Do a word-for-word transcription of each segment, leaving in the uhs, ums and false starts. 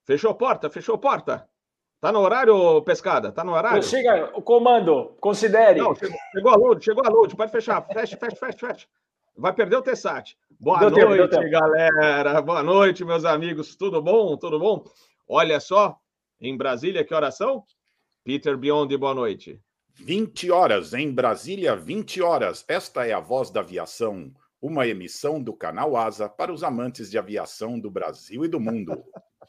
Fechou porta? Fechou porta? Tá no horário, Pescada? Tá no horário? Prossiga o comando, considere. Não, chegou, chegou a load, chegou a load, pode fechar. Fecha, fecha, fecha, fecha. Vai perder o Tessat. Boa Deu tempo, deu noite, tempo. galera. Boa noite, meus amigos. Tudo bom? Tudo bom? Olha só, em Brasília, que horas são? Peter Biondi, boa noite. vinte horas, em Brasília, vinte horas. Esta é a Voz da Aviação, uma emissão do canal Asa para os amantes de aviação do Brasil e do mundo.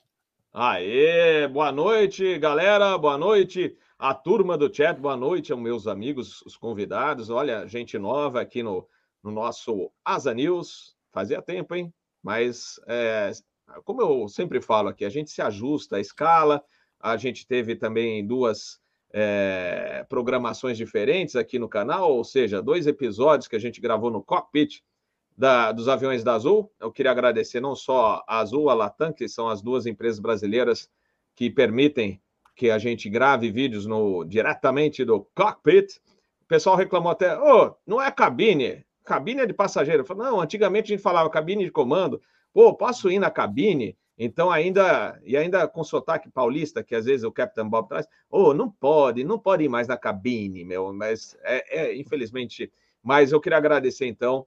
Aê, boa noite, galera. Boa noite, a turma do chat. Boa noite aos meus amigos, os convidados. Olha, gente nova aqui no, no nosso Asa News. Fazia tempo, hein? Mas, é, como eu sempre falo aqui, a gente se ajusta à escala. A gente teve também duas é, programações diferentes aqui no canal, ou seja, dois episódios que a gente gravou no cockpit Da, dos aviões da Azul. Eu queria agradecer não só a Azul, a Latam, que são as duas empresas brasileiras que permitem que a gente grave vídeos no, diretamente do cockpit. O pessoal reclamou até, oh, não é cabine, cabine é de passageiro. Eu falei, não, antigamente a gente falava cabine de comando, pô, posso ir na cabine? Então ainda, e ainda com sotaque paulista, que às vezes o Capitão Bob traz, oh, não pode, não pode ir mais na cabine, meu, mas é, é infelizmente, mas eu queria agradecer então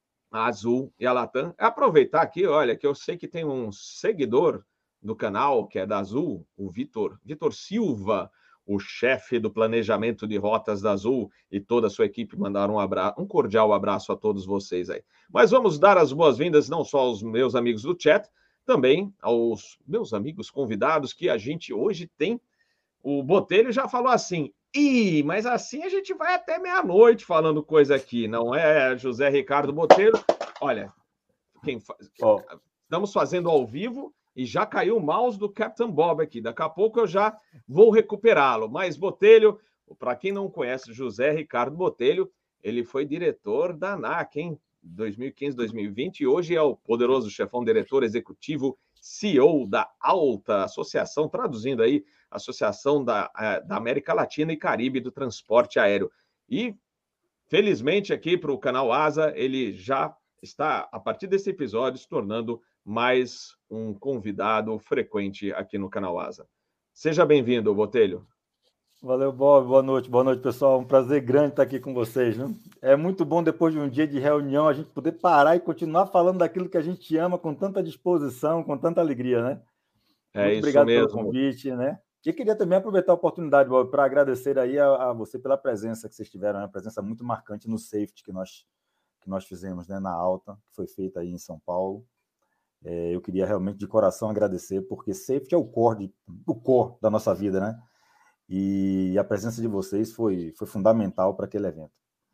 a Azul e a Latam. Aproveitar aqui, olha, que eu sei que tem um seguidor do canal, que é da Azul, o Vitor, Vitor Silva, o chefe do planejamento de rotas da Azul, e toda a sua equipe mandaram um, abra... um cordial abraço a todos vocês aí. Mas vamos dar as boas-vindas não só aos meus amigos do chat, também aos meus amigos convidados, que a gente hoje tem. O Botelho já falou assim, Ih, mas assim a gente vai até meia-noite falando coisa aqui, não é, José Ricardo Botelho? Olha, quem faz... oh. estamos fazendo ao vivo e já caiu o mouse do Captain Bob aqui. Daqui a pouco eu já vou recuperá-lo. Mas Botelho, para quem não conhece, José Ricardo Botelho, ele foi diretor da ANAC, hein? dois mil e quinze, dois mil e vinte, e hoje é o poderoso chefão diretor executivo C E O da ALTA, associação, traduzindo aí, Associação da, da América Latina e Caribe do Transporte Aéreo. E, felizmente, aqui para o canal Asa, ele já está, a partir desse episódio, se tornando mais um convidado frequente aqui no canal Asa. Seja bem-vindo, Botelho. Valeu, Bob. Boa noite. Boa noite, pessoal. Um prazer grande estar aqui com vocês, né? É muito bom, depois de um dia de reunião, a gente poder parar e continuar falando daquilo que a gente ama com tanta disposição, com tanta alegria, né? É muito isso obrigado mesmo. pelo convite, né? E queria também aproveitar a oportunidade, Bob, para agradecer aí a, a você pela presença que vocês tiveram, uma presença muito marcante no safety que nós, que nós fizemos, né, na Alta, que foi feita aí em São Paulo. É, eu queria realmente de coração agradecer, porque safety é o core, de, o core da nossa vida, né? E a presença de vocês foi, foi fundamental para aquele evento.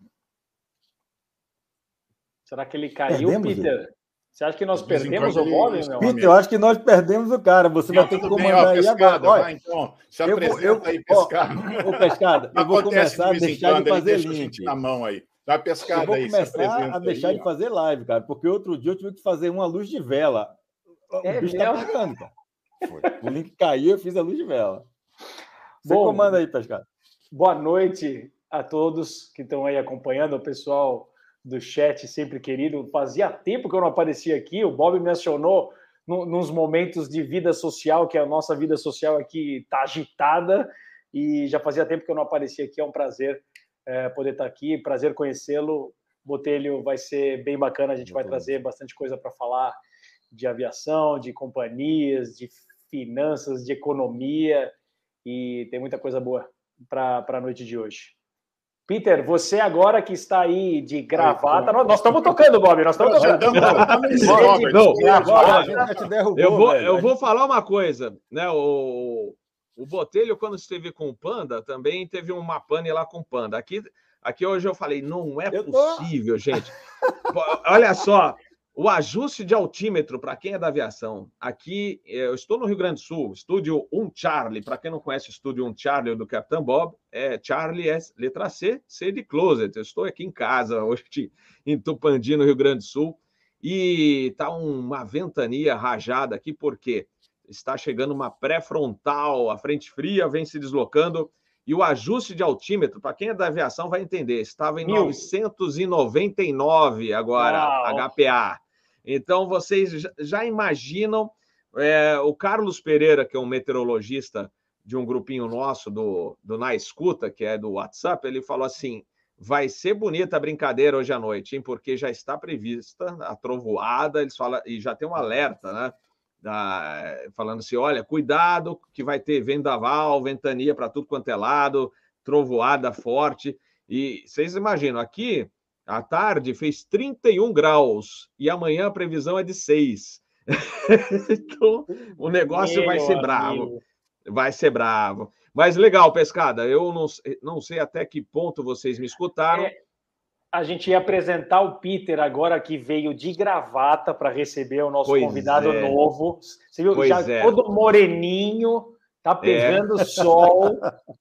Será que ele caiu, Perdemos, Peter? Ele? Você acha que nós perdemos o Bob, meu Peter, amigo? Eu acho que nós perdemos o cara. Você Não, vai ter que bem, comandar ó, aí Pescada, agora. Olha, vai, então, se eu apresenta vou, eu, aí, Pescada. Ô, ô, Pescada, eu vou Acontece começar a deixar de fazer link. A gente na mão aí. Vai, Pescada, eu vou aí, começar a deixar aí, de fazer live, cara, porque outro dia eu tive que fazer uma luz de vela. O é bicho mesmo? tá pagando, cara. Foi. O link caiu, eu fiz a luz de vela. Você Bom, comanda aí, Pescada. Boa noite a todos que estão aí acompanhando, o pessoal do chat sempre querido. Fazia tempo que eu não aparecia aqui, o Bob me acionou no, nos momentos de vida social, que a nossa vida social aqui está agitada, e já fazia tempo que eu não aparecia aqui. É um prazer é, poder estar aqui, prazer conhecê-lo. Botelho, vai ser bem bacana, a gente vai trazer bastante coisa para falar de aviação, de companhias, de finanças, de economia, e tem muita coisa boa para a noite de hoje. Peter, você agora que está aí de gravata, aí, nós, nós estamos tocando, Bob, nós estamos tocando. Não, eu vou, eu vou falar uma coisa, né? O, o Botelho, quando esteve com o Panda, também teve uma pane lá com o Panda. Aqui, aqui hoje eu falei, não é possível, gente. Olha só, o ajuste de altímetro, para quem é da aviação, aqui, eu estou no Rio Grande do Sul, estúdio um Charlie, para quem não conhece o estúdio um Charlie do Capitão Bob, é Charlie é letra C, C de closet. Eu estou aqui em casa, hoje em Tupandi, no Rio Grande do Sul, e está uma ventania rajada aqui, porque está chegando uma pré-frontal, a frente fria vem se deslocando, e o ajuste de altímetro, para quem é da aviação vai entender, estava em Mil. novecentos e noventa e nove agora, Uau. H P A. Então, vocês já imaginam É, o Carlos Pereira, que é um meteorologista de um grupinho nosso do, do Na Escuta, que é do WhatsApp, ele falou assim: vai ser bonita a brincadeira hoje à noite, hein? Porque já está prevista a trovoada, eles falam, e já tem um alerta, né? Da, falando assim: olha, cuidado, que vai ter vendaval, ventania para tudo quanto é lado, trovoada forte. E vocês imaginam, aqui à tarde fez trinta e um graus e amanhã a previsão é de seis. Então, o negócio Meu vai ser amigo. bravo. Vai ser bravo. Mas legal, Pescada. Eu não, não sei até que ponto vocês me escutaram. É, a gente ia apresentar o Peter agora, que veio de gravata para receber o nosso pois convidado é. novo. Você viu? Pois já é. todo moreninho, tá pegando é. sol.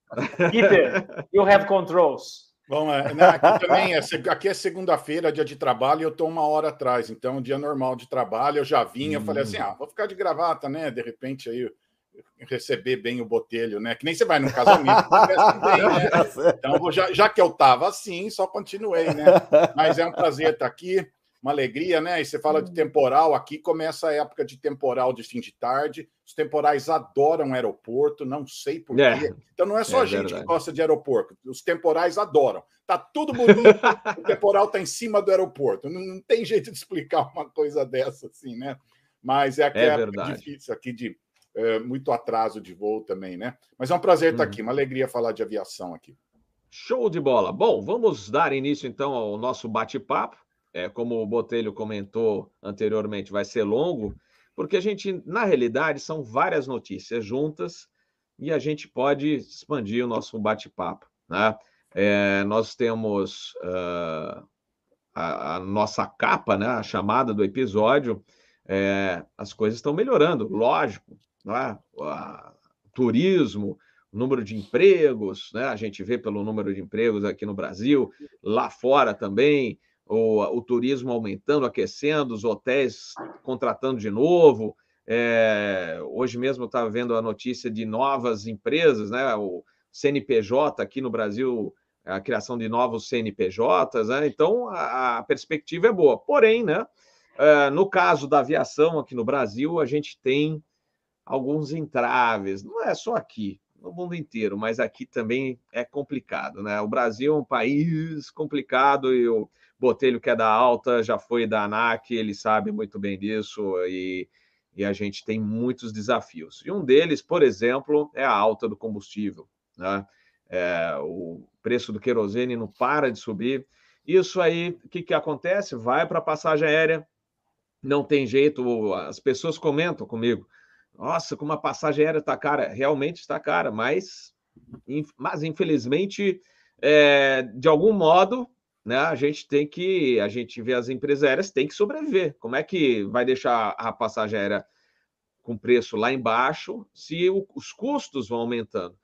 Peter, you have controls. Bom, aqui também é, aqui é segunda-feira, dia de trabalho, e eu estou uma hora atrás, então dia normal de trabalho, eu já vim, hum. eu falei assim, ah, vou ficar de gravata, né? De repente aí receber bem o botelho, né? Que nem você vai num casamento, bem, né? Então já, já que eu estava assim, só continuei, né? Mas é um prazer estar aqui, uma alegria, né? E você fala de temporal, aqui começa a época de temporal de fim de tarde, os temporais adoram aeroporto, não sei por quê. É. Então não é só é a gente verdade. que gosta de aeroporto, os temporais adoram. Tá tudo bonito, o temporal tá em cima do aeroporto. Não, não tem jeito de explicar uma coisa dessa assim, né? Mas é, é época difícil aqui de é, muito atraso de voo também, né? Mas é um prazer estar hum. aqui, uma alegria falar de aviação aqui. Show de bola. Bom, vamos dar início então ao nosso bate-papo. É, como o Botelho comentou anteriormente, vai ser longo, porque a gente, na realidade, são várias notícias juntas e a gente pode expandir o nosso bate-papo, né? É, nós temos uh, a, a nossa capa, né? A chamada do episódio, é, as coisas estão melhorando, lógico, né? O turismo, o número de empregos, né? A gente vê pelo número de empregos aqui no Brasil, lá fora também, O, o turismo aumentando, aquecendo, os hotéis contratando de novo. É, hoje mesmo eu estava vendo a notícia de novas empresas, né? O C N P J aqui no Brasil, a criação de novos C N P Js, né? Então a, a perspectiva é boa. Porém, né? É, no caso da aviação aqui no Brasil, a gente tem alguns entraves. Não é só aqui, no mundo inteiro, mas aqui também é complicado, né? O Brasil é um país complicado e o Botelho, que é da Alta, já foi da ANAC, ele sabe muito bem disso e, e a gente tem muitos desafios. E um deles, por exemplo, é a alta do combustível, né? É, o preço do querosene não para de subir. Isso aí, o que, que acontece? Vai para a passagem aérea, não tem jeito, as pessoas comentam comigo, nossa, como a passagem aérea está cara. Realmente está cara, mas, mas infelizmente, é, de algum modo, né, a gente tem que, a gente vê as empresas aéreas têm que sobreviver. Como é que vai deixar a passagem aérea com preço lá embaixo se o, os custos vão aumentando?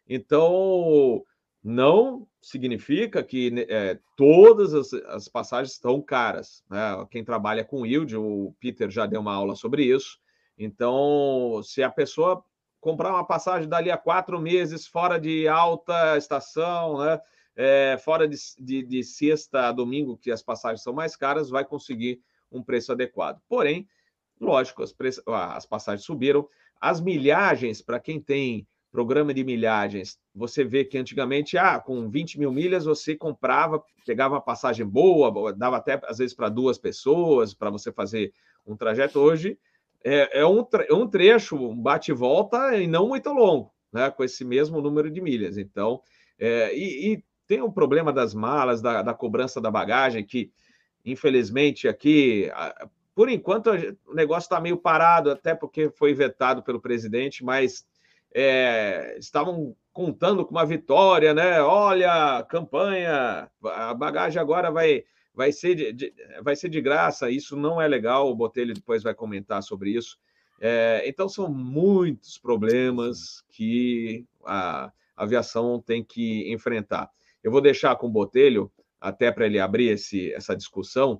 Então, não significa que é, todas as, as passagens estão caras, né? Quem trabalha com yield, o Peter já deu uma aula sobre isso. Então, se a pessoa comprar uma passagem dali a quatro meses, fora de alta estação, né? É, fora de, de, de sexta a domingo, que as passagens são mais caras, vai conseguir um preço adequado. Porém, lógico, as, pre... as passagens subiram. As milhagens, para quem tem programa de milhagens, você vê que antigamente, ah, com vinte mil milhas, você comprava, pegava uma passagem boa, dava até, às vezes, para duas pessoas, para você fazer um trajeto. Hoje, é, é um, tre... um trecho, um bate e volta, e não muito longo, né, com esse mesmo número de milhas. Então, é, e, e tem o problema das malas, da, da cobrança da bagagem, que, infelizmente, aqui, por enquanto, o negócio está meio parado, até porque foi vetado pelo presidente, mas é, estavam contando com uma vitória, né? Olha, campanha, a bagagem agora vai, vai, ser de, de, vai ser de graça, isso não é legal, o Botelho depois vai comentar sobre isso. É, então, são muitos problemas que a aviação tem que enfrentar. Eu vou deixar com o Botelho, até para ele abrir esse, essa discussão,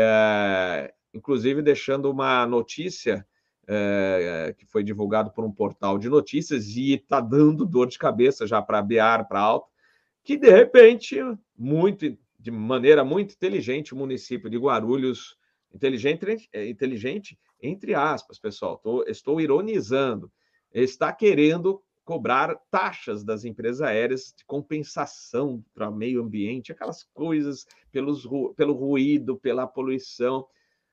é, inclusive deixando uma notícia é, que foi divulgado por um portal de notícias e está dando dor de cabeça já para a Bear, para a Alta, que, de repente, muito, de maneira muito inteligente, o município de Guarulhos, inteligente, inteligente entre aspas, pessoal, tô, estou ironizando, está querendo cobrar taxas das empresas aéreas de compensação para o meio ambiente, aquelas coisas pelos, pelo ruído, pela poluição.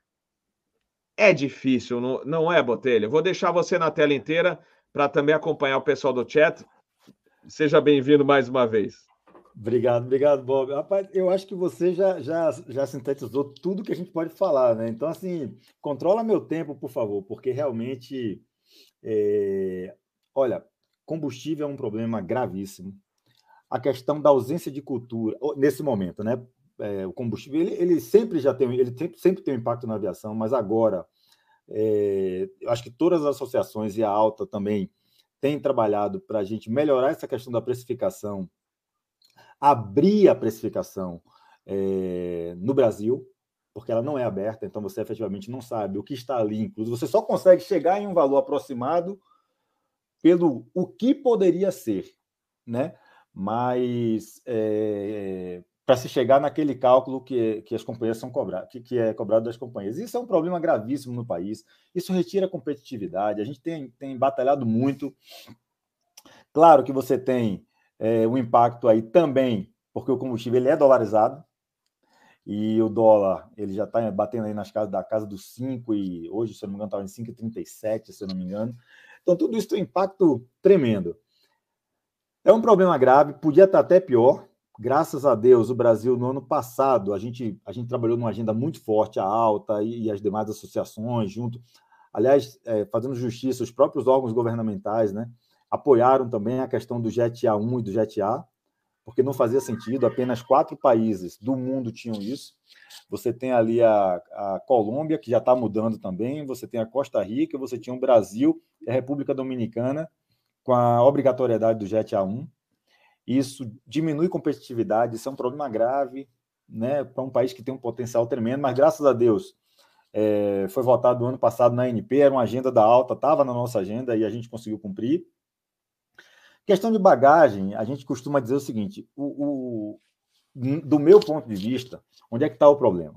É difícil, não, não é, Botelho? Vou deixar você na tela inteira para também acompanhar o pessoal do chat. Seja bem-vindo mais uma vez. Obrigado, obrigado, Bob. Rapaz, eu acho que você já, já, já sintetizou tudo que a gente pode falar, né? Então, assim, controla meu tempo, por favor, porque realmente, é... olha, combustível é um problema gravíssimo. A questão da ausência de cultura, nesse momento, né? É, o combustível, ele, ele sempre já tem, ele sempre, sempre tem um impacto na aviação, mas agora, é, eu acho que todas as associações e a ALTA também têm trabalhado para a gente melhorar essa questão da precificação, abrir a precificação é, no Brasil, porque ela não é aberta, então você efetivamente não sabe o que está ali incluso. Você só consegue chegar em um valor aproximado pelo o que poderia ser, né? Mas é, para se chegar naquele cálculo que, que as companhias são cobradas, que, que é cobrado das companhias. Isso é um problema gravíssimo no país. Isso retira a competitividade. A gente tem, tem batalhado muito. Claro que você tem é, um impacto aí também, porque o combustível ele é dolarizado, e o dólar ele já está batendo aí nas casas da casa dos cinco, e hoje, se eu não me engano, estava em cinco vírgula trinta e sete, se eu não me engano. Então, tudo isso tem um impacto tremendo. É um problema grave, podia estar até pior. Graças a Deus, o Brasil, no ano passado, a gente, a gente trabalhou numa agenda muito forte, a ALTA e, e as demais associações, junto. Aliás, é, fazendo justiça, os próprios órgãos governamentais, né, apoiaram também a questão do Jet A um e do Jet A, porque não fazia sentido, apenas quatro países do mundo tinham isso. Você tem ali a, a Colômbia, que já está mudando também, você tem a Costa Rica, você tinha o Brasil e a República Dominicana, com a obrigatoriedade do Jet A um. Isso diminui competitividade, isso é um problema grave, né, para um país que tem um potencial tremendo, mas graças a Deus é, foi votado no ano passado na A N P, era uma agenda da ALTA, estava na nossa agenda e a gente conseguiu cumprir. Questão de bagagem, a gente costuma dizer o seguinte, o, o, do meu ponto de vista, onde é que está o problema?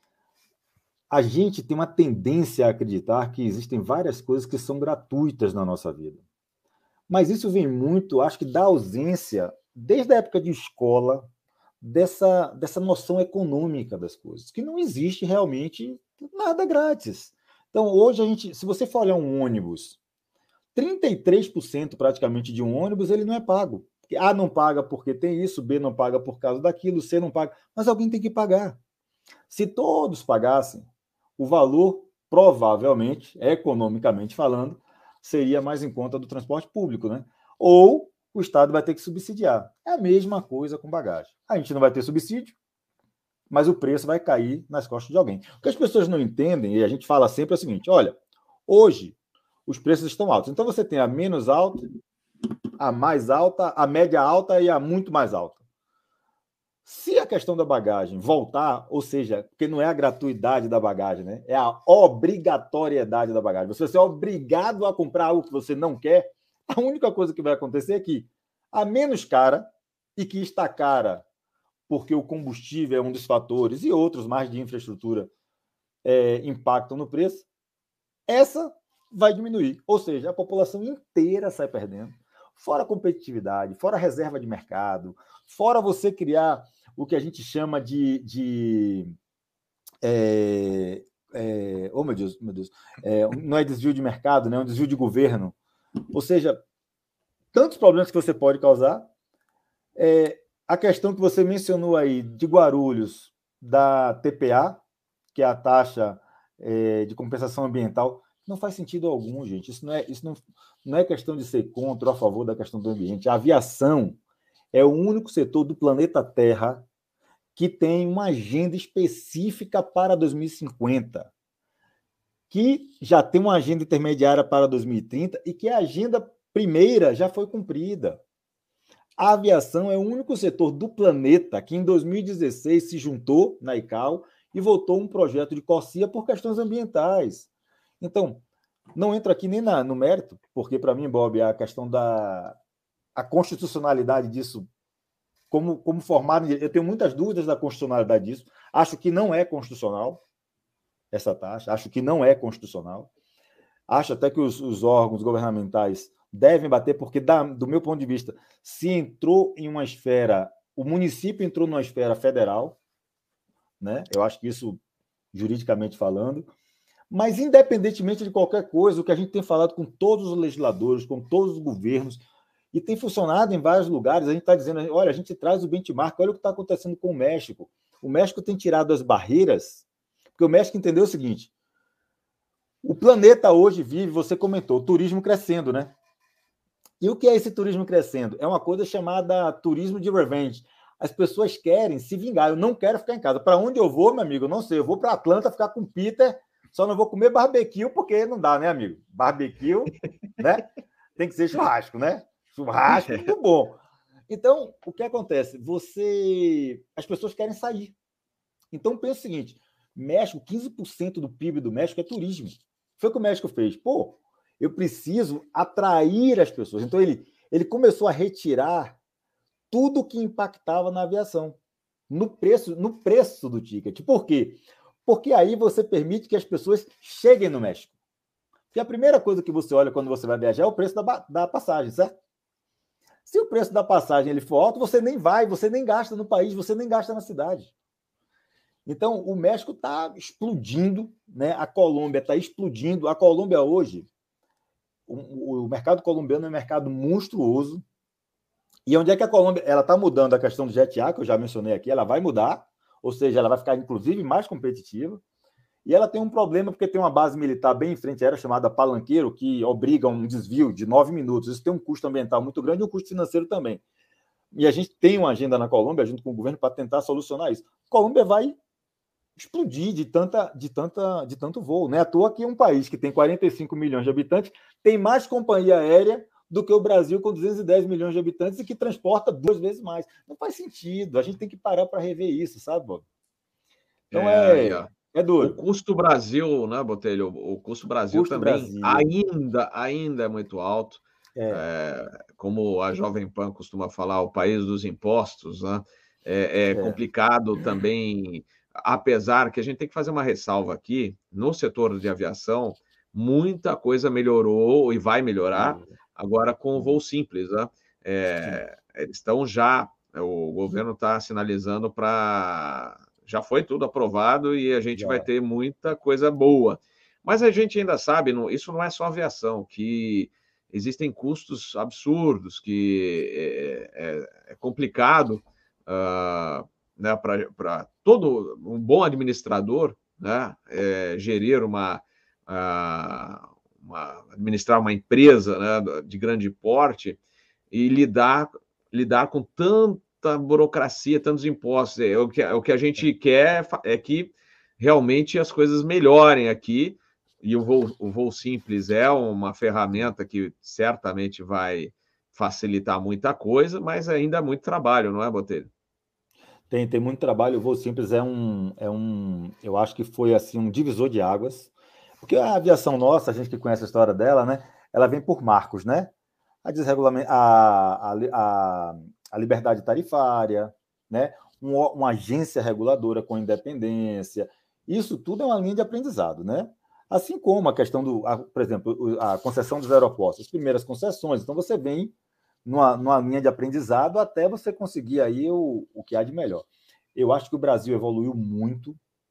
A gente tem uma tendência a acreditar que existem várias coisas que são gratuitas na nossa vida. Mas isso vem muito, acho que da ausência, desde a época de escola, dessa, dessa noção econômica das coisas, que não existe realmente nada grátis. Então, hoje, a gente, se você for olhar um ônibus, trinta e três por cento praticamente de um ônibus ele não é pago. A não paga porque tem isso, B não paga por causa daquilo, C não paga, mas alguém tem que pagar. Se todos pagassem, o valor, provavelmente, economicamente falando, seria mais em conta do transporte público, né? Ou o Estado vai ter que subsidiar. É a mesma coisa com bagagem. A gente não vai ter subsídio, mas o preço vai cair nas costas de alguém. O que as pessoas não entendem, e a gente fala sempre, é o seguinte, olha, hoje os preços estão altos. Então você tem a menos alta, a mais alta, a média alta e a muito mais alta. Se a questão da bagagem voltar, ou seja, porque não é a gratuidade da bagagem, né? É a obrigatoriedade da bagagem. Você vai ser obrigado a comprar algo que você não quer, a única coisa que vai acontecer é que a menos cara, e que está cara porque o combustível é um dos fatores e outros mais de infraestrutura é, impactam no preço, essa vai diminuir. Ou seja, a população inteira sai perdendo. Fora a competitividade, fora a reserva de mercado, fora você criar o que a gente chama de... de é, é, oh, meu Deus, meu Deus. É, não é desvio de mercado, né? É um desvio de governo. Ou seja, tantos problemas que você pode causar. É, a questão que você mencionou aí de Guarulhos, da T P A, que é a taxa é, de compensação ambiental, não faz sentido algum, gente. Isso não é, isso não, não é questão de ser contra ou a favor da questão do ambiente. A aviação é o único setor do planeta Terra que tem uma agenda específica para dois mil e cinquenta, que já tem uma agenda intermediária para dois mil e trinta e que a agenda primeira já foi cumprida. A aviação é o único setor do planeta que em dois mil e dezesseis se juntou na I C A O e votou um projeto de CORSIA por questões ambientais. Então, não entro aqui nem na, no mérito, porque para mim, Bob, a questão da a constitucionalidade disso, como, como formado, eu tenho muitas dúvidas da constitucionalidade disso, acho que não é constitucional, essa taxa, acho que não é constitucional. Acho até que os, os órgãos governamentais devem bater, porque, da, do meu ponto de vista, se entrou em uma esfera, o município entrou numa esfera federal, né? Eu acho que isso, juridicamente falando, mas independentemente de qualquer coisa, o que a gente tem falado com todos os legisladores, com todos os governos, e tem funcionado em vários lugares, a gente está dizendo, olha, a gente traz o benchmark, olha o que está acontecendo com o México. O México tem tirado as barreiras, porque o México entendeu o seguinte, o planeta hoje vive, você comentou, turismo crescendo, né? E o que é esse turismo crescendo? É uma coisa chamada turismo de revenge. As pessoas querem se vingar. Eu não quero ficar em casa. Para onde eu vou, meu amigo? Eu não sei. Eu vou para Atlanta ficar com o Peter, só não vou comer barbecue, porque não dá, né, amigo? Barbecue, né? Tem que ser churrasco, né? Churrasco, muito bom. Então, o que acontece? Você... As pessoas querem sair. Então, pensa o seguinte, México, quinze por cento do P I B do México é turismo. Foi o que o México fez. Pô, eu preciso atrair as pessoas. Então, ele, ele começou a retirar tudo que impactava na aviação, no preço, no preço do ticket. Por quê? Porque aí você permite que as pessoas cheguem no México. Porque a primeira coisa que você olha quando você vai viajar é o preço da, da passagem, certo? Se o preço da passagem ele for alto, você nem vai, você nem gasta no país, você nem gasta na cidade. Então, o México está explodindo, né? A Colômbia está explodindo. A Colômbia hoje, o, o mercado colombiano é um mercado monstruoso. E onde é que a Colômbia ela está mudando a questão do Jet A, que eu já mencionei aqui, ela vai mudar, ou seja, ela vai ficar, inclusive, mais competitiva. E ela tem um problema, porque tem uma base militar bem em frente à área chamada Palanqueiro, que obriga um desvio de nove minutos. Isso tem um custo ambiental muito grande e um custo financeiro também. E a gente tem uma agenda na Colômbia, junto com o governo, para tentar solucionar isso. A Colômbia vai explodir de, tanta, de, tanta, de tanto voo. Não é à toa que um país que tem quarenta e cinco milhões de habitantes tem mais companhia aérea do que o Brasil com duzentos e dez milhões de habitantes e que transporta duas vezes mais. Não faz sentido. A gente tem que parar para rever isso, sabe, Bob? Então é, é, é duro. O custo Brasil, né, Botelho? O custo Brasil custo também Brasil. ainda, ainda é muito alto. É. É, como a Jovem Pan costuma falar, o país dos impostos, né? É, é, é complicado também, apesar que a gente tem que fazer uma ressalva aqui, no setor de aviação, muita coisa melhorou e vai melhorar agora com o voo simples, né? É, eles estão já, o governo está sinalizando para... Já foi tudo aprovado e a gente já vai ter muita coisa boa. Mas a gente ainda sabe, não, isso não é só aviação, que existem custos absurdos, que é, é, é complicado uh, né, para todo um bom administrador, né, é, gerir uma, uh, uma... administrar uma empresa, né, de grande porte e lidar, lidar com tanta burocracia, tantos impostos. É, o, que, é, o que a gente quer é que realmente as coisas melhorem aqui, e o voo, o voo simples é uma ferramenta que certamente vai facilitar muita coisa, mas ainda há muito trabalho, não é, Botelho? Tem, tem muito trabalho. O voo simples é um, é um, eu acho que foi assim um divisor de águas, porque a aviação nossa, a gente que conhece a história dela, né? Ela vem por marcos, né? A, desregulamento, a, a, a, a liberdade tarifária, né? Um, uma agência reguladora com independência. Isso tudo é uma linha de aprendizado, né? Assim como a questão do, a, por exemplo, a concessão dos aeroportos, as primeiras concessões. Então, você vem numa, numa linha de aprendizado até você conseguir aí o, o que há de melhor. Eu acho que o Brasil evoluiu muito.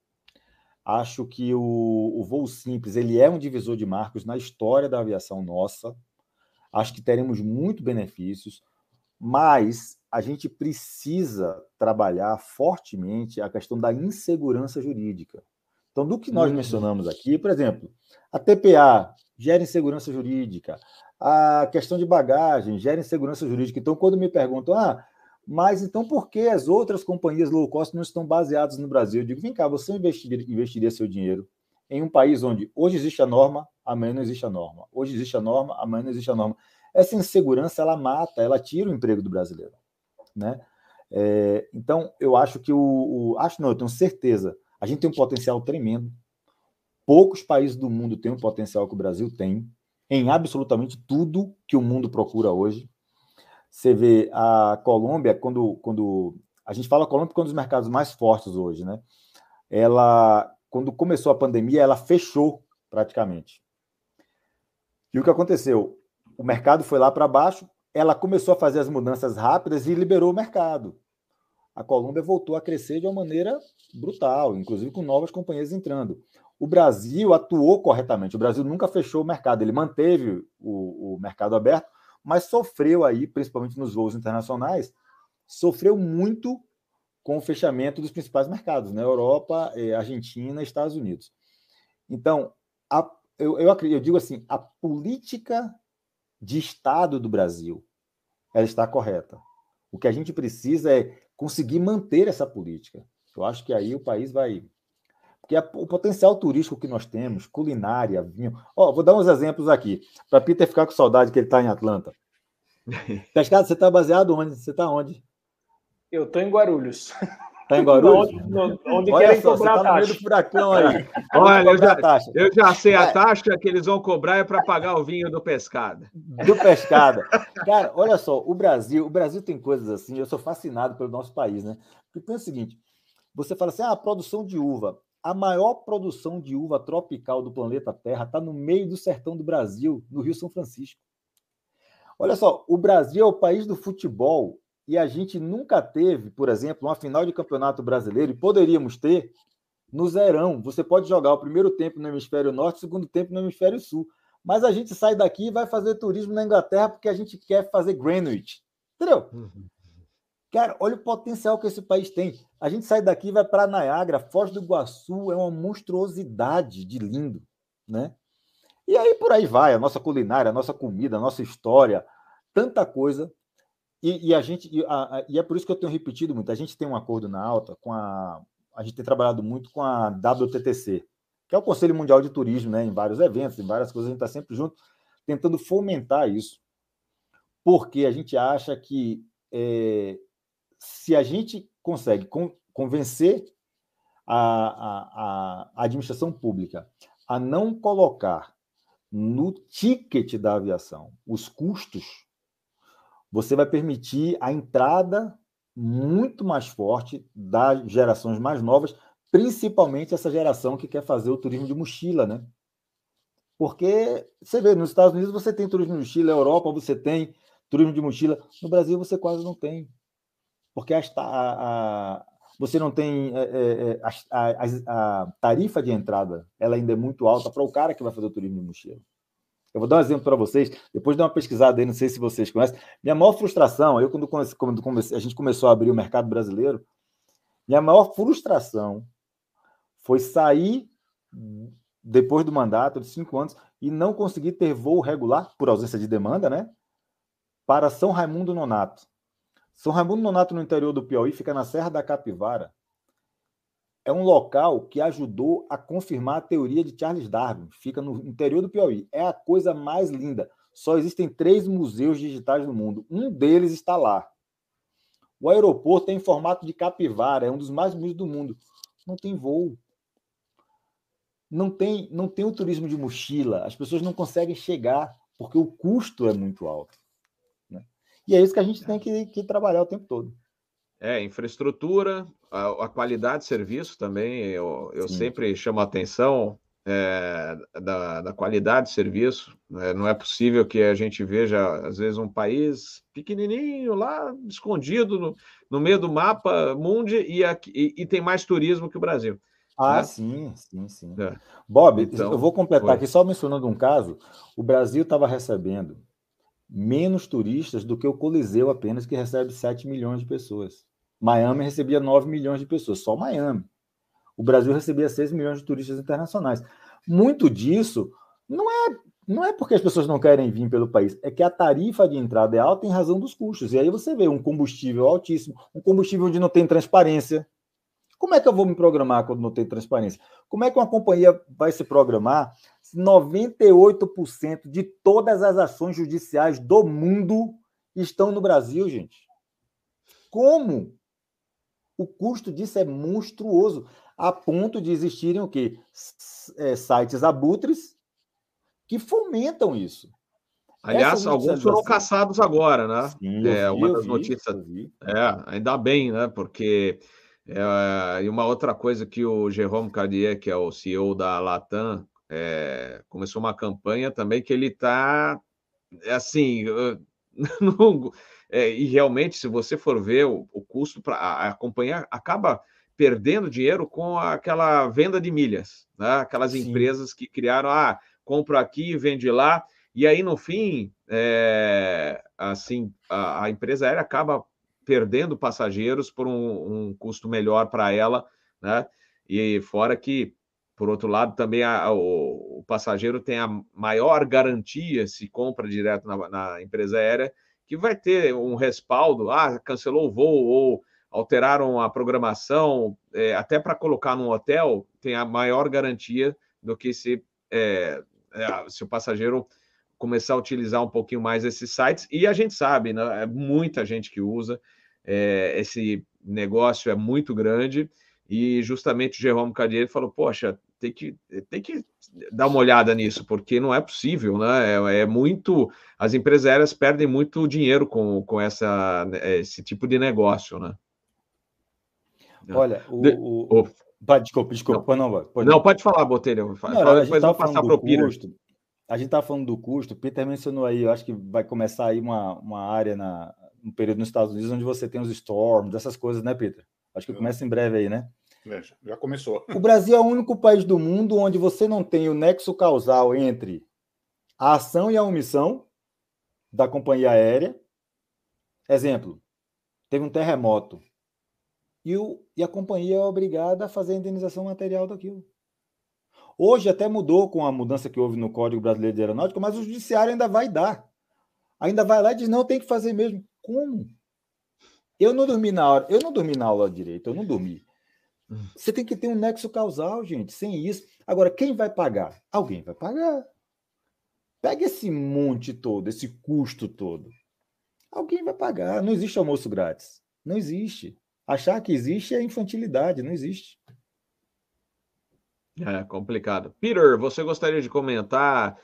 Acho que o, o voo simples ele é um divisor de marcos na história da aviação nossa. Acho que teremos muitos benefícios, mas a gente precisa trabalhar fortemente a questão da insegurança jurídica. Então, do que nós uhum. mencionamos aqui, por exemplo, a T P A gera insegurança jurídica, a questão de bagagem gera insegurança jurídica. Então, quando me perguntam, ah, mas então por que as outras companhias low cost não estão baseadas no Brasil? Eu digo, vem cá, você investiria, investiria seu dinheiro em um país onde hoje existe a norma, amanhã não existe a norma. Hoje existe a norma, amanhã não existe a norma. Essa insegurança, ela mata, ela tira o emprego do brasileiro, né? É, então, eu acho que o, o... Acho não, eu tenho certeza. A gente tem um potencial tremendo. Poucos países do mundo têm o potencial que o Brasil tem em absolutamente tudo que o mundo procura hoje. Você vê a Colômbia, quando, quando a gente fala Colômbia porque é um dos mercados mais fortes hoje, né? Ela, quando começou a pandemia, ela fechou praticamente. E o que aconteceu? O mercado foi lá para baixo, ela começou a fazer as mudanças rápidas e liberou o mercado. A Colômbia voltou a crescer de uma maneira brutal, inclusive com novas companhias entrando. O Brasil atuou corretamente. O Brasil nunca fechou o mercado, ele manteve o, o mercado aberto, mas sofreu aí, principalmente nos voos internacionais, sofreu muito com o fechamento dos principais mercados, né? Europa, Argentina e Estados Unidos. Então, a, eu, eu, eu digo assim, a política de Estado do Brasil, ela está correta. O que a gente precisa é conseguir manter essa política. Eu acho que aí o país vai... Porque a, o potencial turístico que nós temos, culinária, vinho... Ó, vou dar uns exemplos aqui, para Peter ficar com saudade que ele está em Atlanta. Pescado, você está baseado onde? Você está onde? Eu estou em Guarulhos. Está em Guarulhos? Onde, no, onde Olha querem só, cobrar você a está no meio taxa. do furacão aí. Olha, eu já, taxa. eu já sei a é. taxa que eles vão cobrar é para pagar o vinho do Pescada. Do Pescada. Cara, olha só, o Brasil, o Brasil tem coisas assim, eu sou fascinado pelo nosso país, né? Porque pensa o seguinte, você fala assim, ah, a produção de uva. A maior produção de uva tropical do planeta Terra está no meio do sertão do Brasil, no Rio São Francisco. Olha só, o Brasil é o país do futebol e a gente nunca teve, por exemplo, uma final de campeonato brasileiro, e poderíamos ter no zerão. Você pode jogar o primeiro tempo no hemisfério norte, o segundo tempo no hemisfério sul. Mas a gente sai daqui e vai fazer turismo na Inglaterra porque a gente quer fazer Greenwich. Entendeu? Uhum. Cara, olha o potencial que esse país tem. A gente sai daqui e vai para Niágara, Foz do Iguaçu, é uma monstruosidade de lindo, né? E aí por aí vai, a nossa culinária, a nossa comida, a nossa história, tanta coisa. E, e a gente e, a, e é por isso que eu tenho repetido muito. A gente tem um acordo na Alta com a... A gente tem trabalhado muito com a W T T C, que é o Conselho Mundial de Turismo, né? Em vários eventos, em várias coisas, a gente está sempre junto, tentando fomentar isso. Porque a gente acha que é, se a gente consegue convencer a, a, a administração pública a não colocar no ticket da aviação os custos, você vai permitir a entrada muito mais forte das gerações mais novas, principalmente essa geração que quer fazer o turismo de mochila, né? Porque, você vê, nos Estados Unidos você tem turismo de mochila, na Europa você tem turismo de mochila, no Brasil você quase não tem. Porque a, a, a, você não tem é, é, a, a, a tarifa de entrada, ela ainda é muito alta para o cara que vai fazer o turismo de mochila. Eu vou dar um exemplo para vocês, depois de uma pesquisada aí, não sei se vocês conhecem. Minha maior frustração, eu quando, comecei, quando comecei, a gente começou a abrir o mercado brasileiro, minha maior frustração foi sair depois do mandato de cinco anos e não conseguir ter voo regular, por ausência de demanda, né? Para São Raimundo Nonato. São Raimundo Nonato, no interior do Piauí, fica na Serra da Capivara. É um local que ajudou a confirmar a teoria de Charles Darwin. Fica no interior do Piauí. É a coisa mais linda. Só existem três museus digitais no mundo. Um deles está lá. O aeroporto é em formato de capivara. É um dos mais bonitos do mundo. Não tem voo. Não tem, não tem o turismo de mochila. As pessoas não conseguem chegar porque o custo é muito alto. Né? E é isso que a gente tem que, que trabalhar o tempo todo. É, infraestrutura, a, a qualidade de serviço também, eu, eu sempre chamo a atenção é, da, da qualidade de serviço. É, não é possível que a gente veja, às vezes, um país pequenininho lá, escondido no, no meio do mapa mundi e, aqui, e, e tem mais turismo que o Brasil. Ah, né? sim, sim, sim. É. Bob, Então, eu vou completar foi. aqui só mencionando um caso. O Brasil estava recebendo menos turistas do que o Coliseu apenas, que recebe sete milhões de pessoas. Miami recebia nove milhões de pessoas, só Miami. O Brasil recebia seis milhões de turistas internacionais. Muito disso não é, não é porque as pessoas não querem vir pelo país, é que a tarifa de entrada é alta em razão dos custos. E aí você vê um combustível altíssimo, um combustível onde não tem transparência. Como é que eu vou me programar quando não tem transparência? Como é que uma companhia vai se programar se noventa e oito por cento de todas as ações judiciais do mundo estão no Brasil, gente? Como? O custo disso é monstruoso, a ponto de existirem o quê? É, sites abutres que fomentam isso. Aliás, alguns foram caçados agora, né? Sim, é vi, uma das vi, notícias. É, ainda bem, né? Porque É, e uma outra coisa que o Jérôme Cartier, que é o C E O da Latam, é, começou uma campanha também que ele está, assim, não, é, e realmente, se você for ver o, o custo para a, a companhia acaba perdendo dinheiro com aquela venda de milhas, né? Aquelas Sim. empresas que criaram, ah, compra aqui, vende lá, e aí no fim, é, assim, a, a empresa aérea acaba perdendo passageiros por um, um custo melhor para ela, né? E fora que, por outro lado, também a, o, o passageiro tem a maior garantia se compra direto na, na empresa aérea, que vai ter um respaldo, ah, cancelou o voo ou alteraram a programação, é, até para colocar num hotel, tem a maior garantia do que se, é, é, se o passageiro começar a utilizar um pouquinho mais esses sites. E a gente sabe, né, é muita gente que usa, é, esse negócio é muito grande, e justamente o Jérôme Cartier falou, poxa, tem que, tem que dar uma olhada nisso, porque não é possível, né? É, é muito... As empresas aéreas perdem muito dinheiro com, com essa, esse tipo de negócio, né? Olha, o... De... o... Oh. Vai, desculpa, desculpa. Não, não, pode, não, pode falar, Botelho. Não, Fala, a gente depois eu estava vou passar falando para do o Peter. custo. A gente estava falando do custo. O Peter mencionou aí, eu acho que vai começar aí uma, uma área na, um período nos Estados Unidos onde você tem os storms, essas coisas, né, Peter? Acho que começa em breve aí, né? Já começou. O Brasil é o único país do mundo onde você não tem o nexo causal entre a ação e a omissão da companhia aérea. Exemplo, teve um terremoto e, o, e a companhia é obrigada a fazer a indenização material daquilo. Hoje até mudou com a mudança que houve no Código Brasileiro de Aeronáutica, mas o judiciário ainda vai dar. Ainda vai lá e diz, não, tem que fazer mesmo. Como? Eu não dormi na hora, eu não dormi na aula de direito, eu não dormi. Você tem que ter um nexo causal, gente, sem isso. Agora, quem vai pagar? Alguém vai pagar. Pega esse monte todo, esse custo todo. Alguém vai pagar. Não existe almoço grátis. Não existe. Achar que existe é infantilidade, não existe. É complicado. Peter, você gostaria de comentar?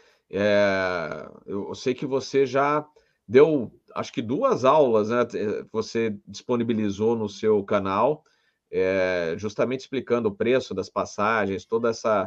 É, eu sei que você já deu, acho que duas aulas, né? Você disponibilizou no seu canal, é, justamente explicando o preço das passagens, toda essa,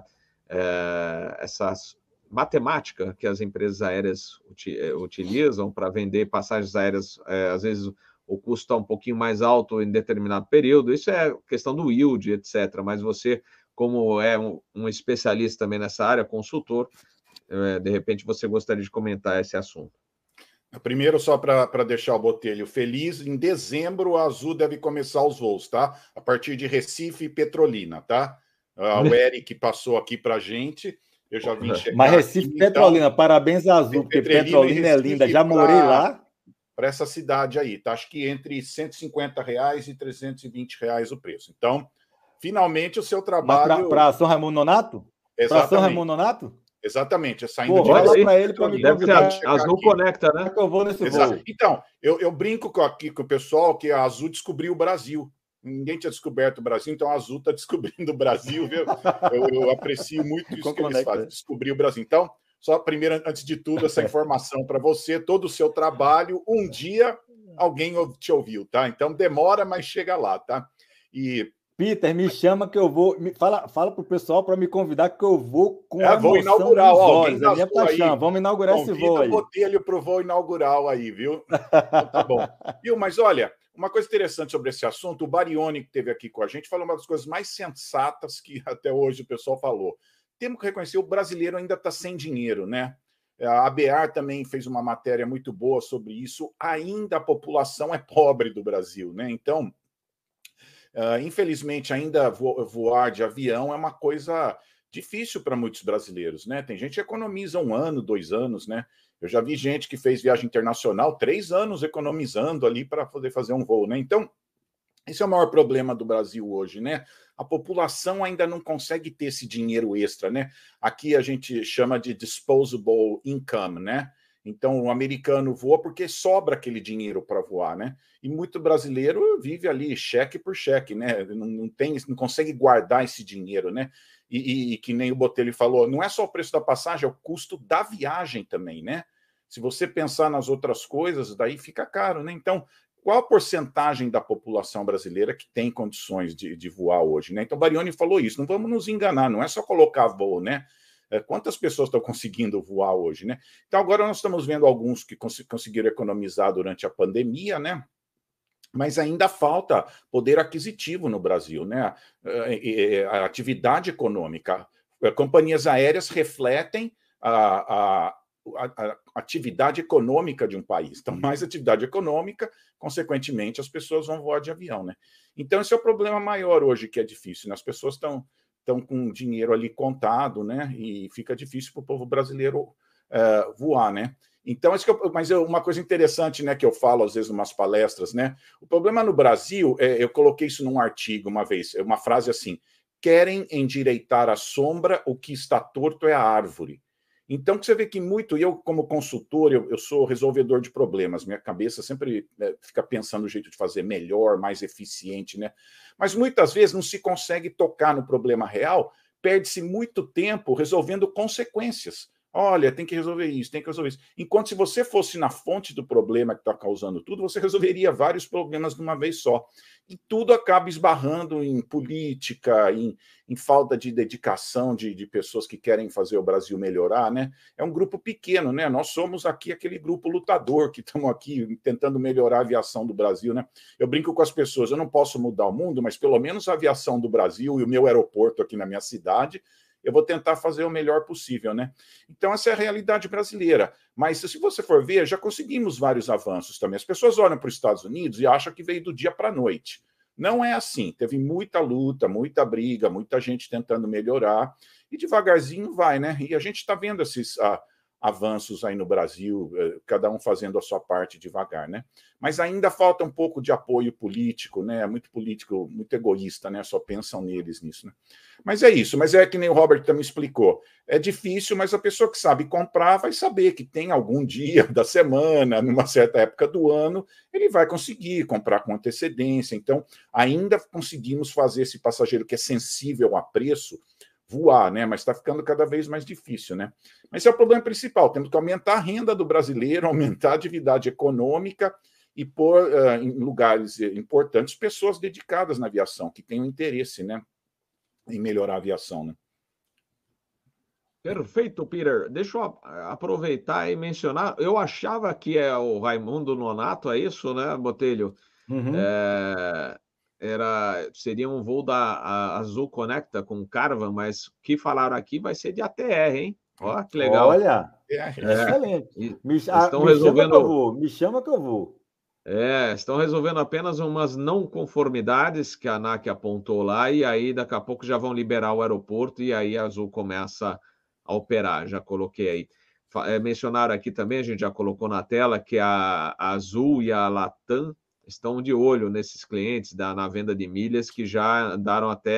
é, essa matemática que as empresas aéreas utilizam para vender passagens aéreas. É, às vezes o custo está um pouquinho mais alto em determinado período. Isso é questão do yield, etcétera. Mas você, como é um, um especialista também nessa área, consultor, é, de repente você gostaria de comentar esse assunto. Primeiro, só para deixar o Botelho feliz, em dezembro a Azul deve começar os voos, tá? A partir de Recife e Petrolina, tá? Uh, o Eric passou aqui para a gente, eu já vim checar. Mas Recife aqui, Petrolina, então, parabéns a Azul, porque Petrolina é linda, já morei pra... lá. Para essa cidade aí, tá? Acho que entre cento e cinquenta reais e trezentos e vinte reais o preço. Então, finalmente o seu trabalho... Para São Raimundo Nonato? Para São Raimundo Nonato? Exatamente, é saindo Pô, de fala para ele para me Deve ser a Azul aqui. Conecta, né? Que eu vou nesse Exato. voo. Então, eu, eu brinco aqui com o pessoal que a Azul descobriu o Brasil. Ninguém tinha descoberto o Brasil, então a Azul está descobrindo o Brasil, viu? Eu, eu aprecio muito isso que eles fazem, descobrir o Brasil. Então, só primeiro, antes de tudo, essa informação para você, todo o seu trabalho, um dia alguém te ouviu, tá? Então demora, mas chega lá, tá? E Peter, me chama que eu vou. Me, fala fala para o pessoal para me convidar que eu vou com é, vou inaugurar, ó, olhos, é minha paixão. Aí, vamos inaugurar esse voo aí. Convida o Botelho para o voo inaugural aí, viu? Então, tá bom. Viu? Mas olha, uma coisa interessante sobre esse assunto, o Barioni, que esteve aqui com a gente, falou uma das coisas mais sensatas que até hoje o pessoal falou. Temos que reconhecer, o brasileiro ainda está sem dinheiro, né? A B R também fez uma matéria muito boa sobre isso. Ainda a população é pobre do Brasil, né? Então, Uh, infelizmente, ainda vo voar de avião é uma coisa difícil para muitos brasileiros, né? Tem gente que economiza um ano, dois anos, né? Eu já vi gente que fez viagem internacional, três anos economizando ali para poder fazer um voo, né? Então, esse é o maior problema do Brasil hoje, né? A população ainda não consegue ter esse dinheiro extra, né? Aqui a gente chama de disposable income, né? Então, o americano voa porque sobra aquele dinheiro para voar, né? E muito brasileiro vive ali cheque por cheque, né? Não, não, tem, não consegue guardar esse dinheiro, né? E, e, e que nem o Botelho falou, não é só o preço da passagem, é o custo da viagem também, né? Se você pensar nas outras coisas, daí fica caro, né? Então, qual a porcentagem da população brasileira que tem condições de, de voar hoje, né? Então, Barioni falou isso, não vamos nos enganar, não é só colocar voo, né? Quantas pessoas estão conseguindo voar hoje, né? Então, agora nós estamos vendo alguns que cons conseguiram economizar durante a pandemia, né? Mas ainda falta poder aquisitivo no Brasil, né? A atividade econômica. Companhias aéreas refletem a, a, a atividade econômica de um país. Então, mais atividade econômica, consequentemente, as pessoas vão voar de avião, né? Então, esse é o problema maior hoje, que é difícil, né? As pessoas estão... estão com dinheiro ali contado, né? E fica difícil para o povo brasileiro uh, voar, né? Então, isso que eu, mas eu, uma coisa interessante, né, que eu falo às vezes em umas palestras, né? O problema no Brasil, é, eu coloquei isso num artigo uma vez, é uma frase assim: querem endireitar a sombra, o que está torto é a árvore. Então, você vê que muito, e eu como consultor, eu, eu sou resolvedor de problemas, minha cabeça sempre é, fica pensando no jeito de fazer melhor, mais eficiente, né? Mas muitas vezes não se consegue tocar no problema real, perde-se muito tempo resolvendo consequências. Olha, tem que resolver isso, tem que resolver isso. Enquanto se você fosse na fonte do problema que está causando tudo, você resolveria vários problemas de uma vez só. E tudo acaba esbarrando em política, em, em falta de dedicação de, de pessoas que querem fazer o Brasil melhorar, né? É um grupo pequeno, né? Nós somos aqui aquele grupo lutador que estamos aqui tentando melhorar a aviação do Brasil, né? Eu brinco com as pessoas, eu não posso mudar o mundo, mas pelo menos a aviação do Brasil e o meu aeroporto aqui na minha cidade, eu vou tentar fazer o melhor possível, né? Então, essa é a realidade brasileira. Mas, se você for ver, já conseguimos vários avanços também. As pessoas olham para os Estados Unidos e acham que veio do dia para a noite. Não é assim. Teve muita luta, muita briga, muita gente tentando melhorar. E devagarzinho vai, né? E a gente está vendo esses ah, avanços aí no Brasil, cada um fazendo a sua parte devagar, né? Mas ainda falta um pouco de apoio político, né? Muito político, muito egoísta, né? Só pensam neles nisso, né? Mas é isso, mas é que nem o Robert também explicou. É difícil, mas a pessoa que sabe comprar vai saber que tem algum dia da semana, numa certa época do ano, ele vai conseguir comprar com antecedência. Então, ainda conseguimos fazer esse passageiro que é sensível a preço voar, né? Mas está ficando cada vez mais difícil, né? Mas esse é o problema principal. Temos que aumentar a renda do brasileiro, aumentar a atividade econômica e pôr uh, em lugares importantes pessoas dedicadas na aviação, que tenham interesse, né, em melhorar a aviação, né? Perfeito, Peter. Deixa eu aproveitar e mencionar. Eu achava que é o Raimundo Nonato, é isso, né, Botelho? Uhum. É... Era, seria um voo da Azul Conecta com Carvan, mas o que falaram aqui vai ser de A T R, hein? Ó, que legal. Olha, é, excelente. E Me, estão me resolvendo... chama que eu vou, me chama que eu vou. É, estão resolvendo apenas umas não conformidades que a ANAC apontou lá, e aí daqui a pouco já vão liberar o aeroporto e aí a Azul começa a operar. Já coloquei aí. É, mencionaram aqui também, a gente já colocou na tela, que a, a Azul e a Latam estão de olho nesses clientes da, na venda de milhas que já andaram até,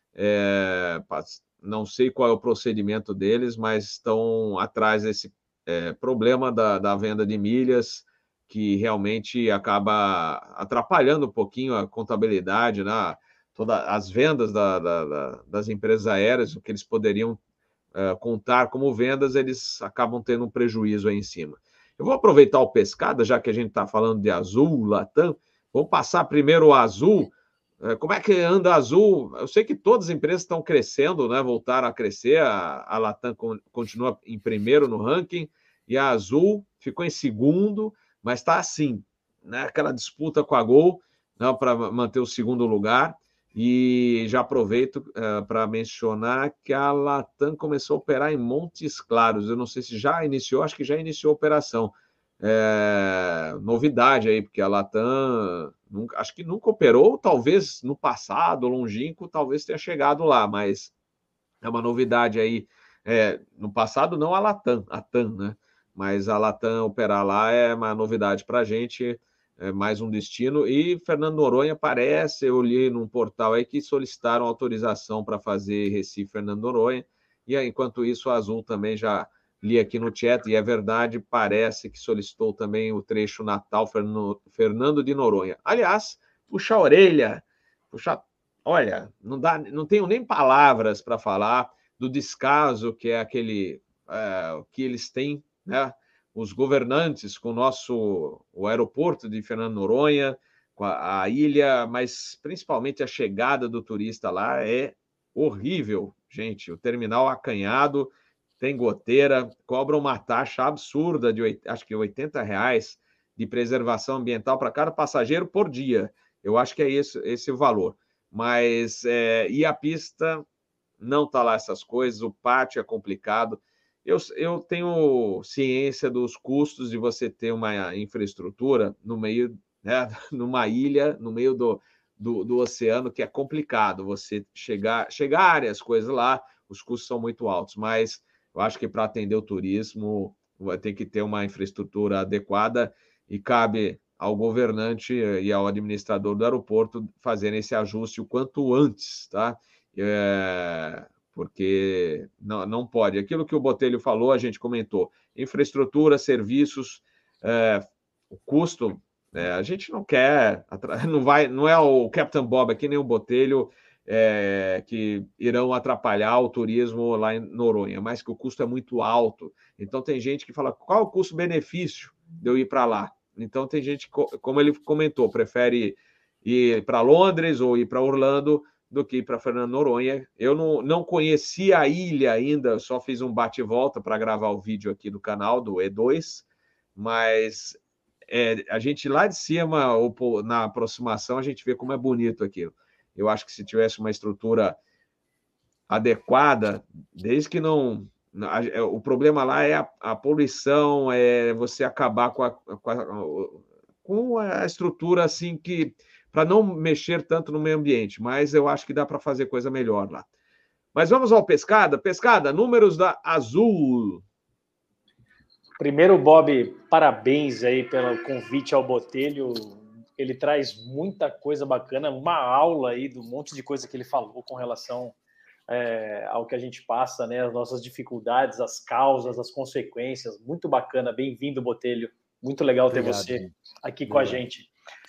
é, não sei qual é o procedimento deles, mas estão atrás desse é, problema da, da venda de milhas, que realmente acaba atrapalhando um pouquinho a contabilidade, né? Todas as vendas da, da, da, das empresas aéreas, o que eles poderiam uh, contar como vendas, eles acabam tendo um prejuízo aí em cima. Eu vou aproveitar o Pescada, já que a gente está falando de Azul, Latam, vou passar primeiro o Azul. Como é que anda a Azul? Eu sei que todas as empresas estão crescendo, né? Voltaram a crescer, a, a Latam continua em primeiro no ranking, e a Azul ficou em segundo, mas está assim, né? Aquela disputa com a Gol, né? Para manter o segundo lugar. E já aproveito uh, para mencionar que a Latam começou a operar em Montes Claros. Eu não sei se já iniciou, acho que já iniciou a operação. É, novidade aí, porque a Latam nunca, acho que nunca operou, talvez no passado, longínquo, talvez tenha chegado lá, mas é uma novidade aí. É, no passado, não a Latam, a TAM, né? Mas a Latam operar lá é uma novidade para a gente. É mais um destino. E Fernando Noronha parece, eu li num portal aí que solicitaram autorização para fazer Recife Fernando Noronha, e aí, enquanto isso a Azul também já li aqui no chat, e é verdade, parece que solicitou também o trecho Natal Fernando de Noronha. Aliás, puxa a orelha, puxa, olha, não dá, não tenho nem palavras para falar do descaso que é aquele é, que eles têm, né, os governantes com o nosso o aeroporto de Fernando Noronha, com a, a ilha, mas principalmente a chegada do turista lá é horrível, gente. O terminal acanhado, tem goteira, cobra uma taxa absurda de, acho que oitenta reais de preservação ambiental para cada passageiro por dia. Eu acho que é esse, esse o valor. Mas, é, e a pista não está lá essas coisas, o pátio é complicado. Eu, eu tenho ciência dos custos de você ter uma infraestrutura no meio, né, numa ilha, no meio do, do, do oceano, que é complicado você chegar, chegar as coisas lá, os custos são muito altos, mas eu acho que para atender o turismo vai ter que ter uma infraestrutura adequada e cabe ao governante e ao administrador do aeroporto fazerem esse ajuste o quanto antes, tá? É, porque não, não pode. Aquilo que o Botelho falou, a gente comentou. Infraestrutura, serviços, é, o custo, é, a gente não quer, não vai, não é o Captain Bob aqui, nem o Botelho, é, que irão atrapalhar o turismo lá em Noronha, mas que o custo é muito alto. Então tem gente que fala, qual é o custo-benefício de eu ir para lá? Então tem gente, como ele comentou, prefere ir para Londres ou ir para Orlando do que ir para Fernando Noronha. Eu não, não conhecia a ilha ainda, só fiz um bate-volta para gravar o vídeo aqui do canal, do E dois, mas é, a gente lá de cima, ou na aproximação, a gente vê como é bonito aquilo. Eu acho que se tivesse uma estrutura adequada, desde que não... O problema lá é a, a poluição, é você acabar com a, com a, com a estrutura assim que... para não mexer tanto no meio ambiente, mas eu acho que dá para fazer coisa melhor lá. Mas vamos ao Pescada. Pescada, números da Azul. Primeiro, Bob, parabéns aí pelo convite ao Botelho. Ele traz muita coisa bacana, uma aula aí do monte de coisa que ele falou com relação é, ao que a gente passa, né? As nossas dificuldades, as causas, as consequências. Muito bacana. Bem-vindo, Botelho. Muito legal Obrigado, ter você gente. aqui Obrigado. com a gente.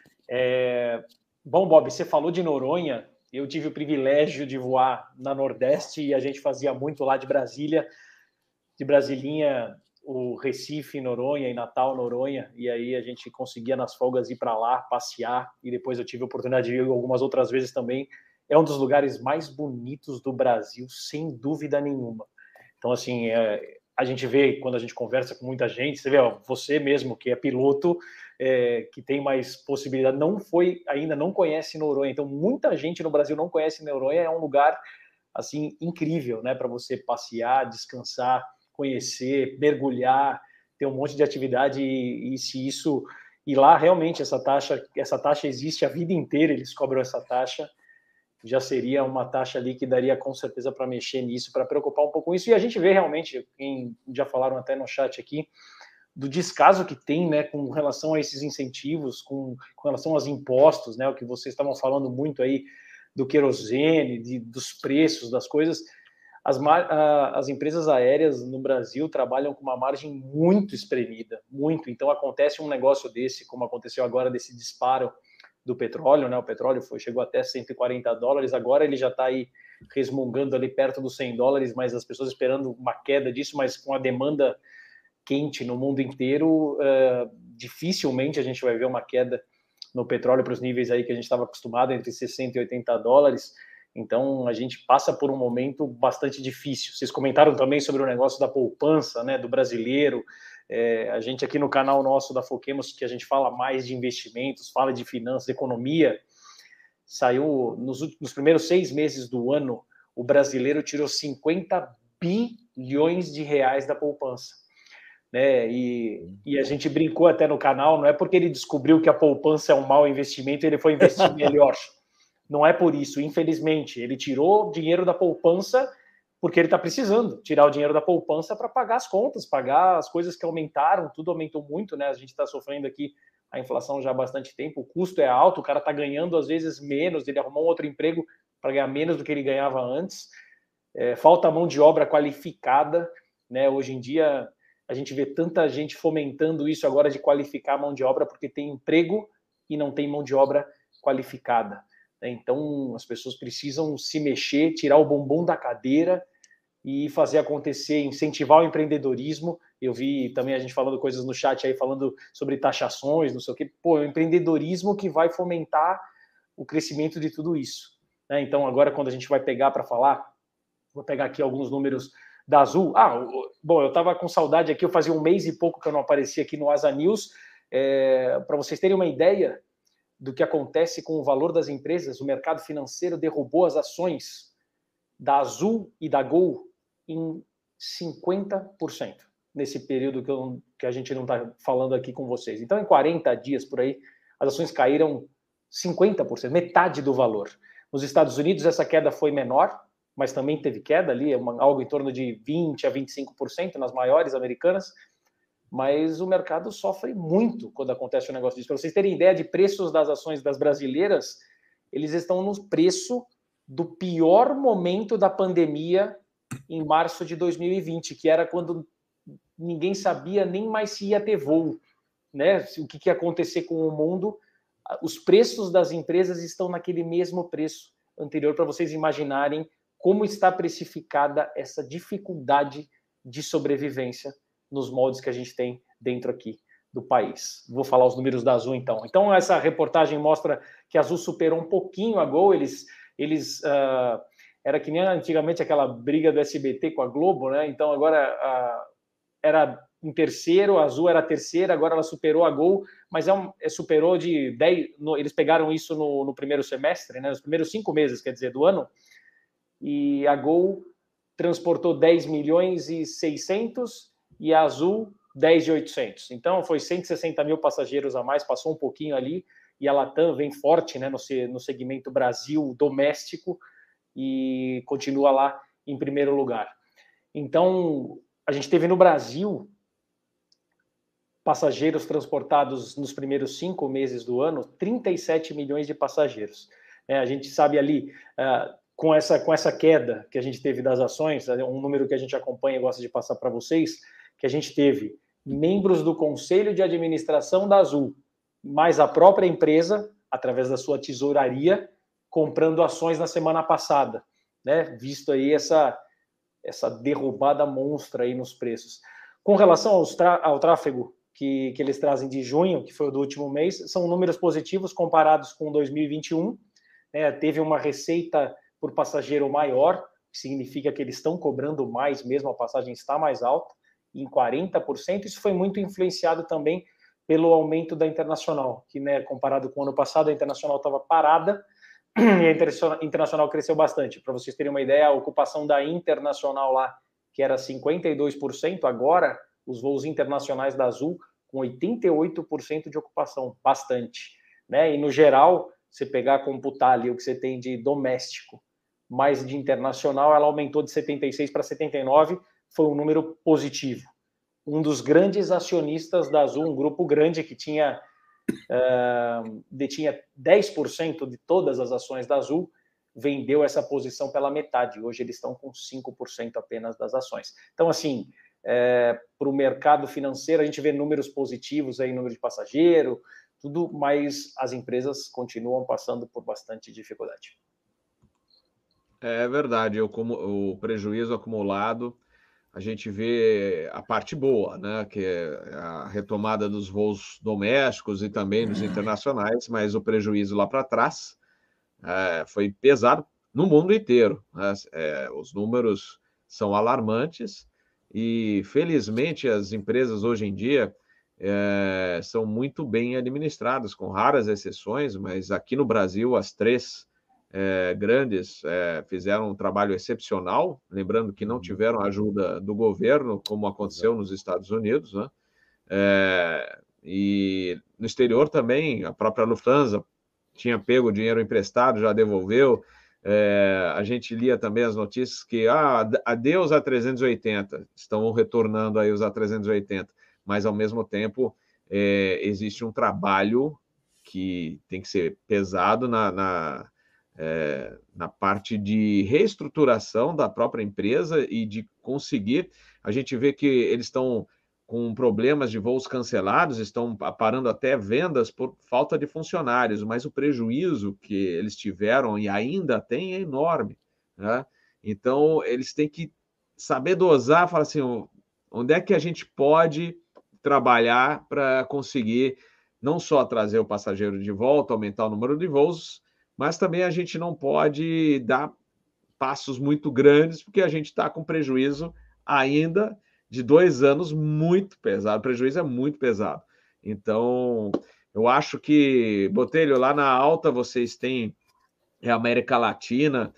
É... Bom, Bob, você falou de Noronha. Eu tive o privilégio de voar na Nordeste e a gente fazia muito lá de Brasília, de Brasilinha, o Recife, Noronha e Natal, Noronha. E aí a gente conseguia nas folgas ir para lá, passear. E depois eu tive a oportunidade de ir algumas outras vezes também. É um dos lugares mais bonitos do Brasil, sem dúvida nenhuma. Então, assim, é... a gente vê, quando a gente conversa com muita gente, você vê, ó, você mesmo, que é piloto, é, que tem mais possibilidade, não foi, ainda não conhece Noronha. Então, muita gente no Brasil não conhece Noronha. É um lugar, assim, incrível, né? Para você passear, descansar, conhecer, mergulhar, ter um monte de atividade. E, e se isso... E lá, realmente, essa taxa, essa taxa existe a vida inteira, eles cobram essa taxa. Já seria uma taxa ali que daria com certeza para mexer nisso, para preocupar um pouco com isso. E a gente vê realmente, quem já falaram até no chat aqui, do descaso que tem, né, com relação a esses incentivos, com, com relação aos impostos, né, o que vocês estavam falando muito aí do querosene, de, dos preços das coisas. As, as empresas aéreas no Brasil trabalham com uma margem muito espremida, muito. Então acontece um negócio desse, como aconteceu agora, desse disparo do petróleo, né? O petróleo foi, chegou até cento e quarenta dólares, agora ele já está aí resmungando ali perto dos cem dólares, mas as pessoas esperando uma queda disso, mas com a demanda quente no mundo inteiro, uh, dificilmente a gente vai ver uma queda no petróleo para os níveis aí que a gente estava acostumado, entre sessenta e oitenta dólares. Então a gente passa por um momento bastante difícil. Vocês comentaram também sobre o negócio da poupança, né, do brasileiro. É, a gente aqui no canal nosso da Foquemos, que a gente fala mais de investimentos, fala de finanças, economia, saiu nos, nos primeiros seis meses do ano, o brasileiro tirou cinquenta bilhões de reais da poupança. Né? E, e a gente brincou até no canal, não é porque ele descobriu que a poupança é um mau investimento, ele foi investir melhor. Não é por isso, infelizmente. Ele tirou dinheiro da poupança porque ele está precisando tirar o dinheiro da poupança para pagar as contas, pagar as coisas que aumentaram, tudo aumentou muito, né? A gente está sofrendo aqui a inflação já há bastante tempo, o custo é alto, o cara está ganhando às vezes menos, ele arrumou um outro emprego para ganhar menos do que ele ganhava antes, é, falta mão de obra qualificada, né? Hoje em dia a gente vê tanta gente fomentando isso agora de qualificar a mão de obra porque tem emprego e não tem mão de obra qualificada. Então as pessoas precisam se mexer, tirar o bumbum da cadeira, e fazer acontecer, incentivar o empreendedorismo. Eu vi também a gente falando coisas no chat aí, falando sobre taxações, não sei o quê. Pô, é o empreendedorismo que vai fomentar o crescimento de tudo isso, né? Então, agora, quando a gente vai pegar para falar, vou pegar aqui alguns números da Azul. Ah, bom, eu estava com saudade aqui, eu fazia um mês e pouco que eu não aparecia aqui no Asa News. É, para vocês terem uma ideia do que acontece com o valor das empresas, o mercado financeiro derrubou as ações da Azul e da Gol em cinquenta por cento nesse período que, eu, que a gente não está falando aqui com vocês. Então, em quarenta dias por aí, as ações caíram cinquenta por cento, metade do valor. Nos Estados Unidos, essa queda foi menor, mas também teve queda ali, uma, algo em torno de vinte a vinte e cinco por cento nas maiores americanas, mas o mercado sofre muito quando acontece um negócio disso. Para vocês terem ideia de preços das ações das brasileiras, eles estão no preço do pior momento da pandemia em março de dois mil e vinte, que era quando ninguém sabia nem mais se ia ter voo, né? O que, que ia acontecer com o mundo. Os preços das empresas estão naquele mesmo preço anterior, para vocês imaginarem como está precificada essa dificuldade de sobrevivência nos moldes que a gente tem dentro aqui do país. Vou falar os números da Azul, então. Então, essa reportagem mostra que a Azul superou um pouquinho a Gol. Eles, eles uh, era que nem antigamente aquela briga do S B T com a Globo, né? Então, agora uh, era em terceiro, a Azul era a terceira, agora ela superou a Gol, mas é um, é, superou de dez... No, eles pegaram isso no, no primeiro semestre, né? Nos primeiros cinco meses, quer dizer, do ano, e a Gol transportou dez milhões e seiscentos e a Azul dez e oitocentos. Então, foi cento e sessenta mil passageiros a mais, passou um pouquinho ali, e a Latam vem forte, né, no, no segmento Brasil doméstico e continua lá em primeiro lugar. Então, a gente teve no Brasil passageiros transportados nos primeiros cinco meses do ano, trinta e sete milhões de passageiros. É, a gente sabe ali, uh, com, essa, com essa queda que a gente teve das ações, um número que a gente acompanha e gosta de passar para vocês, que a gente teve membros do Conselho de Administração da Azul, mais a própria empresa, através da sua tesouraria, comprando ações na semana passada, né? Visto aí essa, essa derrubada monstra aí nos preços. Com relação aos ao tráfego que, que eles trazem de junho, que foi o do último mês, são números positivos comparados com dois mil e vinte e um. Né? Teve uma receita por passageiro maior, que significa que eles estão cobrando mais mesmo, a passagem está mais alta, em quarenta por cento. Isso foi muito influenciado também pelo aumento da Internacional, que, né, comparado com o ano passado, a Internacional estava parada e a Internacional cresceu bastante. Para vocês terem uma ideia, a ocupação da Internacional lá, que era cinquenta e dois por cento, agora os voos internacionais da Azul com oitenta e oito por cento de ocupação, bastante, né? E no geral, você pegar, computar ali o que você tem de doméstico, mais de internacional, ela aumentou de setenta e seis para setenta e nove, foi um número positivo. Um dos grandes acionistas da Azul, um grupo grande que tinha uh, detinha dez por cento de todas as ações da Azul, vendeu essa posição pela metade. Hoje eles estão com cinco por cento apenas das ações. Então, assim, é, para o mercado financeiro, a gente vê números positivos aí, número de passageiro, tudo, mas as empresas continuam passando por bastante dificuldade. É verdade, eu, como, o prejuízo acumulado, a gente vê a parte boa, né, que é a retomada dos voos domésticos e também dos internacionais, mas o prejuízo lá para trás é, foi pesado no mundo inteiro, né? É, os números são alarmantes e, felizmente, as empresas hoje em dia é, são muito bem administradas, com raras exceções, mas aqui no Brasil as três É, grandes é, fizeram um trabalho excepcional, lembrando que não tiveram ajuda do governo, como aconteceu nos Estados Unidos, né? É, e no exterior também, a própria Lufthansa tinha pego dinheiro emprestado, já devolveu. É, a gente lia também as notícias que, ah, adeus a trezentos e oitenta, estão retornando aí os A trezentos e oitenta, mas ao mesmo tempo é, existe um trabalho que tem que ser pesado na... na É, na parte de reestruturação da própria empresa e de conseguir, a gente vê que eles estão com problemas de voos cancelados, estão parando até vendas por falta de funcionários, mas o prejuízo que eles tiveram e ainda têm é enorme, né? Então, eles têm que saber dosar, falar assim, onde é que a gente pode trabalhar para conseguir não só trazer o passageiro de volta, aumentar o número de voos, mas também a gente não pode dar passos muito grandes, porque a gente está com prejuízo ainda de dois anos muito pesado. O prejuízo é muito pesado. Então, eu acho que, Botelho, lá na Alta vocês têm a América Latina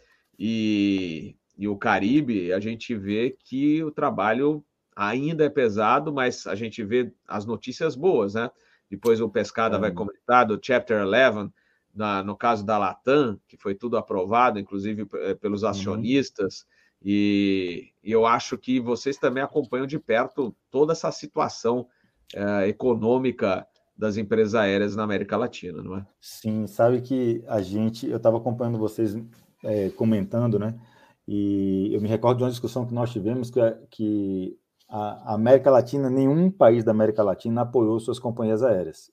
e, e o Caribe, a gente vê que o trabalho ainda é pesado, mas a gente vê as notícias boas, né? Depois o Pescada é. vai comentar do Chapter eleven, na, no caso da Latam, que foi tudo aprovado, inclusive pelos acionistas, uhum. e, e eu acho que vocês também acompanham de perto toda essa situação é, econômica das empresas aéreas na América Latina, não é? Sim, sabe que a gente, eu estava acompanhando vocês é, comentando, né? E eu me recordo de uma discussão que nós tivemos que, que a América Latina, nenhum país da América Latina apoiou suas companhias aéreas.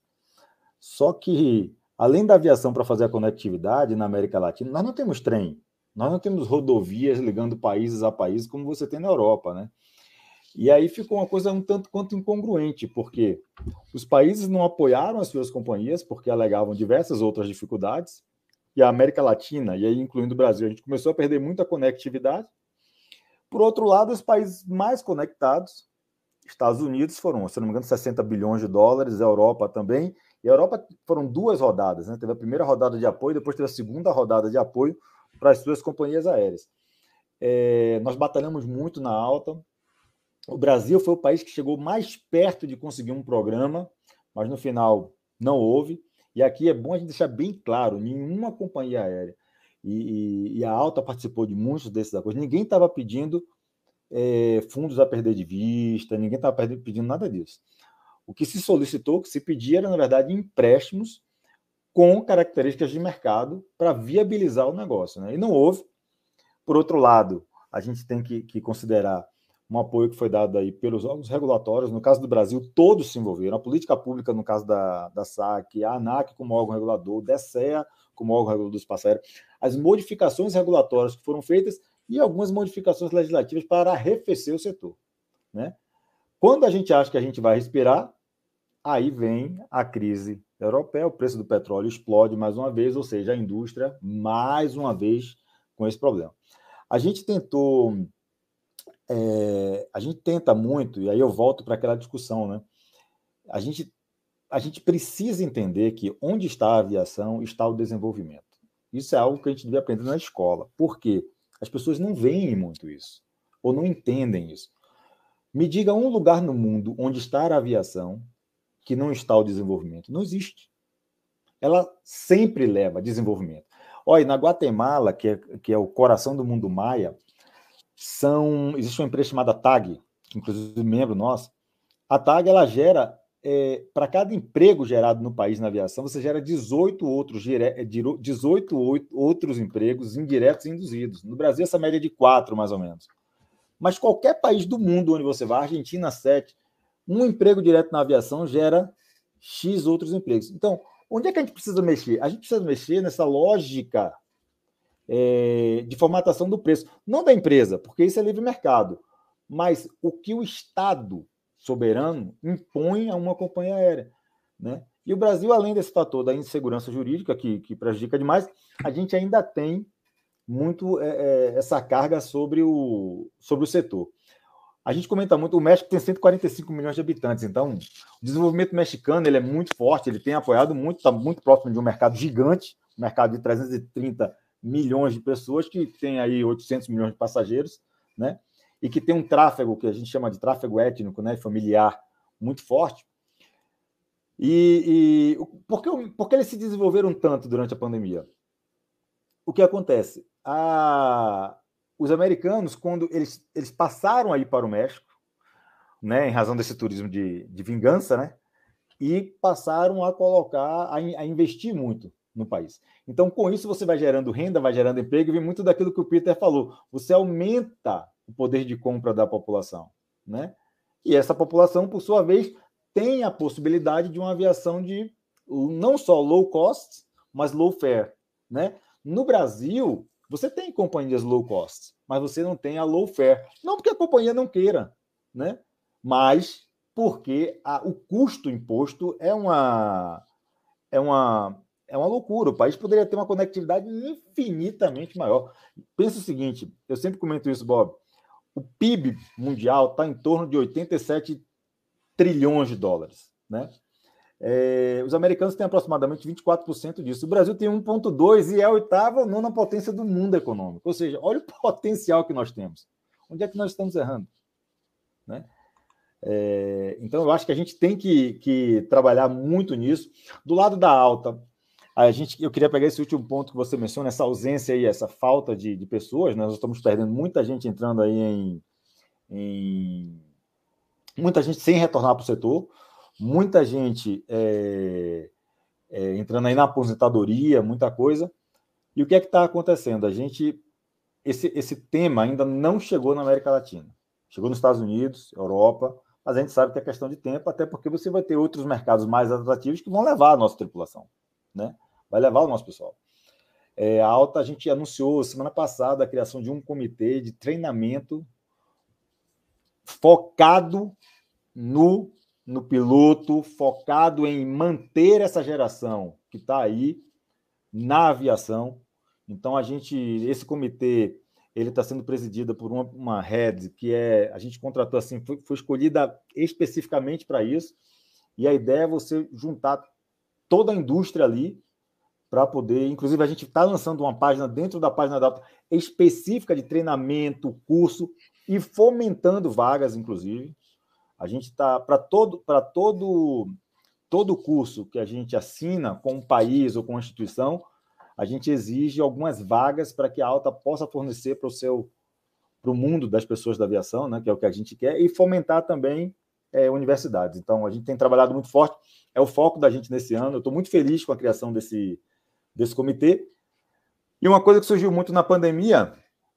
Só que, além da aviação para fazer a conectividade na América Latina, nós não temos trem, nós não temos rodovias ligando países a países como você tem na Europa, né? E aí ficou uma coisa um tanto quanto incongruente, porque os países não apoiaram as suas companhias porque alegavam diversas outras dificuldades, e a América Latina, e aí incluindo o Brasil, a gente começou a perder muita conectividade. Por outro lado, os países mais conectados, Estados Unidos foram, se não me engano, sessenta bilhões de dólares, a Europa também, e a Europa foram duas rodadas, né? Teve a primeira rodada de apoio, depois teve a segunda rodada de apoio para as suas companhias aéreas. É, nós batalhamos muito na Alta. O Brasil foi o país que chegou mais perto de conseguir um programa, mas no final não houve. E aqui é bom a gente deixar bem claro, nenhuma companhia aérea, e, e, e a Alta participou de muitos desses acordos, ninguém estava pedindo é, fundos a perder de vista, ninguém estava pedindo nada disso. O que se solicitou, o que se pedia era, na verdade, empréstimos com características de mercado para viabilizar o negócio, né? E não houve. Por outro lado, a gente tem que, que considerar um apoio que foi dado aí pelos órgãos regulatórios. No caso do Brasil, todos se envolveram. A política pública, no caso da, da S A C, a ANAC como órgão regulador, o DECEA como órgão regulador dos passageiros, as modificações regulatórias que foram feitas e algumas modificações legislativas para arrefecer o setor, né? Quando a gente acha que a gente vai respirar, aí vem a crise europeia, o preço do petróleo explode mais uma vez, ou seja, a indústria, mais uma vez, com esse problema. A gente tentou... É, a gente tenta muito, e aí eu volto para aquela discussão, né? A gente, a gente precisa entender que onde está a aviação está o desenvolvimento. Isso é algo que a gente deve aprender na escola. Por quê? As pessoas não veem muito isso, ou não entendem isso. Me diga um lugar no mundo onde está a aviação que não está o desenvolvimento. Não existe. Ela sempre leva desenvolvimento. Olha, na Guatemala, que é, que é o coração do mundo maia, São, existe uma empresa chamada T A G, que inclusive membro nosso. A T A G ela gera, é, para cada emprego gerado no país na aviação, você gera dezoito outros, dezoito outros empregos indiretos e induzidos. No Brasil, essa média é de quatro, mais ou menos. Mas qualquer país do mundo onde você vai, Argentina, sete, um emprego direto na aviação gera X outros empregos. Então, onde é que a gente precisa mexer? A gente precisa mexer nessa lógica É, de formatação do preço, não da empresa, porque isso é livre mercado, mas o que o Estado soberano impõe a uma companhia aérea, né? E o Brasil, além desse fator da insegurança jurídica, que, que prejudica demais, a gente ainda tem muito é, é, essa carga sobre o, sobre o setor. A gente comenta muito, o México tem cento e quarenta e cinco milhões de habitantes, então o desenvolvimento mexicano ele é muito forte, ele tem apoiado muito, está muito próximo de um mercado gigante, um mercado de trezentos e trinta milhões de pessoas, que tem aí oitocentos milhões de passageiros, né? E que tem um tráfego, que a gente chama de tráfego étnico, né? Familiar, muito forte. E, e por, que, por que eles se desenvolveram tanto durante a pandemia? O que acontece? A, os americanos, quando eles, eles passaram aí para o México, né? Em razão desse turismo de, de vingança, né? E passaram a colocar, a, a investir muito no país. Então, com isso, você vai gerando renda, vai gerando emprego, e vem muito daquilo que o Peter falou. Você aumenta o poder de compra da população, né? E essa população, por sua vez, tem a possibilidade de uma aviação de não só low cost, mas low fare, né? No Brasil, você tem companhias low cost, mas você não tem a low fare. Não porque a companhia não queira, né? Mas porque a, o custo imposto é uma, é, uma, é uma loucura. O país poderia ter uma conectividade infinitamente maior. Pensa o seguinte, eu sempre comento isso, Bob, o P I B mundial está em torno de oitenta e sete trilhões de dólares, né? É, os americanos têm aproximadamente vinte e quatro por cento disso. O Brasil tem um vírgula dois e é a oitava ou nona potência do mundo econômico. Ou seja, olha o potencial que nós temos. Onde é que nós estamos errando? Né? É, então, eu acho que a gente tem que, que trabalhar muito nisso. Do lado da alta, a gente, eu queria pegar esse último ponto que você menciona, essa ausência aí, essa falta de, de pessoas. Nós estamos perdendo muita gente entrando aí em... em muita gente sem retornar para o setor. Muita gente é, é, entrando aí na aposentadoria, muita coisa. E o que é que está acontecendo? A gente, esse, esse tema ainda não chegou na América Latina. Chegou nos Estados Unidos, Europa, mas a gente sabe que é questão de tempo, até porque você vai ter outros mercados mais atrativos que vão levar a nossa tripulação, né? Vai levar o nosso pessoal. É, a Alta, a gente anunciou semana passada a criação de um comitê de treinamento focado no no piloto, focado em manter essa geração que está aí na aviação. Então, a gente, esse comitê, ele está sendo presidido por uma, uma head que é, a gente contratou assim, foi, foi escolhida especificamente para isso, e a ideia é você juntar toda a indústria ali para poder, inclusive a gente está lançando uma página dentro da página da Alta específica de treinamento, curso, e fomentando vagas, inclusive. A gente está, para todo, para todo, todo curso que a gente assina com um país ou com uma instituição, a gente exige algumas vagas para que a Alta possa fornecer para o seu, para o mundo das pessoas da aviação, né, que é o que a gente quer, e fomentar também é, universidades. Então, a gente tem trabalhado muito forte, é o foco da gente nesse ano. Eu estou muito feliz com a criação desse, desse comitê. E uma coisa que surgiu muito na pandemia...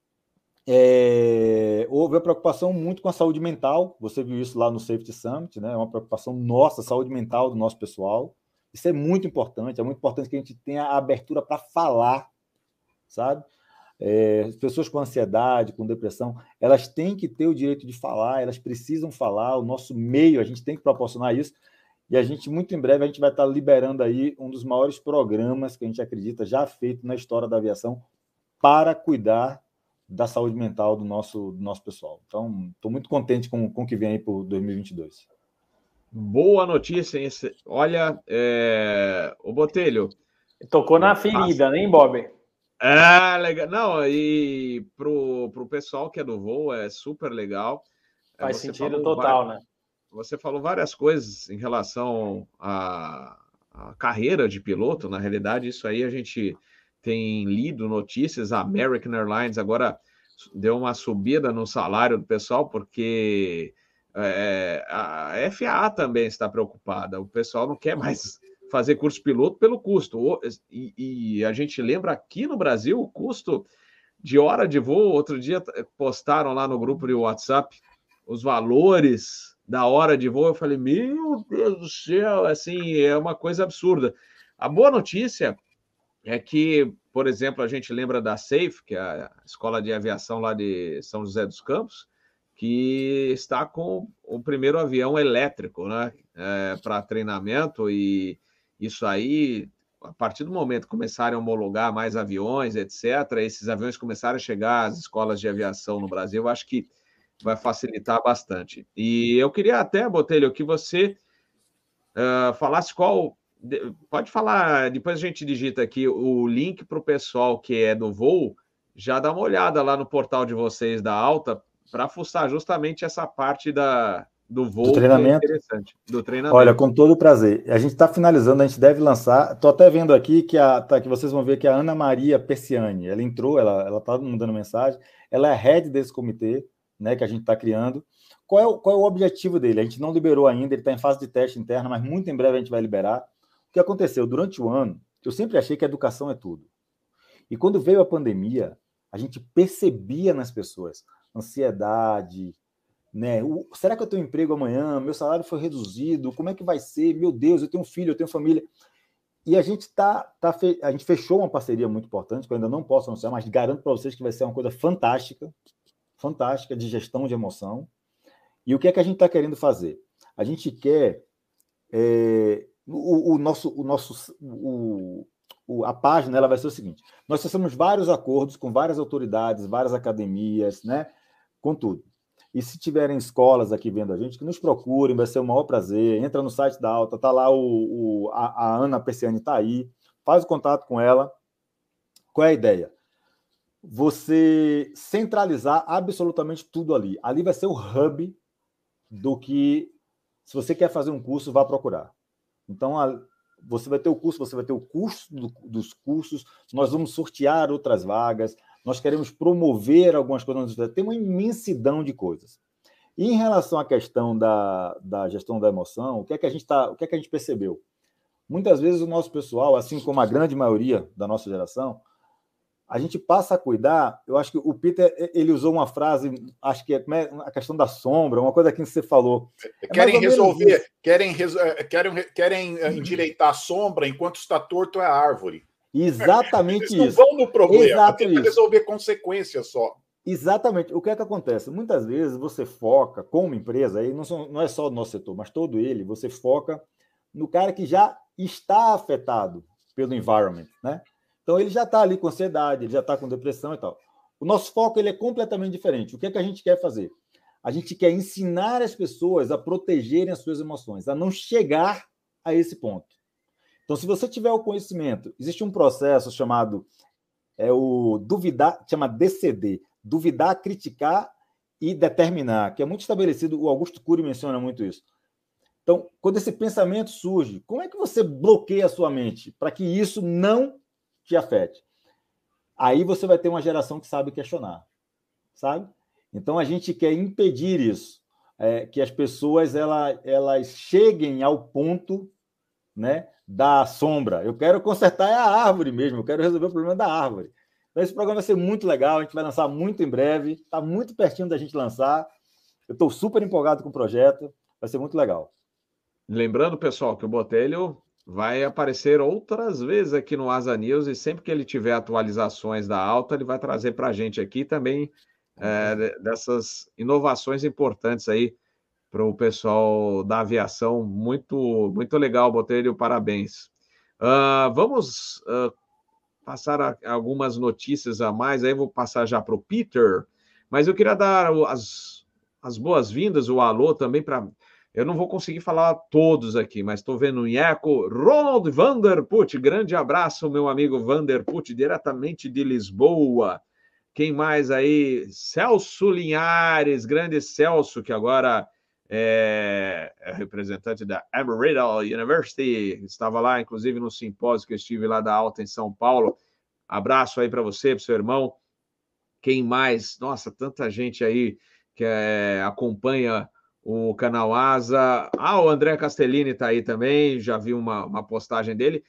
É, houve a preocupação muito com a saúde mental. Você viu isso lá no Safety Summit, né? É uma preocupação nossa, a saúde mental do nosso pessoal. Isso é muito importante. É muito importante que a gente tenha a abertura para falar, sabe? É, pessoas com ansiedade, com depressão, elas têm que ter o direito de falar, elas precisam falar. O nosso meio, a gente tem que proporcionar isso. E a gente, muito em breve, a gente vai estar liberando aí um dos maiores programas que a gente acredita já feito na história da aviação para cuidar da saúde mental do nosso, do nosso pessoal. Então, estou muito contente com, com o que vem aí para dois mil e vinte e dois. Boa notícia, hein? Olha, é... o Botelho... Tocou na ferida, né, Bob? É, legal. Não, e pro, pro pessoal que é do voo, é super legal. Faz você sentido total, várias, né? Você falou várias coisas em relação à, à carreira de piloto. Na realidade, isso aí a gente... tem lido notícias, a American Airlines agora deu uma subida no salário do pessoal, porque é, a F A A também está preocupada. O pessoal não quer mais fazer curso piloto pelo custo. E, e a gente lembra aqui no Brasil o custo de hora de voo. Outro dia postaram lá no grupo de WhatsApp os valores da hora de voo. Eu falei, meu Deus do céu, assim, é uma coisa absurda. A boa notícia é que, por exemplo, a gente lembra da SAFE, que é a Escola de Aviação lá de São José dos Campos, que está com o primeiro avião elétrico, né, é, para treinamento, e isso aí, a partir do momento que começarem a homologar mais aviões, etcétera, esses aviões começarem a chegar às escolas de aviação no Brasil, eu acho que vai facilitar bastante. E eu queria até, Botelho, que você uh, falasse qual... Pode falar, depois a gente digita aqui o link para o pessoal que é do voo, já dá uma olhada lá no portal de vocês da Alta para fuçar justamente essa parte da, do voo, do treinamento. Que é interessante, do treinamento. Olha, com todo prazer. A gente está finalizando, a gente deve lançar. Estou até vendo aqui que, a, tá, que vocês vão ver que a Ana Maria Persiani, ela entrou, ela está mandando mensagem, ela é a head desse comitê, né, que a gente está criando. Qual é, o, qual é o objetivo dele? A gente não liberou ainda, ele está em fase de teste interna, mas muito em breve a gente vai liberar. O que aconteceu? Durante o ano, eu sempre achei que a educação é tudo. E quando veio a pandemia, a gente percebia nas pessoas ansiedade, né? O, será que eu tenho emprego amanhã? Meu salário foi reduzido? Como é que vai ser? Meu Deus, eu tenho um filho, eu tenho família. e a gente tá, tá fe... a gente fechou uma parceria muito importante, que eu ainda não posso anunciar, mas garanto para vocês que vai ser uma coisa fantástica, fantástica de gestão de emoção. E o que é que a gente está querendo fazer? A gente quer é, o, o nosso, o nosso o, o, a página ela vai ser o seguinte: nós fizemos vários acordos com várias autoridades, várias academias, né, com tudo. E se tiverem escolas aqui vendo a gente, que nos procurem, vai ser o maior prazer. Entra no site da Alta, tá lá o, o a, a Ana Persiani está aí, faz o contato com ela. Qual é a ideia? Você centralizar absolutamente tudo ali. Ali vai ser o hub do que, se você quer fazer um curso, vá procurar. Então, a, você vai ter o curso, você vai ter o custo do, dos cursos, nós vamos sortear outras vagas, nós queremos promover algumas coisas, tem uma imensidão de coisas. E em relação à questão da, da gestão da emoção, o que é que a gente tá, o que é que a gente percebeu? Muitas vezes o nosso pessoal, assim como a grande maioria da nossa geração, a gente passa a cuidar. Eu acho que o Peter ele usou uma frase, acho que é a questão da sombra, uma coisa que você falou. É querem resolver, querem, querem, querem endireitar a sombra enquanto está torto é a árvore. Exatamente Eles isso. não vão no problema, Exato tenta isso. resolver consequências só. Exatamente. O que é que acontece? Muitas vezes você foca, como empresa, aí não, são, não é só o nosso setor, mas todo ele, você foca no cara que já está afetado pelo environment, né? Então, ele já está ali com ansiedade, ele já está com depressão e tal. O nosso foco ele é completamente diferente. O que é que a gente quer fazer? A gente quer ensinar as pessoas a protegerem as suas emoções, a não chegar a esse ponto. Então, se você tiver o conhecimento, existe um processo chamado é o duvidar, chama D C D, duvidar, criticar e determinar, que é muito estabelecido, o Augusto Cury menciona muito isso. Então, quando esse pensamento surge, como é que você bloqueia a sua mente para que isso não te afete? Aí você vai ter uma geração que sabe questionar, sabe? Então a gente quer impedir isso, é, que as pessoas ela, elas cheguem ao ponto, né, da sombra. Eu quero consertar a árvore mesmo, eu quero resolver o problema da árvore. Então esse programa vai ser muito legal, a gente vai lançar muito em breve, está muito pertinho da gente lançar. Eu estou super empolgado com o projeto, vai ser muito legal. Lembrando, pessoal, que o Botelho vai aparecer outras vezes aqui no Asa News e sempre que ele tiver atualizações da Alta, ele vai trazer para a gente aqui também é, dessas inovações importantes aí para o pessoal da aviação. Muito, muito legal, Botelho, parabéns. Uh, vamos uh, passar a, algumas notícias a mais, aí vou passar já para o Peter, mas eu queria dar as, as boas-vindas, o alô também para... Eu não vou conseguir falar todos aqui, mas estou vendo o Nheco, Ronald Vanderput, grande abraço, meu amigo Vanderput, diretamente de Lisboa. Quem mais aí? Celso Linhares, grande Celso, que agora é, é representante da Embry-Riddle University, estava lá, inclusive, no simpósio que eu estive lá da Alta em São Paulo. Abraço aí para você, para o seu irmão. Quem mais? Nossa, tanta gente aí que é, acompanha o canal Asa. Ah, o André Castellini está aí também, já vi uma, uma postagem dele.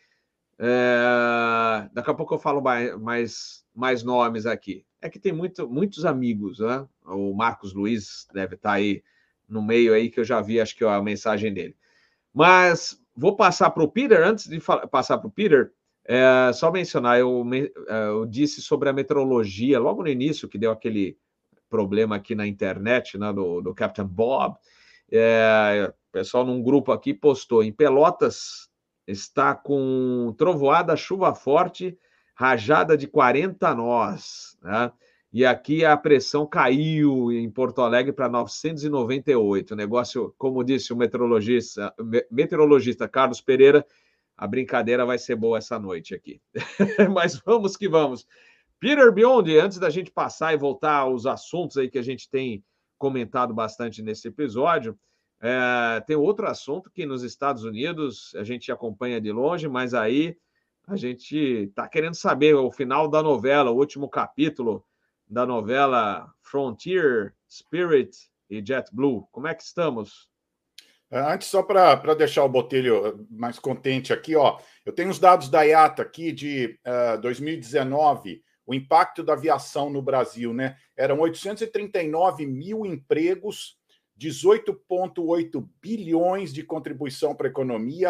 É... Daqui a pouco eu falo mais, mais, mais nomes aqui. É que tem muito, muitos amigos, né? O Marcos Luiz deve estar aí no meio aí, que eu já vi, acho que a mensagem dele. Mas vou passar para o Peter, antes de passar para o Peter, é, só mencionar, eu, eu disse sobre a meteorologia, logo no início, que deu aquele problema aqui na internet, né, do, do Captain Bob. É, o pessoal num grupo aqui postou, em Pelotas está com trovoada, chuva forte, rajada de quarenta nós, né? E aqui a pressão caiu em Porto Alegre para novecentos e noventa e oito. O negócio, como disse o meteorologista, meteorologista Carlos Pereira, a brincadeira vai ser boa essa noite aqui. Mas vamos que vamos. Peter Biondi, antes da gente passar e voltar aos assuntos aí que a gente tem comentado bastante nesse episódio, é, tem outro assunto que nos Estados Unidos a gente acompanha de longe, mas aí a gente está querendo saber o final da novela, o último capítulo da novela Frontier, Spirit e JetBlue. Como é que estamos? Antes, só para deixar o Botelho mais contente aqui, ó, eu tenho os dados da I A T A aqui de uh, dois mil e dezenove, o impacto da aviação no Brasil, né? Eram oitocentos e trinta e nove mil empregos, dezoito vírgula oito bilhões de contribuição para a economia,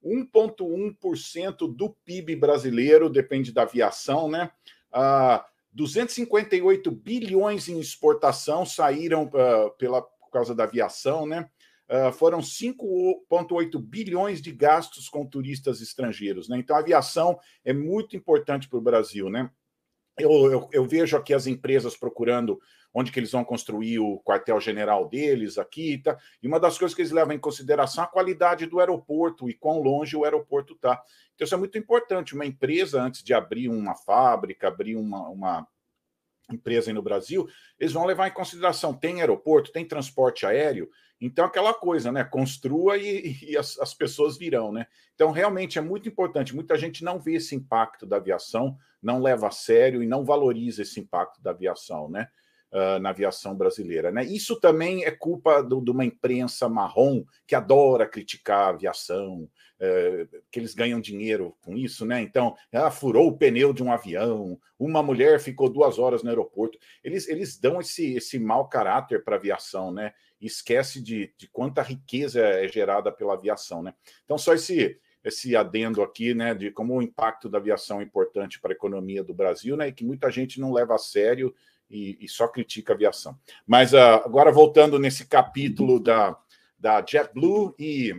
um vírgula um por cento do P I B brasileiro depende da aviação, né? Uh, duzentos e cinquenta e oito bilhões em exportação saíram uh, pela, por causa da aviação, né? Uh, foram cinco vírgula oito bilhões de gastos com turistas estrangeiros, né? Então, a aviação é muito importante para o Brasil, né? Eu, eu, eu vejo aqui as empresas procurando onde que eles vão construir o quartel-general deles aqui, tá? E uma das coisas que eles levam em consideração é a qualidade do aeroporto e quão longe o aeroporto está. Então, isso é muito importante. Uma empresa, antes de abrir uma fábrica, abrir uma, uma empresa aí no Brasil, eles vão levar em consideração, tem aeroporto, tem transporte aéreo, então aquela coisa, né? Construa e, e as, as pessoas virão, né? Então, realmente é muito importante. Muita gente não vê esse impacto da aviação, não leva a sério e não valoriza esse impacto da aviação, né? Uh, na aviação brasileira, né? Isso também é culpa do, de uma imprensa marrom que adora criticar a aviação, uh, que eles ganham dinheiro com isso, né? Então, ah, furou o pneu de um avião, uma mulher ficou duas horas no aeroporto. Eles, eles dão esse, esse mau caráter para a aviação, né? E esquece de, de quanta riqueza é gerada pela aviação, né? Então, só esse esse adendo aqui, né, de como o impacto da aviação é importante para a economia do Brasil, né, e que muita gente não leva a sério e, e só critica a aviação. Mas uh, agora voltando nesse capítulo da, da JetBlue e,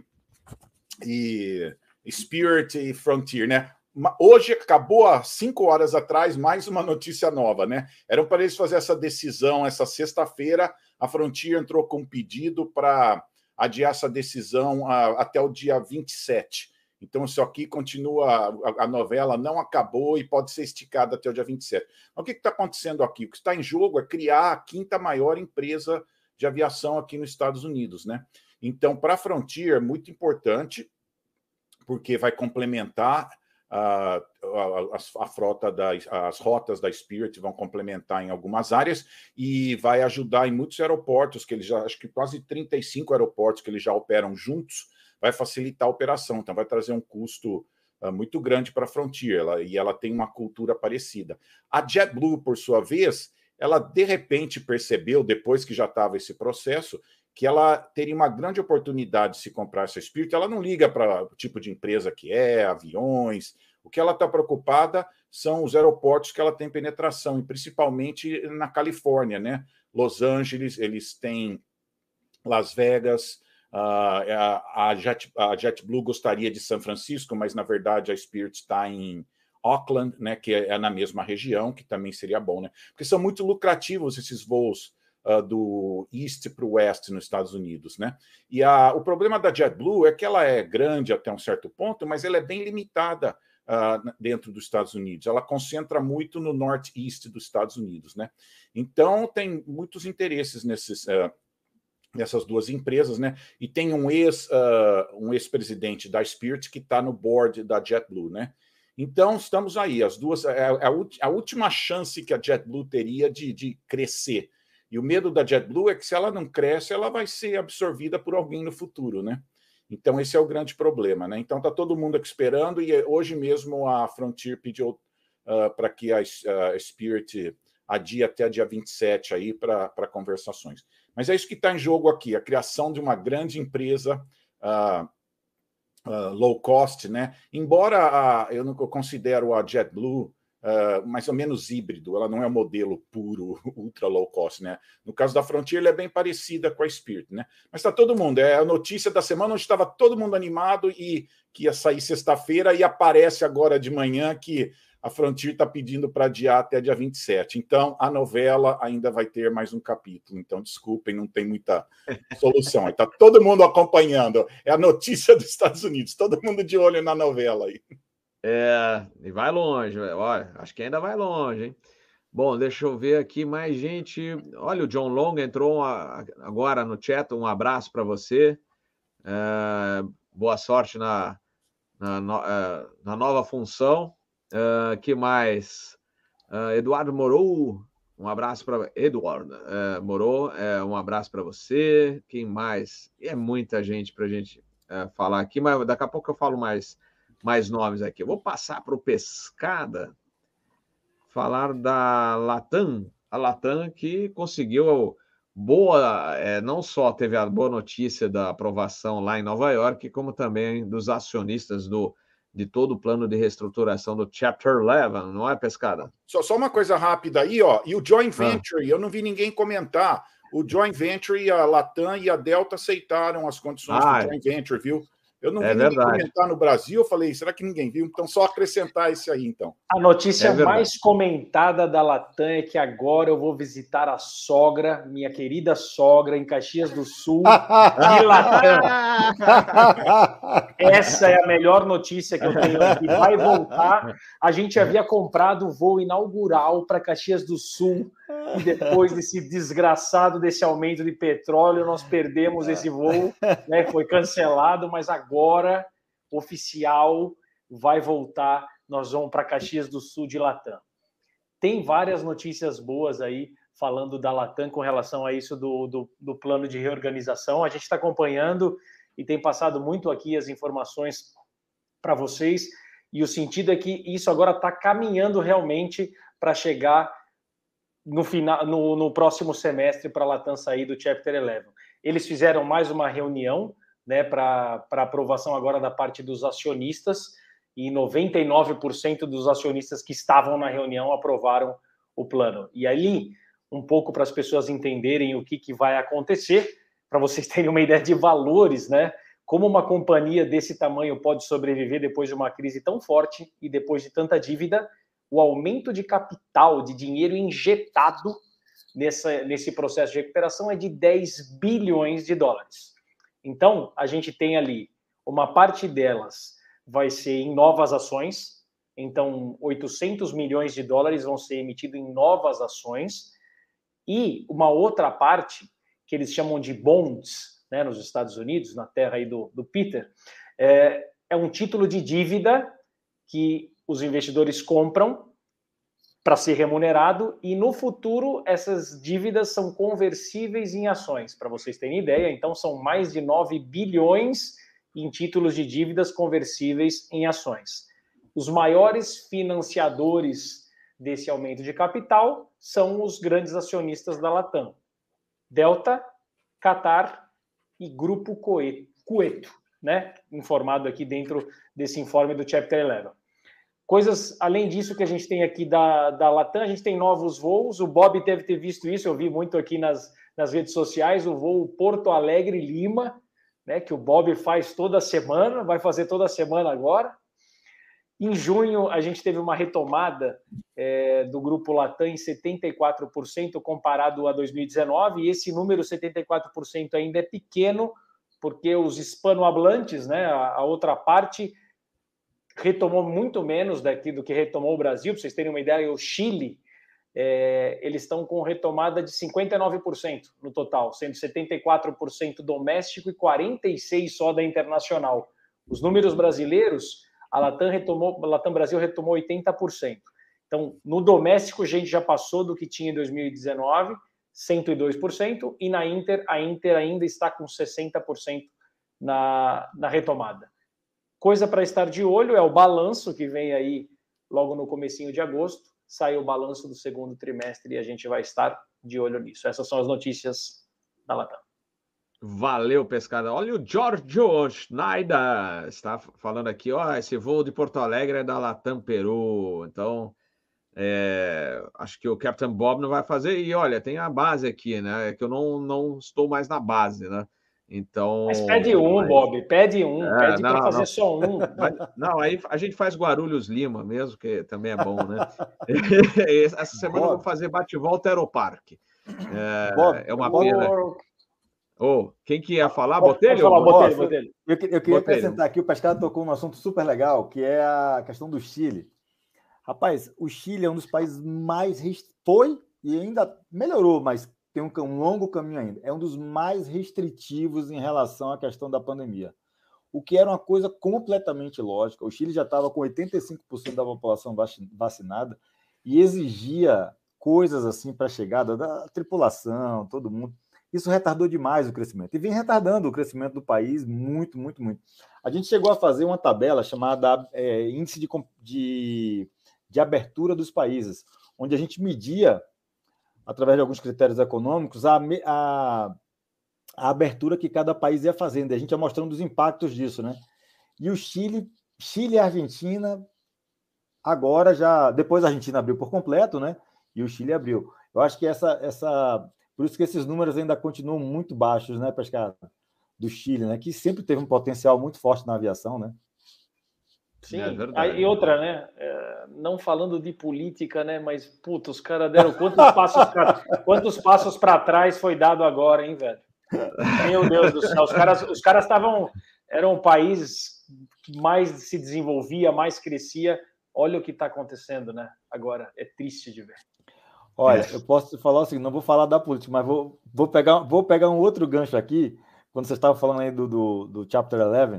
e Spirit e Frontier, né? Hoje acabou há cinco horas atrás mais uma notícia nova, né? Eram para eles fazer essa decisão essa sexta-feira. A Frontier entrou com um pedido para adiar essa decisão uh, até o dia vinte e sete. Então, isso aqui continua, a, a novela não acabou e pode ser esticada até o dia vinte e sete. Mas o que está acontecendo aqui? O que está em jogo é criar a quinta maior empresa de aviação aqui nos Estados Unidos, né? Então, para a Frontier é muito importante, porque vai complementar a, a, a frota, das, as rotas da Spirit vão complementar em algumas áreas e vai ajudar em muitos aeroportos, que eles já, acho que quase trinta e cinco aeroportos que eles já operam juntos, vai facilitar a operação, então vai trazer um custo uh, muito grande para a Frontier, ela, e ela tem uma cultura parecida. A JetBlue, por sua vez, ela de repente percebeu, depois que já estava esse processo, que ela teria uma grande oportunidade de se comprar essa Spirit. Ela não liga para o tipo de empresa que é, aviões, o que ela está preocupada são os aeroportos que ela tem penetração, e principalmente na Califórnia, né? Los Angeles, eles têm Las Vegas. Uh, a, Jet, a JetBlue gostaria de São Francisco, mas na verdade a Spirit está em Auckland, né, que é, é na mesma região, que também seria bom, né? Porque são muito lucrativos esses voos uh, do East para o West nos Estados Unidos, né? E a, o problema da JetBlue é que ela é grande até um certo ponto, mas ela é bem limitada uh, dentro dos Estados Unidos. Ela concentra muito no Northeast dos Estados Unidos, né? Então tem muitos interesses nesses uh, nessas duas empresas, né? E tem um ex, uh, um ex-presidente da Spirit que está no board da JetBlue, né? Então, estamos aí, as duas, é a, a última chance que a JetBlue teria de, de crescer. E o medo da JetBlue é que se ela não cresce, ela vai ser absorvida por alguém no futuro, né? Então, esse é o grande problema, né? Então, está todo mundo aqui esperando, e hoje mesmo a Frontier pediu uh, para que a, a Spirit adie até dia vinte e sete aí para conversações. Mas é isso que está em jogo aqui, a criação de uma grande empresa uh, uh, low cost, né? Embora a, eu não eu considero a JetBlue uh, mais ou menos híbrido, ela não é um modelo puro, ultra low cost, né? No caso da Frontier, ela é bem parecida com a Spirit, né? Mas está todo mundo, é a notícia da semana onde estava todo mundo animado e que ia sair sexta-feira e aparece agora de manhã que a Frontier está pedindo para adiar até dia vinte e sete. Então, a novela ainda vai ter mais um capítulo. Então, desculpem, não tem muita solução. Está todo mundo acompanhando. É a notícia dos Estados Unidos. Todo mundo de olho na novela aí. É, e vai longe. Olha, acho que ainda vai longe, hein? Bom, deixa eu ver aqui mais gente. Olha, o John Long entrou agora no chat. Um abraço para você. É, boa sorte na, na, na nova função. Uh, que mais? Uh, Eduardo Moro, um abraço para Eduardo uh, Moro, uh, um abraço para você. Quem mais? É muita gente para a gente uh, falar aqui, mas daqui a pouco eu falo mais, mais nomes aqui. Eu vou passar para o Pescada, falar da Latam, a Latam que conseguiu boa, é, não só teve a boa notícia da aprovação lá em Nova York, como também dos acionistas do, de todo o plano de reestruturação do Chapter onze, não é, Pescada? Só, só uma coisa rápida aí, ó, e o joint venture, ah. eu não vi ninguém comentar, o joint venture, a Latam e a Delta aceitaram as condições ah, do joint venture, viu? Eu não é vi verdade. ninguém comentar no Brasil, eu falei, será que ninguém viu? Então, só acrescentar esse aí, então. A notícia é mais comentada da Latam é que agora eu vou visitar a sogra, minha querida sogra, em Caxias do Sul, de Latam. Essa é a melhor notícia que eu tenho aqui. Vai voltar. A gente havia comprado o voo inaugural para Caxias do Sul, e depois desse desgraçado desse aumento de petróleo, nós perdemos esse voo, né? Foi cancelado, mas agora, oficial, vai voltar. Nós vamos para Caxias do Sul de Latam. Tem várias notícias boas aí falando da Latam com relação a isso do, do, do plano de reorganização. A gente está acompanhando e tem passado muito aqui as informações para vocês, e o sentido é que isso agora está caminhando realmente para chegar no, final, no, no próximo semestre para a Latam sair do Chapter onze. Eles fizeram mais uma reunião, né, para aprovação agora da parte dos acionistas, e noventa e nove por cento dos acionistas que estavam na reunião aprovaram o plano. E ali, um pouco para as pessoas entenderem o que, que vai acontecer, para vocês terem uma ideia de valores, né? Como uma companhia desse tamanho pode sobreviver depois de uma crise tão forte e depois de tanta dívida. O aumento de capital, de dinheiro injetado nessa, nesse processo de recuperação é de dez bilhões de dólares. Então, a gente tem ali uma parte delas vai ser em novas ações, então oitocentos milhões de dólares vão ser emitidos em novas ações, e uma outra parte, que eles chamam de bonds, né, nos Estados Unidos, na terra aí do, do Peter, é, é um título de dívida que os investidores compram para ser remunerado, e no futuro essas dívidas são conversíveis em ações, para vocês terem ideia. Então são mais de nove bilhões em títulos de dívidas conversíveis em ações. Os maiores financiadores desse aumento de capital são os grandes acionistas da Latam: Delta, Qatar e Grupo Cueto, né? Informado aqui dentro desse informe do Chapter onze. Coisas, além disso, que a gente tem aqui da, da Latam, a gente tem novos voos. O Bob deve ter visto isso, eu vi muito aqui nas, nas redes sociais, o voo Porto Alegre-Lima, né, que o Bob faz toda semana, vai fazer toda semana agora. Em junho, a gente teve uma retomada é, do Grupo Latam em setenta e quatro por cento comparado a dois mil e dezenove, e esse número, setenta e quatro por cento, ainda é pequeno, porque os hispanohablantes, né, a, a outra parte, retomou muito menos daqui do que retomou o Brasil. Para vocês terem uma ideia, o Chile, é, eles estão com retomada de cinquenta e nove por cento no total, sendo setenta e quatro por cento doméstico e quarenta e seis por cento só da internacional. Os números brasileiros, a Latam, retomou, a Latam Brasil retomou oitenta por cento. Então, no doméstico, a gente já passou do que tinha em dois mil e dezenove, cento e dois por cento, e na Inter, a Inter ainda está com sessenta por cento na, na retomada. Coisa para estar de olho é o balanço que vem aí logo no comecinho de agosto. Sai o balanço do segundo trimestre e a gente vai estar de olho nisso. Essas são as notícias da Latam. Valeu, Pescada. Olha o Giorgio Schneider está falando aqui, ó, esse voo de Porto Alegre é da Latam Peru. Então, é, acho que o Captain Bob não vai fazer. E olha, tem a base aqui, né? É que eu não, não estou mais na base, né? Então, mas pede um, mas... Bob, pede um, é, pede para fazer não. só um. Mas, não, aí a gente faz Guarulhos Lima mesmo, que também é bom, né? Essa semana Bob. eu vou fazer bate-volta Aeroparque. É, Bob, é uma Bob. pena. Oh, quem que ia falar? Botelho? Falar, Botelho, Botelho. Eu, eu queria Botelho. acrescentar aqui, o Pescado tocou num assunto super legal, que é a questão do Chile. Rapaz, o Chile é um dos países mais... Foi e ainda melhorou, mas tem um, um longo caminho ainda. É um dos mais restritivos em relação à questão da pandemia. O que era uma coisa completamente lógica. O Chile já estava com oitenta e cinco por cento da população vacinada e exigia coisas assim para a chegada da tripulação, todo mundo. Isso retardou demais o crescimento. E vem retardando o crescimento do país muito, muito, muito. A gente chegou a fazer uma tabela chamada é, Índice de, de, de Abertura dos Países, onde a gente media através de alguns critérios econômicos, a, a, a abertura que cada país ia fazendo. A gente ia mostrando os impactos disso, né? E o Chile, Chile e Argentina, agora já... Depois a Argentina abriu por completo, né? E o Chile abriu. Eu acho que essa... essa por isso que esses números ainda continuam muito baixos, né, Pescara? Do Chile, né? Que sempre teve um potencial muito forte na aviação, né? Sim, é e outra, né? É, não falando de política, né? Mas, puta, os caras deram quantos passos pra, quantos passos para trás foi dado agora, hein, velho? Meu Deus do céu, os caras os caras estavam... Eram um país que mais se desenvolvia, mais crescia. Olha o que está acontecendo, né? Agora, é triste de ver. Olha, é. eu posso falar assim, não vou falar da política, mas vou, vou, pegar, vou pegar um outro gancho aqui, quando você estava falando aí do, do, do Chapter onze.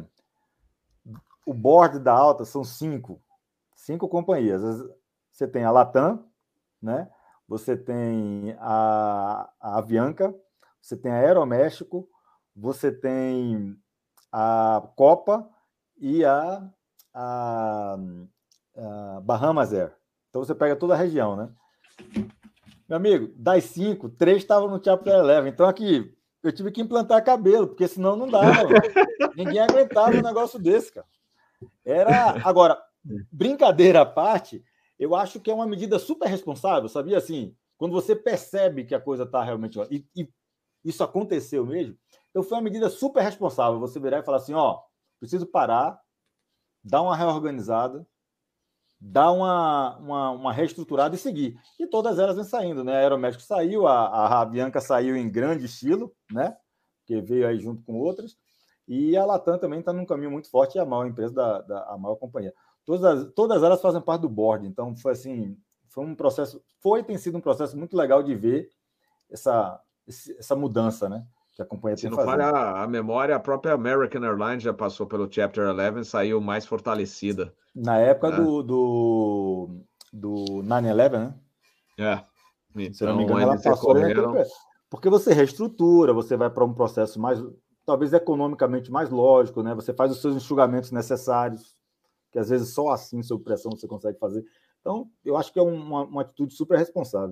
O board da Alta são cinco, cinco companhias. Você tem a Latam, né? Você tem a, a Avianca, você tem a Aeroméxico, você tem a Copa e a, a, a Bahamas Air. Então você pega toda a região, né? Meu amigo, das cinco, três estavam no Chapter onze. Então aqui eu tive que implantar cabelo, porque senão não dava. Ninguém aguentava um negócio desse, cara. Era. Agora, brincadeira à parte, eu acho que é uma medida super responsável, sabia? Assim, quando você percebe que a coisa está realmente. E, e isso aconteceu mesmo. Então, foi uma medida super responsável. Você virar e falar assim: ó, preciso parar, dar uma reorganizada, dar uma, uma, uma reestruturada e seguir. E todas elas vêm saindo, né? A Aeroméxico saiu, a, a Avianca saiu em grande estilo, né? Que veio aí junto com outras. E a Latam também está num caminho muito forte, e a maior empresa, da, da, a maior companhia. Todas, todas elas fazem parte do board, então foi assim, foi um processo, foi tem sido um processo muito legal de ver essa, essa mudança, né? Que a companhia Se tem não fazendo. falha a memória, a própria American Airlines já passou pelo Chapter onze, saiu mais fortalecida. Na época né? do, do, do nove onze, né? É. Então, se eu não me engano, eles ela passou recorreram... naquele... Porque você reestrutura, você vai para um processo mais, talvez economicamente mais lógico, né? Você faz os seus enxugamentos necessários, que às vezes só assim, sob pressão, você consegue fazer. Então, eu acho que é uma, uma atitude super responsável.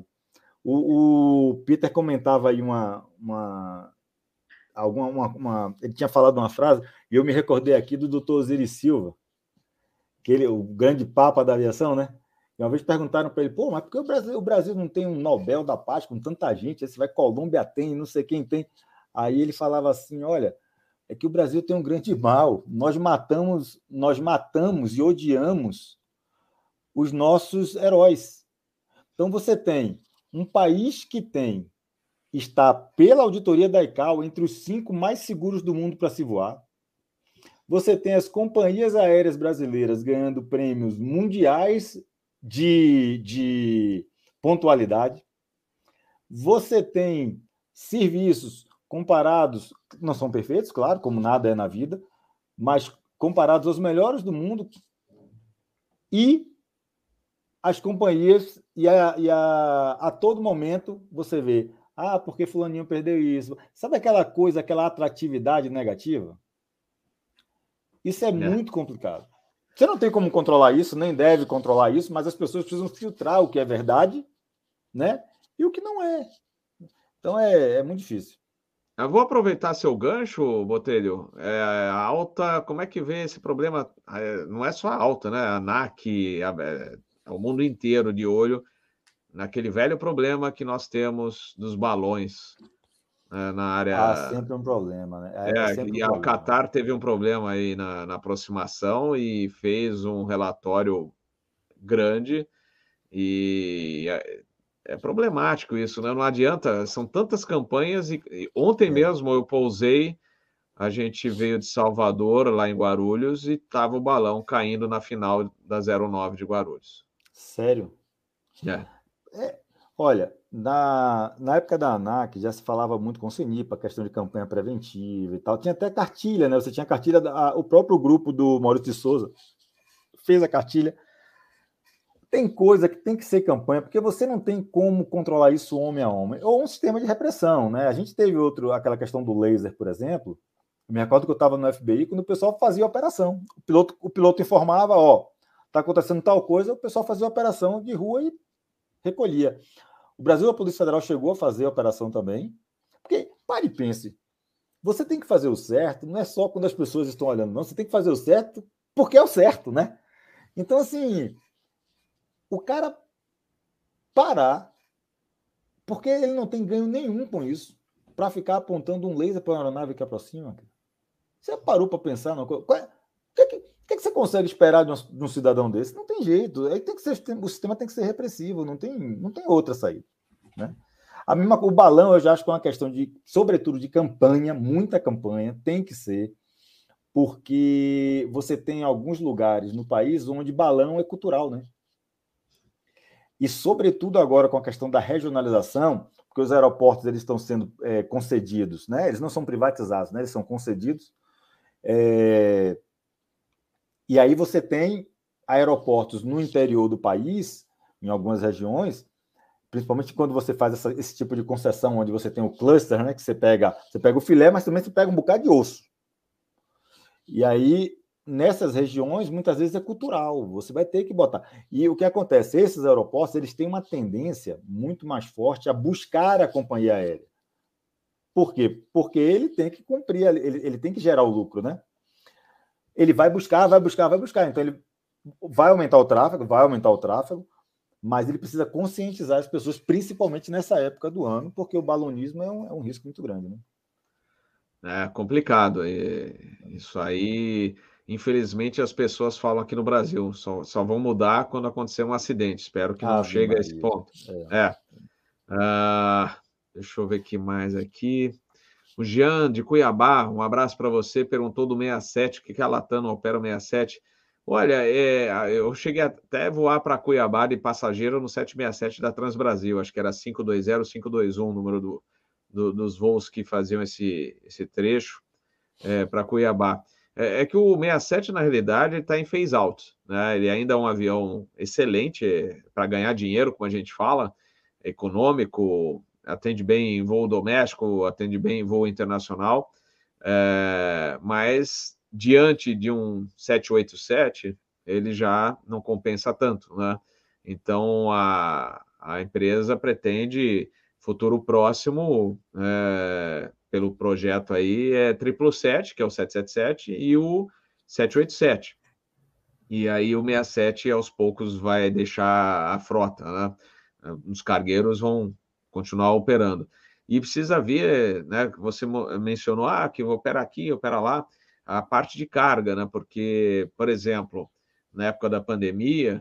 O, o Peter comentava aí uma... uma alguma, uma, uma, ele tinha falado uma frase, e eu me recordei aqui do doutor Osiris Silva, que ele, o grande papa da aviação, né? E uma vez perguntaram para ele, pô, mas por que o Brasil, o Brasil não tem um Nobel da Paz com tanta gente? Esse vai, Colômbia tem, não sei quem tem. Aí ele falava assim, olha, é que o Brasil tem um grande mal. Nós matamos, nós matamos e odiamos os nossos heróis. Então você tem um país que tem, está pela auditoria da I C A O entre os cinco mais seguros do mundo para se voar. Você tem as companhias aéreas brasileiras ganhando prêmios mundiais de, de pontualidade. Você tem serviços comparados, não são perfeitos, claro, como nada é na vida, mas comparados aos melhores do mundo. E as companhias, e, a, e a, a todo momento você vê, ah, porque fulaninho perdeu isso. Sabe aquela coisa, aquela atratividade negativa? Isso é, é muito complicado. Você não tem como controlar isso, nem deve controlar isso, mas as pessoas precisam filtrar o que é verdade, né? E o que não é. Então é, é muito difícil. Eu vou aproveitar seu gancho, Botelho. É, a Alta, como é que vê esse problema? É, não é só a Alta, né? A ANAC, a, é, o mundo inteiro de olho naquele velho problema que nós temos dos balões. Na área... Ah, sempre um problema, né? É, é sempre e um a problema. Qatar teve um problema aí na, na aproximação e fez um relatório grande e é, é problemático isso, né? Não adianta, são tantas campanhas e, e ontem é. mesmo eu pousei, a gente veio de Salvador, lá em Guarulhos, e estava o balão caindo na final da zero nove de Guarulhos. Sério? É. é olha... Na, na época da ANAC, já se falava muito com o CENIPA, a questão de campanha preventiva e tal. Tinha até cartilha, né? Você tinha cartilha, da, a, o próprio grupo do Maurício de Souza fez a cartilha. Tem coisa que tem que ser campanha, porque você não tem como controlar isso homem a homem. Ou um sistema de repressão, né? A gente teve outro, aquela questão do laser, por exemplo. Eu me recordo que eu estava no F B I, quando o pessoal fazia a operação. O piloto, o piloto informava, ó, tá acontecendo tal coisa, o pessoal fazia a operação de rua e recolhia. O Brasil, a Polícia Federal chegou a fazer a operação também. Porque, pare e pense, você tem que fazer o certo, não é só quando as pessoas estão olhando, não. Você tem que fazer o certo porque é o certo, né? Então, assim, o cara parar, porque ele não tem ganho nenhum com isso, para ficar apontando um laser para uma aeronave que aproxima. Você parou para pensar? Não? O que, que, que você consegue esperar de um, de um cidadão desse? Não tem jeito. Aí tem que ser, o sistema tem que ser repressivo, não tem, não tem outra saída, né? A mesma, o balão, eu já acho que é uma questão de, sobretudo, de campanha, muita campanha, tem que ser, porque você tem alguns lugares no país onde balão é cultural, né? E, sobretudo, agora com a questão da regionalização, porque os aeroportos eles estão sendo é, concedidos, né? Eles não são privatizados, né? Eles são concedidos. É... E aí você tem aeroportos no interior do país, em algumas regiões, principalmente quando você faz essa, esse tipo de concessão, onde você tem o cluster, né? Que você pega, você pega o filé, mas também você pega um bocado de osso. E aí, nessas regiões, muitas vezes é cultural, você vai ter que botar. E o que acontece? Esses aeroportos, eles têm uma tendência muito mais forte a buscar a companhia aérea. Por quê? Porque ele tem que cumprir, ele, ele tem que gerar o lucro, né? Ele vai buscar, vai buscar, vai buscar. Então, ele vai aumentar o tráfego, vai aumentar o tráfego, mas ele precisa conscientizar as pessoas, principalmente nessa época do ano, porque o balonismo é um, é um risco muito grande, né? É complicado. Isso aí, infelizmente, as pessoas falam aqui no Brasil. Só, só vão mudar quando acontecer um acidente. Espero que não Ave chegue a esse Maria. ponto. É. É. Ah, deixa eu ver aqui mais aqui. O Jean, de Cuiabá, um abraço para você. Perguntou do sessenta e sete, o que a Latam opera o sessenta e sete? Olha, é, eu cheguei até a voar para Cuiabá de passageiro no sete sessenta e sete da Transbrasil. Acho que era cinco dois zero, cinco dois um o número do, do, dos voos que faziam esse, esse trecho é, para Cuiabá. É, é que o sessenta e sete, na realidade, está em phase out, né? Ele ainda é um avião excelente é, para ganhar dinheiro, como a gente fala, econômico, atende bem em voo doméstico, atende bem em voo internacional, é, mas diante de um sete oito sete, ele já não compensa tanto, né? Então, a, a empresa pretende, futuro próximo, é, pelo projeto aí, é triplo sete, que é o sete sete sete, e o sete oito sete. E aí o sessenta e sete, aos poucos, vai deixar a frota, né? Os cargueiros vão continuar operando. E precisa ver, né? Você mencionou, ah, que opera aqui, opera lá, a parte de carga, né? Porque, por exemplo, na época da pandemia,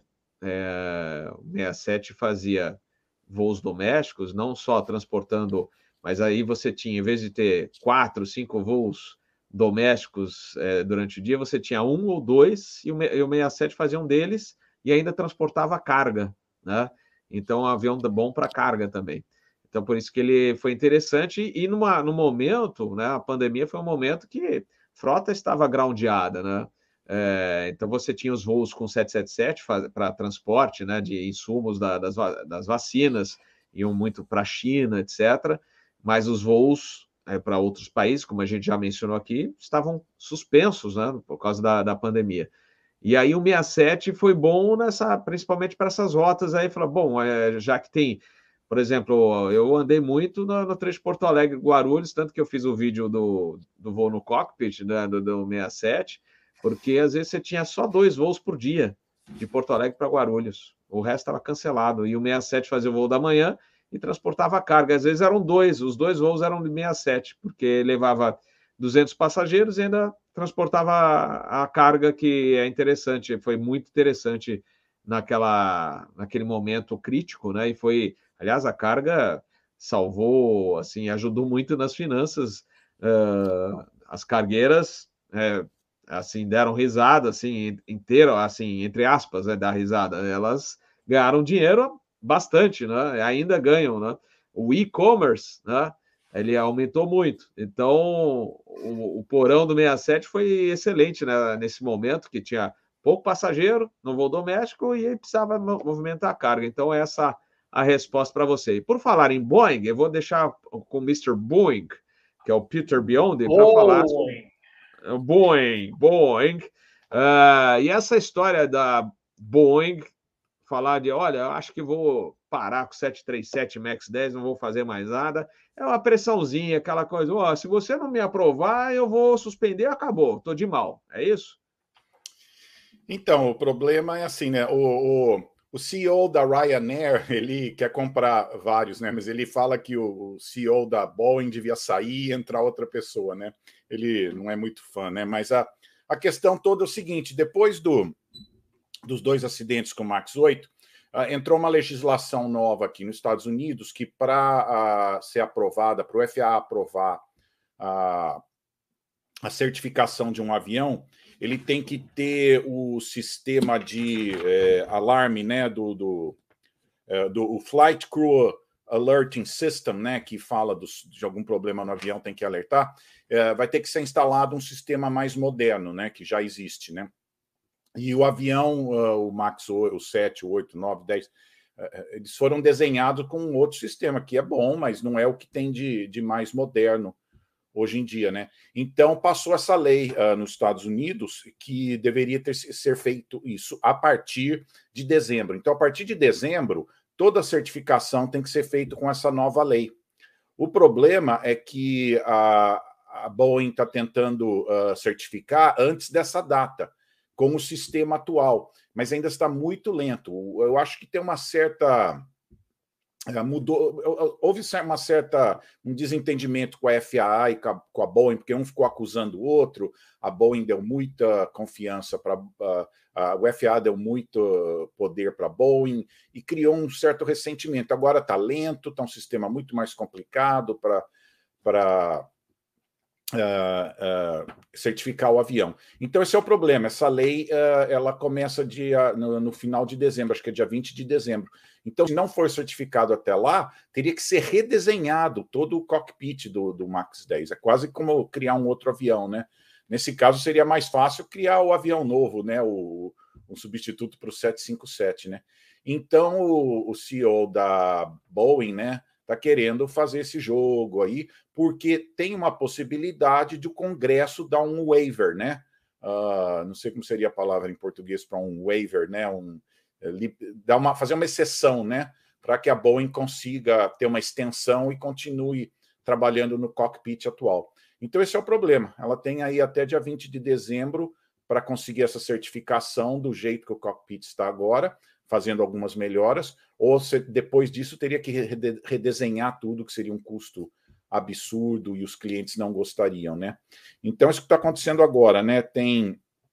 é, o sessenta e sete fazia voos domésticos, não só transportando, mas aí você tinha, em vez de ter quatro, cinco voos domésticos é, durante o dia, você tinha um ou dois, e o, e o sessenta e sete fazia um deles e ainda transportava carga, né? Então, um avião bom para carga também. Então, por isso que ele foi interessante. E numa, no momento, né, a pandemia foi um momento que a frota estava groundeada, né? É, então, você tinha os voos com sete sete sete para transporte, né, de insumos da, das, das vacinas, iam muito para a China, etcétera. Mas os voos é, para outros países, como a gente já mencionou aqui, estavam suspensos, né, por causa da, da pandemia. E aí o sessenta e sete foi bom nessa, principalmente para essas rotas aí, falou, bom, é, já que tem, por exemplo, eu andei muito no, no trecho Porto Alegre Guarulhos, tanto que eu fiz o vídeo do, do voo no cockpit, né, do, do sessenta e sete, porque às vezes você tinha só dois voos por dia de Porto Alegre para Guarulhos, o resto estava cancelado, e o sessenta e sete fazia o voo da manhã e transportava carga, às vezes eram dois, os dois voos eram de sessenta e sete, porque levava duzentos passageiros e ainda transportava a carga, que é interessante, foi muito interessante naquela, naquele momento crítico, né? E foi, aliás, a carga salvou, assim, ajudou muito nas finanças. Uh, as cargueiras, é, assim, deram risada, assim, inteira, assim, entre aspas, né, dar risada. Elas ganharam dinheiro bastante, né? Ainda ganham, né? O e-commerce, né? Ele aumentou muito. Então, o, o porão do sessenta e sete foi excelente, né, nesse momento, que tinha pouco passageiro no voo doméstico e precisava movimentar a carga. Então, essa a resposta para você. E por falar em Boeing, eu vou deixar com o mister Boeing, que é o Peter Biondi, para falar sobre Boeing, Boeing. Uh, e essa história da Boeing falar de, olha, eu acho que vou parar com o sete três sete MAX dez, não vou fazer mais nada. É uma pressãozinha, aquela coisa, ó, se você não me aprovar, eu vou suspender, acabou, tô de mal. É isso? Então, o problema é assim, né? O, o, o C E O da Ryanair, ele quer comprar vários, né? Mas ele fala que o, o C E O da Boeing devia sair e entrar outra pessoa, né? Ele não é muito fã, né? Mas a, a questão toda é o seguinte, depois do, dos dois acidentes com o MAX oito, uh, entrou uma legislação nova aqui nos Estados Unidos que, para uh, ser aprovada, para o F A A aprovar a, a certificação de um avião, ele tem que ter o sistema de é, alarme, né, do, do, é, do Flight Crew Alerting System, né, que fala dos, de algum problema no avião, tem que alertar, é, vai ter que ser instalado um sistema mais moderno, né, que já existe, né. E o avião, uh, o MAX oito, o sete, o oito, nove, dez, uh, eles foram desenhados com um outro sistema, que é bom, mas não é o que tem de, de mais moderno hoje em dia, né? Então, passou essa lei uh, nos Estados Unidos que deveria ter, ser feito isso a partir de dezembro. Então, a partir de dezembro, toda a certificação tem que ser feita com essa nova lei. O problema é que a, a Boeing está tentando uh, certificar antes dessa data, com o sistema atual, mas ainda está muito lento. Eu acho que tem uma certa... mudou, houve uma certa um desentendimento com a F A A e com a Boeing, porque um ficou acusando o outro, a Boeing deu muita confiança para a, o F A A deu muito poder para a Boeing e criou um certo ressentimento. Agora está lento, está um sistema muito mais complicado para para Uh, uh, certificar o avião. Então, esse é o problema. Essa lei uh, ela começa dia, no, no final de dezembro, acho que é dia vinte de dezembro. Então, se não for certificado até lá, teria que ser redesenhado todo o cockpit do, do MAX dez. É quase como criar um outro avião, né? Nesse caso, seria mais fácil criar o avião novo, né? O, um substituto para o sete cinco sete, né? Então, o, o C E O da Boeing, né, está querendo fazer esse jogo aí, porque tem uma possibilidade de o Congresso dar um waiver, né? Uh, não sei como seria a palavra em português para um waiver, né? Um, dar uma, fazer uma exceção, né? Para que a Boeing consiga ter uma extensão e continue trabalhando no cockpit atual. Então, esse é o problema. Ela tem aí até dia vinte de dezembro para conseguir essa certificação do jeito que o cockpit está agora, fazendo algumas melhoras, ou se, depois disso teria que redesenhar tudo, que seria um custo absurdo e os clientes não gostariam, né? Então, isso que está acontecendo agora, né? Tem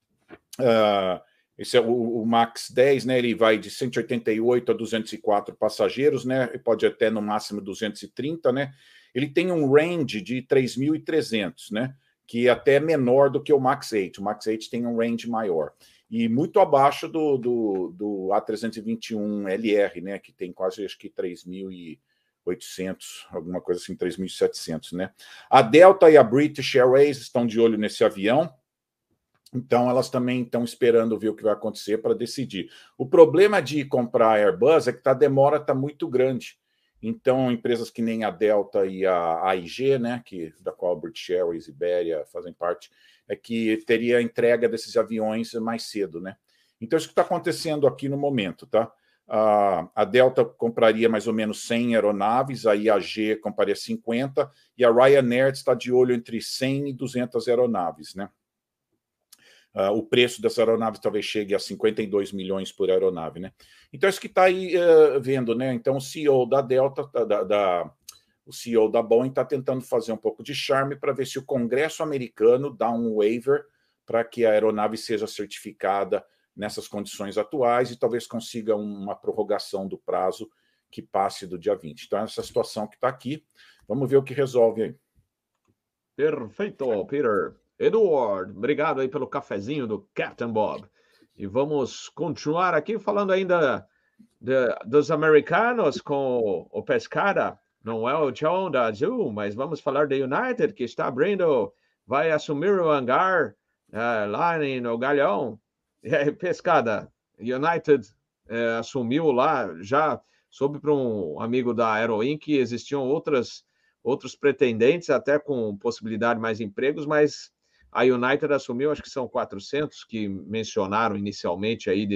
uh, esse é o, o MAX dez, né? Ele vai de cento e oitenta e oito a duzentos e quatro passageiros, né? E pode até no máximo duzentos e trinta, né? Ele tem um range de três mil e trezentos, né? Que é até menor do que o MAX oito. O MAX oito tem um range maior. E muito abaixo do, do, do A trezentos e vinte e um L R, né, que tem quase, acho que, três mil e oitocentos, alguma coisa assim, três mil e setecentos, né. A Delta e a British Airways estão de olho nesse avião, então elas também estão esperando ver o que vai acontecer para decidir. O problema de comprar a Airbus é que a demora está muito grande. Então, empresas que nem a Delta e a A I G, né, que, da qual a British Airways e Iberia fazem parte, é que teria a entrega desses aviões mais cedo, né? Então, isso que está acontecendo aqui no momento, tá? A, a Delta compraria mais ou menos cem aeronaves, a I A G compraria cinquenta, e a Ryanair está de olho entre cem e duzentas aeronaves, né? Uh, o preço dessas aeronaves talvez chegue a cinquenta e dois milhões por aeronave, né? Então, isso que está aí uh, vendo, né? Então, o C E O da Delta, da, da, o C E O da Boeing está tentando fazer um pouco de charme para ver se o Congresso americano dá um waiver para que a aeronave seja certificada nessas condições atuais e talvez consiga uma prorrogação do prazo que passe do dia vinte. Então, essa situação que está aqui, vamos ver o que resolve aí. Perfeito, Peter. Edward, obrigado aí pelo cafezinho do Captain Bob. E vamos continuar aqui falando ainda de, dos americanos com o Pescara. Não é o John da Azul, mas vamos falar da United, que está abrindo, vai assumir o hangar uh, lá no Galeão. É, Pescada, United uh, assumiu lá, já soube para um amigo da Aeroin que existiam outras, outros pretendentes, até com possibilidade de mais empregos, mas a United assumiu, acho que são quatrocentos que mencionaram inicialmente aí de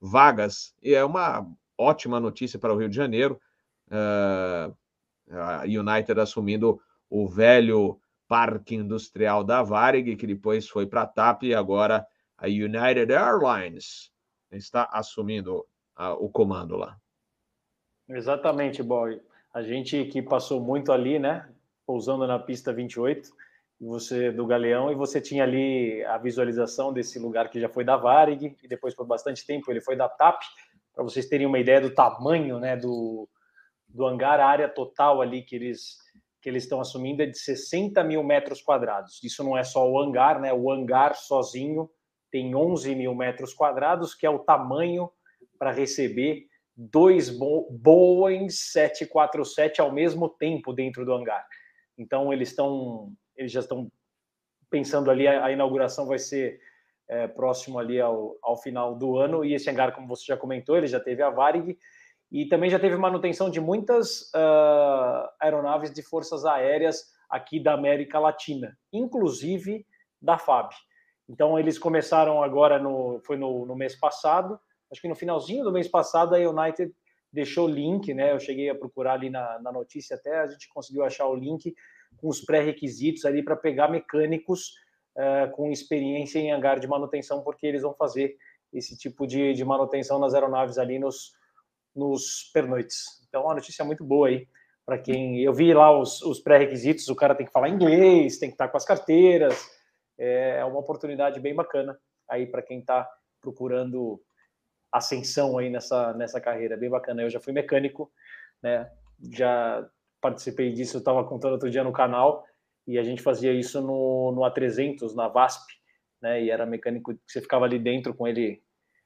vagas, e é uma ótima notícia para o Rio de Janeiro, uh, a United assumindo o velho Parque Industrial da Varig, que depois foi para a T A P, e agora a United Airlines está assumindo uh, o comando lá. Exatamente, boy. A gente que passou muito ali, né, pousando na pista vinte e oito, você do Galeão, e você tinha ali a visualização desse lugar que já foi da Varig, e depois por bastante tempo ele foi da T A P, para vocês terem uma ideia do tamanho, né, do, do hangar, a área total ali que eles que eles estão assumindo é de sessenta mil metros quadrados. Isso não é só o hangar, né, o hangar sozinho tem onze mil metros quadrados, que é o tamanho para receber dois Boeing sete quatro sete ao mesmo tempo dentro do hangar. Então eles estão, eles já estão pensando ali, a, a inauguração vai ser é, próximo ali ao, ao final do ano, e esse hangar, como você já comentou, ele já teve a Varig, e também já teve manutenção de muitas uh, aeronaves de forças aéreas aqui da América Latina, inclusive da F A B. Então eles começaram agora, no, foi no, no mês passado, acho que no finalzinho do mês passado a United deixou o link, né? Eu cheguei a procurar ali na, na notícia, até a gente conseguiu achar o link com os pré-requisitos ali para pegar mecânicos uh, com experiência em hangar de manutenção, porque eles vão fazer esse tipo de, de manutenção nas aeronaves ali nos, nos pernoites. Então, uma notícia muito boa aí para quem... Eu vi lá os, os pré-requisitos, o cara tem que falar inglês, tem que estar com as carteiras, é uma oportunidade bem bacana aí para quem está procurando ascensão aí nessa, nessa carreira, bem bacana. Eu já fui mecânico, né? Já participei disso, eu estava contando outro dia no canal, e a gente fazia isso no, no A trezentos, na VASP, né? E era mecânico que você ficava ali dentro com ele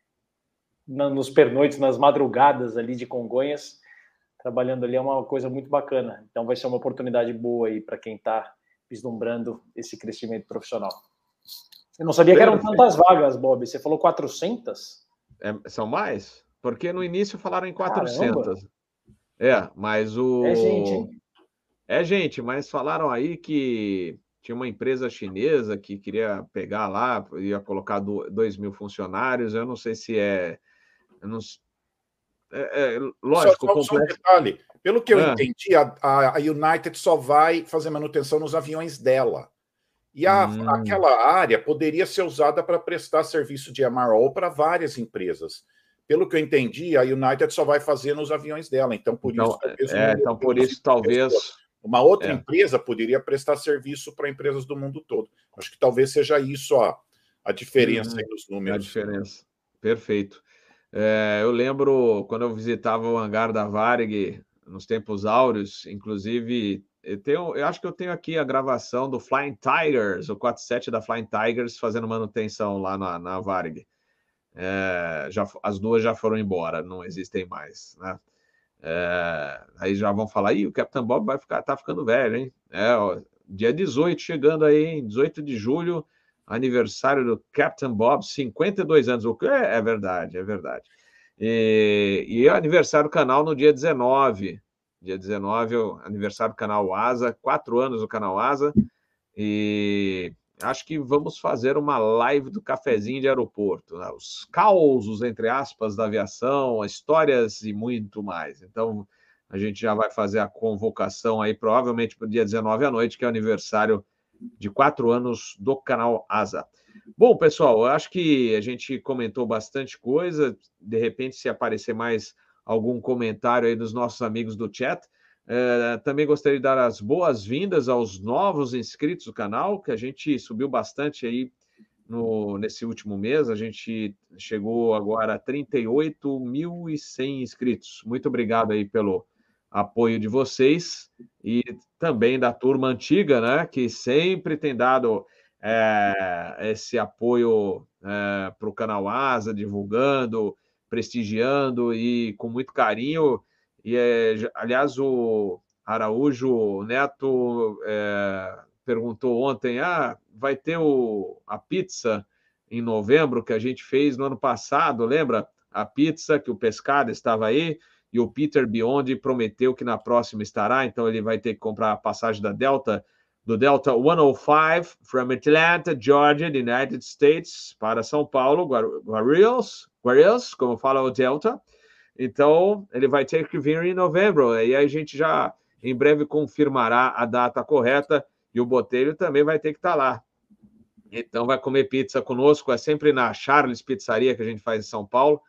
na, nos pernoites, nas madrugadas ali de Congonhas, trabalhando ali, é uma coisa muito bacana. Então vai ser uma oportunidade boa aí para quem está vislumbrando esse crescimento profissional. Eu não sabia que eram tantas vagas, Bob. Você falou quatrocentas? É, são mais? Porque no início falaram em quatrocentas. Caramba. É, mas o... É gente, hein? É gente, mas falaram aí que tinha uma empresa chinesa que queria pegar lá, ia colocar dois mil funcionários. Eu não sei se é... Eu não... é, é lógico, só, só, só um detalhe. Pelo que eu ah. entendi, a, a United só vai fazer manutenção nos aviões dela. E a, hum. aquela área poderia ser usada para prestar serviço de M R O para várias empresas. Pelo que eu entendi, a United só vai fazer nos aviões dela. Então, por então, isso, talvez, é, então, por isso, talvez... Uma outra é. empresa poderia prestar serviço para empresas do mundo todo. Acho que talvez seja isso a, a diferença hum, aí nos números. A diferença. Perfeito. É, eu lembro quando eu visitava o hangar da Varig nos tempos áureos, inclusive, eu, tenho, eu acho que eu tenho aqui a gravação do Flying Tigers, o quatro sete da Flying Tigers, fazendo manutenção lá na, na Varig. É, já, as duas já foram embora, não existem mais, né? É, aí já vão falar, ih, o Captain Bob vai ficar, tá ficando velho, hein? É, ó, dia dezoito, chegando aí, hein? dezoito de julho, aniversário do Captain Bob, cinquenta e dois anos. O que é, é verdade, é verdade. E, e é aniversário do canal no dia dezenove. Dia dezenove, o aniversário do canal Asa, quatro anos do canal Asa. E acho que vamos fazer uma live do cafezinho de aeroporto, né? Os causos, entre aspas, da aviação, histórias e muito mais. Então, a gente já vai fazer a convocação aí, provavelmente para o dia dezenove à noite, que é o aniversário de quatro anos do canal Asa. Bom, pessoal, eu acho que a gente comentou bastante coisa. De repente, se aparecer mais algum comentário aí dos nossos amigos do chat, é, também gostaria de dar as boas-vindas aos novos inscritos do canal, que a gente subiu bastante aí no, nesse último mês. A gente chegou agora a trinta e oito mil e cem inscritos. Muito obrigado aí pelo apoio de vocês e também da turma antiga, né, que sempre tem dado é, esse apoio é, para o canal Asa, divulgando, prestigiando e com muito carinho. E, é, aliás, o Araújo Neto é, perguntou ontem, ah, vai ter o, a pizza em novembro que a gente fez no ano passado, lembra? A pizza que o Pescado estava aí, e o Peter Biondi prometeu que na próxima estará, então ele vai ter que comprar a passagem da Delta do Delta cento e cinco, from Atlanta, Georgia, United States, para São Paulo, Guarulhos, Guarulhos, como fala o Delta. Então, ele vai ter que vir em novembro, e aí a gente já, em breve, confirmará a data correta, e o Botelho também vai ter que estar lá. Então, vai comer pizza conosco, é sempre na Charles Pizzaria que a gente faz em São Paulo,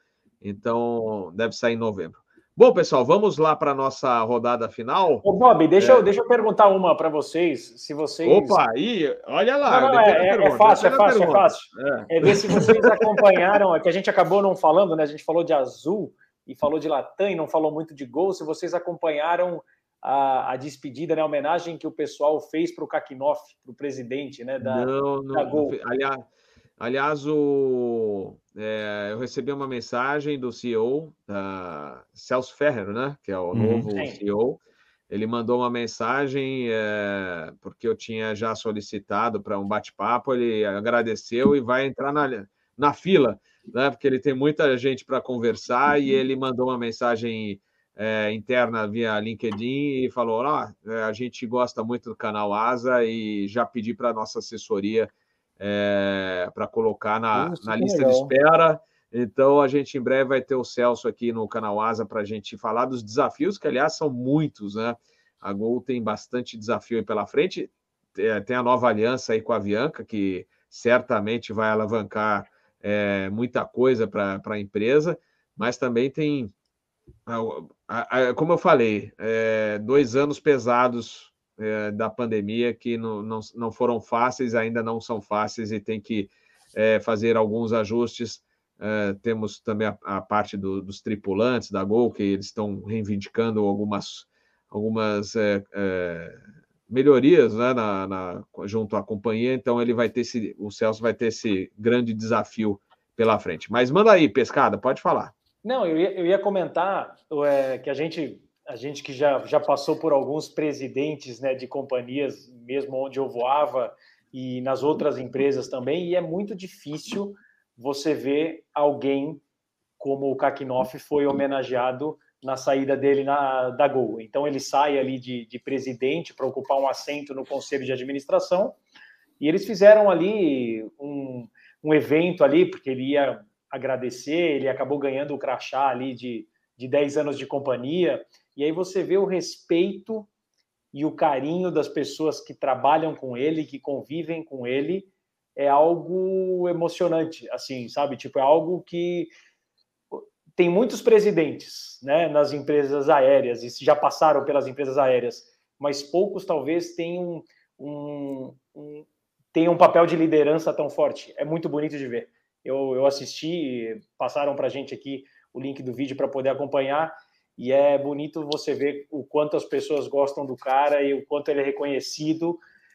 então deve sair em novembro. Bom, pessoal, vamos lá para a nossa rodada final. Ô, Bob, deixa, é... eu, deixa eu perguntar uma para vocês, se vocês... Opa, aí, olha lá. Não, não, é, é, é fácil, é fácil, é fácil. É. é ver se vocês acompanharam, é que a gente acabou não falando, né? A gente falou de Azul e falou de Latam e não falou muito de Gol, se vocês acompanharam a, a despedida, né, a homenagem que o pessoal fez para o Kakinoff, para o presidente, né, da, não, não, da Gol. Não, aliás, aliás o, é, eu recebi uma mensagem do C E O, uh, Celso Ferrer, né, que é o uhum. novo Sim. C E O. Ele mandou uma mensagem, é, porque eu tinha já solicitado para um bate-papo, ele agradeceu e vai entrar na, na fila, né, porque ele tem muita gente para conversar, e ele mandou uma mensagem é, interna via LinkedIn e falou, ah, a gente gosta muito do canal Asa e já pedi para a nossa assessoria é, para colocar na, na lista legal. de espera. Então, a gente em breve vai ter o Celso aqui no canal Asa para a gente falar dos desafios, que, aliás, são muitos, né? A Gol tem bastante desafio aí pela frente. Tem a nova aliança aí com a Avianca, que certamente vai alavancar é, muita coisa para a empresa, mas também tem, como eu falei, é, dois anos pesados é, da pandemia que não, não, não foram fáceis, ainda não são fáceis, e tem que é, fazer alguns ajustes. Uh, temos também a, a parte do, dos tripulantes da Gol, que eles estão reivindicando algumas, algumas é, é, melhorias, né, na, na, junto à companhia, então ele vai ter esse, o Celso vai ter esse grande desafio pela frente. Mas manda aí, Pescada, pode falar. Não, eu ia, eu ia comentar é, que a gente, a gente que já, já passou por alguns presidentes, né, de companhias, mesmo onde eu voava, e nas outras empresas também, e é muito difícil você vê alguém como o Kakinoff foi homenageado na saída dele na, da Gol. Então, ele sai ali de, de presidente para ocupar um assento no Conselho de Administração, e eles fizeram ali um, um evento ali, porque ele ia agradecer, ele acabou ganhando o crachá ali de, de dez anos de companhia, e aí você vê o respeito e o carinho das pessoas que trabalham com ele, que convivem com ele, é algo emocionante, assim, sabe? Tipo, é algo que tem muitos presidentes, né, nas empresas aéreas, e já passaram pelas empresas aéreas, mas poucos talvez tenham um, um, tenham um papel de liderança tão forte. É muito bonito de ver. Eu, eu assisti, passaram para a gente aqui o link do vídeo para poder acompanhar, e é bonito você ver o quanto as pessoas gostam do cara e o quanto ele é reconhecido,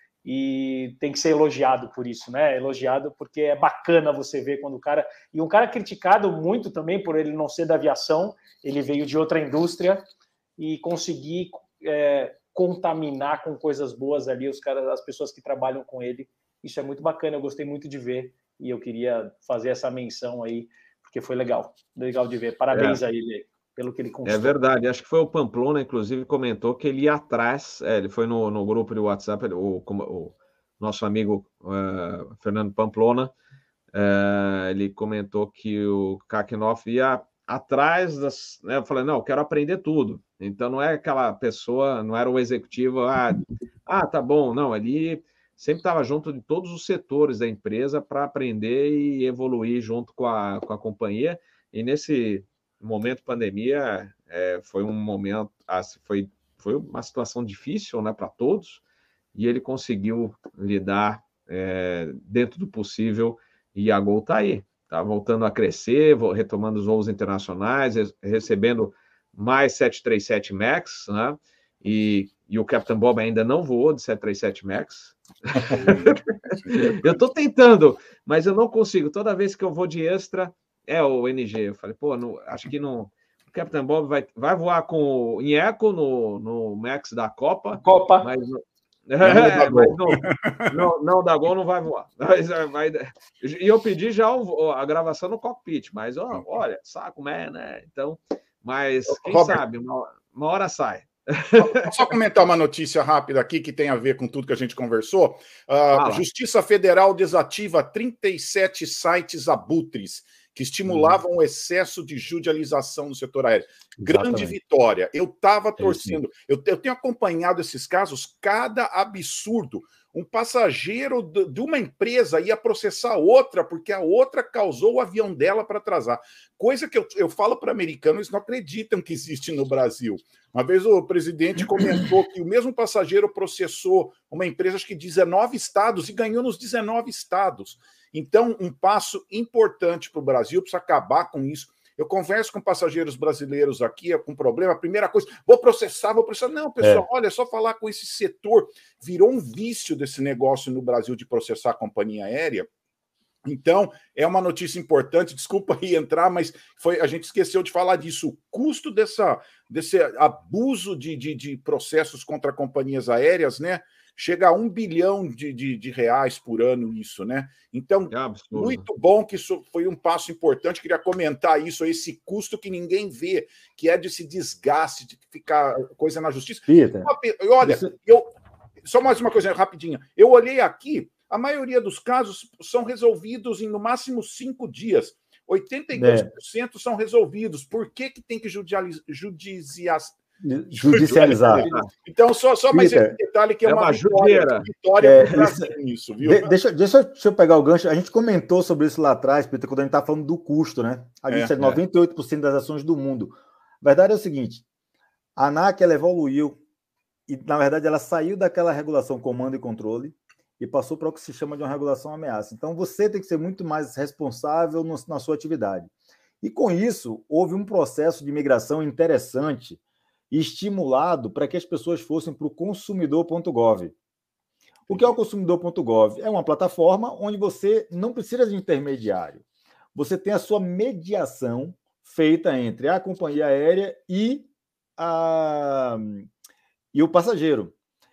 e tem que ser elogiado por isso, né? Elogiado porque é bacana você ver quando o cara... E um cara criticado muito também por ele não ser da aviação, ele veio de outra indústria e conseguir é, contaminar com coisas boas ali os caras, as pessoas que trabalham com ele. Isso é muito bacana, eu gostei muito de ver, e eu queria fazer essa menção aí, porque foi legal, legal de ver. Parabéns é. a ele pelo que ele conquistou. É verdade, acho que foi o Pamplona, inclusive, comentou que ele ia atrás, é, ele foi no, no grupo de WhatsApp, o, o nosso amigo uh, Fernando Pamplona, uh, ele comentou que o Kakinoff ia atrás das... Né, eu falei, não, eu quero aprender tudo. Então, não é aquela pessoa, não era o executivo, ah, ah tá bom, não, ele sempre estava junto de todos os setores da empresa para aprender e evoluir junto com a, com a companhia, e nesse... momento pandemia é, foi um momento, foi, foi uma situação difícil, né, para todos, e ele conseguiu lidar é, dentro do possível, e a Gol está aí, está voltando a crescer, retomando os voos internacionais, recebendo mais sete três sete MAX, né, e, e o Captain Bob ainda não voou de sete três sete MAX. Eu estou tentando, mas eu não consigo, toda vez que eu vou de extra, é o N G. Eu falei, pô, não, acho que não. O Captain Bob vai, vai voar com o Inheco no, no Max da Copa. Copa. Mas, é, mas não, não, não, da Gol não vai voar. Mas, vai, e eu pedi já o, a gravação no cockpit, mas ó, olha, sabe como é, né? Então, mas quem Robert, sabe, uma, uma hora sai. Vou só comentar uma notícia rápida aqui que tem a ver com tudo que a gente conversou. A Justiça Federal desativa trinta e sete sites abutres que estimulavam hum. o excesso de judicialização no setor aéreo. Exatamente. Grande vitória. Eu estava torcendo. É eu, eu tenho acompanhado esses casos, cada absurdo. Um passageiro de uma empresa ia processar outra porque a outra causou o avião dela para atrasar. Coisa que eu, eu falo para americanos, eles não acreditam que existe no Brasil. Uma vez o presidente comentou que o mesmo passageiro processou uma empresa, acho que dezenove estados, e ganhou nos dezenove estados. Então, um passo importante para o Brasil, precisa acabar com isso. Eu converso com passageiros brasileiros aqui, com problema, a primeira coisa, vou processar, vou processar. Não, pessoal, é. olha, é só falar com esse setor. Virou um vício desse negócio no Brasil de processar a companhia aérea. Então, é uma notícia importante, desculpa aí entrar, mas foi, a gente esqueceu de falar disso. O custo dessa, desse abuso de, de, de processos contra companhias aéreas, né? Chega a um bilhão de, de, de reais por ano isso, né? Então, é muito bom que isso foi um passo importante. Queria comentar isso, esse custo que ninguém vê, que é desse desgaste, de ficar coisa na justiça. Peter, olha, isso... eu, só mais uma coisa rapidinha. Eu olhei aqui, a maioria dos casos são resolvidos em, no máximo, cinco dias. oitenta e dois por cento é. são resolvidos. Por que, que tem que judicializar? Judicializar. Então, só, só mais esse detalhe que é, é uma, uma vitória, vitória é, isso, nisso, viu? De, deixa, deixa, deixa eu pegar o gancho. A gente comentou sobre isso lá atrás, Peter, quando a gente está falando do custo, né? A gente é, é noventa e oito por cento das ações do mundo. A verdade é o seguinte: a ANAC ela evoluiu e, na verdade, ela saiu daquela regulação comando e controle e passou para o que se chama de uma regulação ameaça. Então, você tem que ser muito mais responsável no, na sua atividade. E, com isso, houve um processo de migração interessante e estimulado para que as pessoas fossem para o consumidor ponto gov. O que é o consumidor ponto gov? É uma plataforma onde você não precisa de intermediário. Você tem a sua mediação feita entre a companhia aérea e, a, e o passageiro.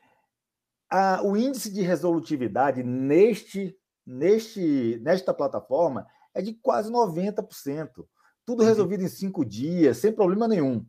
A, o índice de resolutividade neste, neste, nesta plataforma é de quase noventa por cento. Tudo resolvido em cinco dias, sem problema nenhum.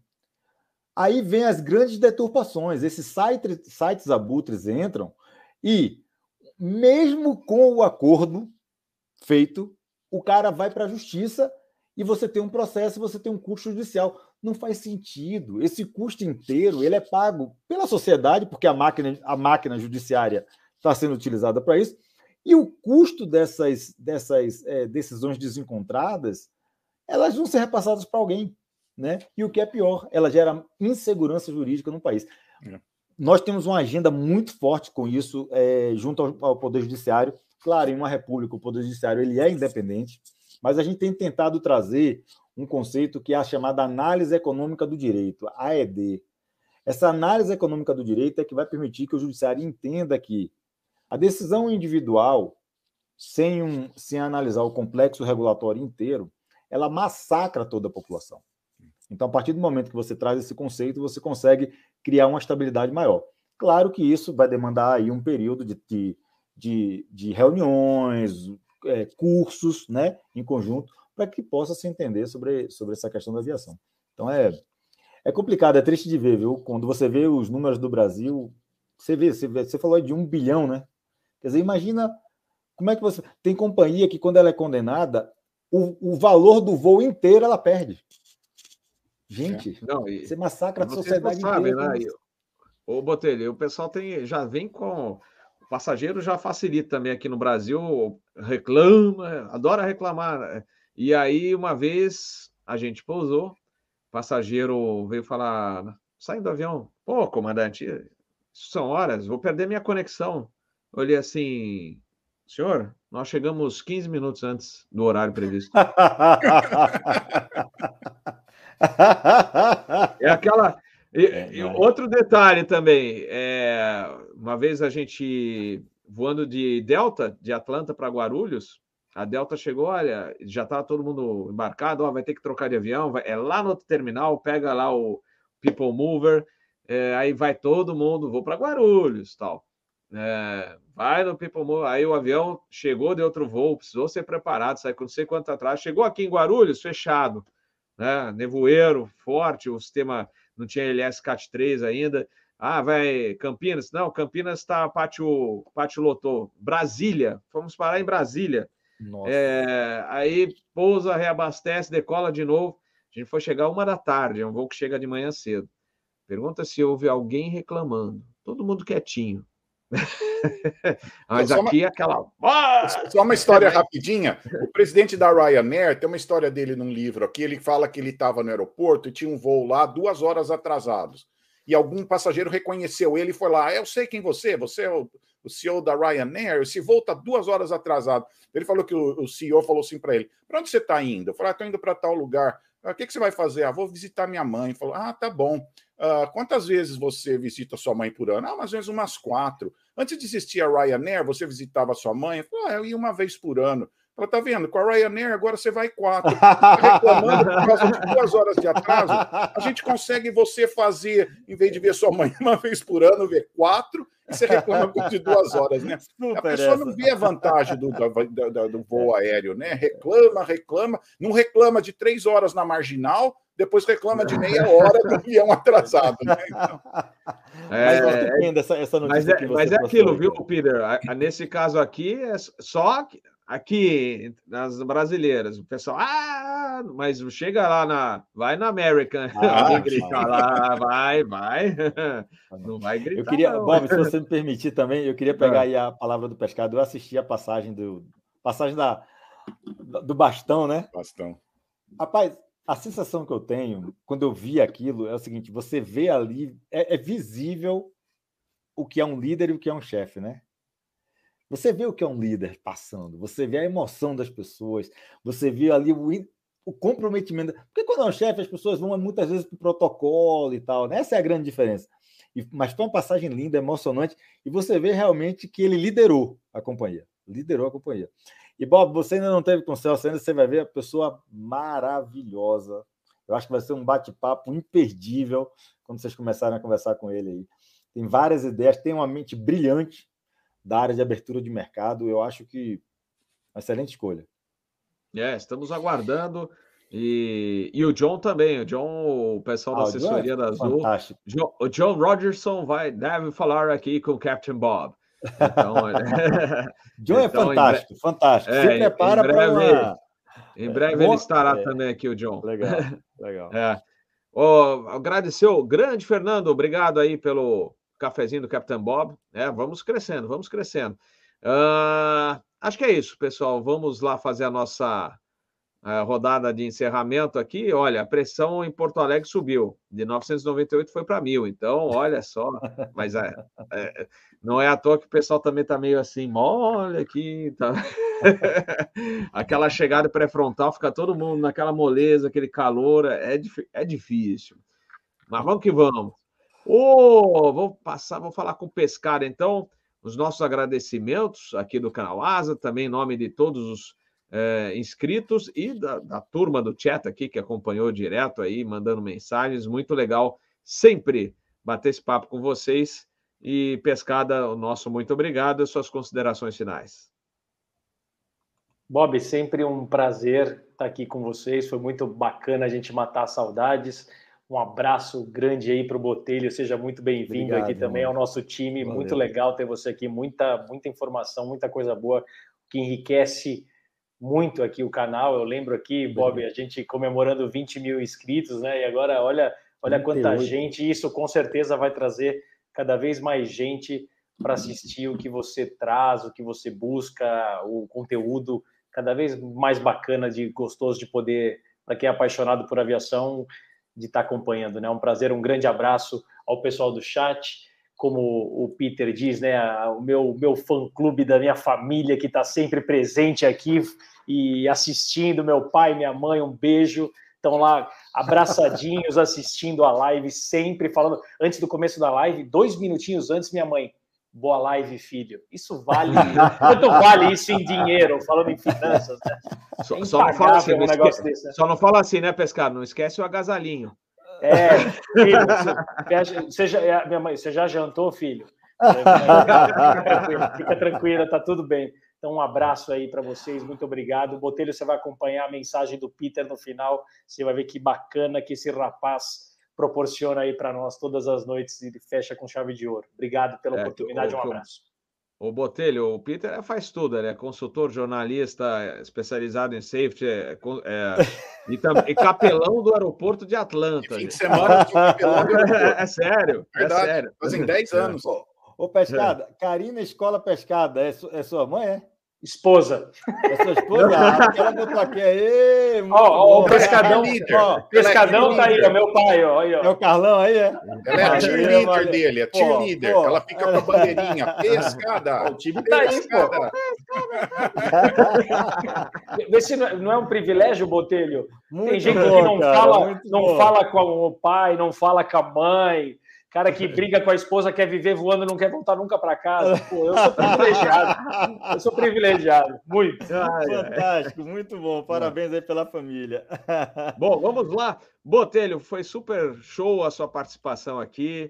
Aí vem as grandes deturpações. Esses sites, sites abutres entram e, mesmo com o acordo feito, o cara vai para a justiça e você tem um processo, você tem um custo judicial. Não faz sentido. Esse custo inteiro ele é pago pela sociedade, porque a máquina, a máquina judiciária está sendo utilizada para isso, e o custo dessas, dessas é, decisões desencontradas, elas vão ser repassadas para alguém. Né? E o que é pior, ela gera insegurança jurídica no país. É. Nós temos uma agenda muito forte com isso, é, junto ao, ao Poder Judiciário. Claro, em uma república, o Poder Judiciário ele é independente, mas a gente tem tentado trazer um conceito que é a chamada análise econômica do direito, A E D. Essa análise econômica do direito é que vai permitir que o Judiciário entenda que a decisão individual, sem, um, sem analisar o complexo regulatório inteiro, ela massacra toda a população. Então, a partir do momento que você traz esse conceito, você consegue criar uma estabilidade maior. Claro que isso vai demandar aí um período de, de, de, de reuniões, é, cursos, né, em conjunto, para que possa se entender sobre, sobre essa questão da aviação. Então, é, é complicado, é triste de ver, viu? Quando você vê os números do Brasil, você vê, você, vê, você falou de um bilhão, né? Quer dizer, imagina como é que você... Tem companhia que, quando ela é condenada, o, o valor do voo inteiro ela perde. Gente, é. não, e, você massacra a sociedade sabe, inteira. Né? Ô, Botelho, o pessoal tem, já vem com... O passageiro já facilita também aqui no Brasil, reclama, adora reclamar. E aí, uma vez, a gente pousou, o passageiro veio falar, saindo do avião, pô, comandante, são horas, vou perder minha conexão. Eu olhei assim, senhor, nós chegamos quinze minutos antes do horário previsto. É aquela... E, é, e outro detalhe também, é, uma vez a gente voando de Delta, de Atlanta para Guarulhos, a Delta chegou, olha, já estava todo mundo embarcado, ó, vai ter que trocar de avião, vai, é lá no outro terminal, pega lá o People Mover, é, aí vai todo mundo, vou para Guarulhos, tal. É, vai no People Mover, aí o avião chegou de outro voo, precisou ser preparado, saiu com não sei quanto atrás, chegou aqui em Guarulhos, fechado, né, nevoeiro forte, o sistema não tinha L S Cat três ainda. Ah, vai Campinas? Não, Campinas está pátio, pátio lotou. Brasília, fomos parar em Brasília. É, aí pousa, reabastece, decola de novo. A gente foi chegar uma da tarde, é um voo que chega de manhã cedo. Pergunta se houve alguém reclamando. Todo mundo quietinho. Mas só aqui uma, é aquela... Só uma história rapidinha. O presidente da Ryanair tem uma história dele num livro aqui. Ele fala que ele estava no aeroporto e tinha um voo lá duas horas atrasados. E algum passageiro reconheceu ele e foi lá. Eu sei quem você é, você é o, o C E O da Ryanair. Esse voo está duas horas atrasado. Ele falou que o, o C E O falou assim para ele: para onde você está indo? Eu falei: estou indo para tal lugar. O ah, que, que você vai fazer? Ah, vou visitar minha mãe. Ele falou: ah, tá bom. Uh, quantas vezes você visita sua mãe por ano? Ah, mais ou menos umas quatro. Antes de existir a Ryanair, você visitava sua mãe? Eu falei: ah, eu ia uma vez por ano. Ela tá vendo? Com a Ryanair agora você vai quatro. Tá reclamando por causa de duas horas de atraso. A gente consegue você fazer, em vez de ver sua mãe uma vez por ano, ver quatro, e você reclama de duas horas, né? Super a pessoa essa. Não vê a vantagem do, do, do, do voo aéreo, né? Reclama, reclama, não reclama de três horas na marginal, depois reclama de meia hora do avião atrasado, né? Então... É, mas, essa, essa mas é, mas é aquilo, viu, Peter? Nesse caso aqui, é só aqui nas brasileiras, o pessoal, ah, mas chega lá na, vai na American, ah, alguém gritar lá, vai, vai, não vai gritar. Eu queria, não. Bob, se você me permitir também, eu queria pegar ah. aí a palavra do pescado. Eu assisti a passagem do, passagem da, do bastão, né? Bastão. Rapaz, a sensação que eu tenho quando eu vi aquilo é o seguinte: você vê ali, é, é visível o que é um líder e o que é um chefe, né? Você vê o que é um líder passando, você vê a emoção das pessoas, você vê ali o, o comprometimento. Porque quando é um chefe, as pessoas vão muitas vezes para o protocolo e tal, né? Essa é a grande diferença. E, mas foi uma passagem linda, emocionante, e você vê realmente que ele liderou a companhia. Liderou a companhia. E, Bob, você ainda não teve com o Celso, ainda você vai ver a pessoa maravilhosa. Eu acho que vai ser um bate-papo imperdível quando vocês começarem a conversar com ele aí. Tem várias ideias, tem uma mente brilhante da área de abertura de mercado. Eu acho que uma excelente escolha. É, estamos aguardando. E, e o John também. O John, o pessoal ah, da assessoria é da Azul. Fantástico. John, o John Rogerson vai, deve falar aqui com o Captain Bob. Então, John é então, fantástico, bre... fantástico. Se é, prepara para uma... Em breve é, ele estará é. também aqui, o John. Legal, legal. É. Oh, agradeceu, grande Fernando, obrigado aí pelo cafezinho do Captain Bob. É, vamos crescendo, vamos crescendo. Uh, acho que é isso, pessoal. Vamos lá fazer a nossa uh, rodada de encerramento aqui. Olha, a pressão em Porto Alegre subiu. De novecentos e noventa e oito foi para mil. Então, olha só. Mas é, é, não é à toa que o pessoal também está meio assim, olha aqui. Tá... Aquela chegada pré-frontal, fica todo mundo naquela moleza, aquele calor. É, é difícil. Mas vamos que vamos. Oh, vou passar, vou falar com o Pescado, então, os nossos agradecimentos aqui do canal Asa, também em nome de todos os é, inscritos e da, da turma do chat aqui que acompanhou direto aí, mandando mensagens, muito legal sempre bater esse papo com vocês. E Pescada, o nosso muito obrigado, e suas considerações finais. Bob, sempre um prazer estar aqui com vocês, foi muito bacana a gente matar saudades. Um abraço grande aí para o Botelho, seja muito bem-vindo aqui também ao nosso time. Valeu. Muito legal ter você aqui, muita, muita informação, muita coisa boa, que enriquece muito aqui o canal. Eu lembro aqui, Bob, a gente comemorando vinte mil inscritos, né? E agora, olha, olha quanta gente, isso com certeza vai trazer cada vez mais gente para assistir o que você traz, o que você busca, o conteúdo cada vez mais bacana, de gostoso de poder, para quem é apaixonado por aviação, de estar acompanhando, né? Um prazer, um grande abraço ao pessoal do chat, como o Peter diz, né? O meu, meu fã-clube da minha família que está sempre presente aqui e assistindo, meu pai, minha mãe, um beijo, estão lá abraçadinhos assistindo a live, sempre falando, antes do começo da live, dois minutinhos antes, minha mãe, boa live, filho. Isso vale, quanto vale isso em dinheiro, falando em finanças, né? Só, é só, não fala assim, um não esque... desse, né? Só não fala assim, né, Pescado? Não esquece o agasalhinho. É, filho, você, você, já, minha mãe, você já jantou, filho? Fica tranquila, fica tranquila, tá tudo bem. Então, um abraço aí para vocês, muito obrigado. Botelho, você vai acompanhar a mensagem do Peter no final, você vai ver que bacana que esse rapaz proporciona aí para nós todas as noites e fecha com chave de ouro. Obrigado pela É, oportunidade, o, um abraço. O Botelho, o Peter faz tudo, ele é consultor, jornalista, especializado em safety, é, é, e, e capelão do aeroporto de Atlanta. E fim de semana eu sou capelão do aeroporto. É sério, Verdade, é sério. Fazem dez anos. Ô, ô Pescada, é. Karina Escola Pescada, é, su, é sua mãe, é? Esposa. É sua esposa? Ah, ela botou aqui aí. Ó, o Pescadão, ó, Pescadão tá aí, é meu pai, ó, aí, ó. É o Carlão aí, é? Ela é a cheerleader valeu. dele, a cheerleader. Ela fica com a bandeirinha. Pescada. O time tá aí, pô. Vê se não é um privilégio, Botelho. Muito Tem gente bom, que não, cara, fala, não fala com o pai, não fala com a mãe. Cara que briga com a esposa, quer viver voando, não quer voltar nunca para casa. Pô, eu sou privilegiado. Eu sou privilegiado. Muito. Fantástico, muito bom. Parabéns aí pela família. Bom, vamos lá. Botelho, foi super show a sua participação aqui.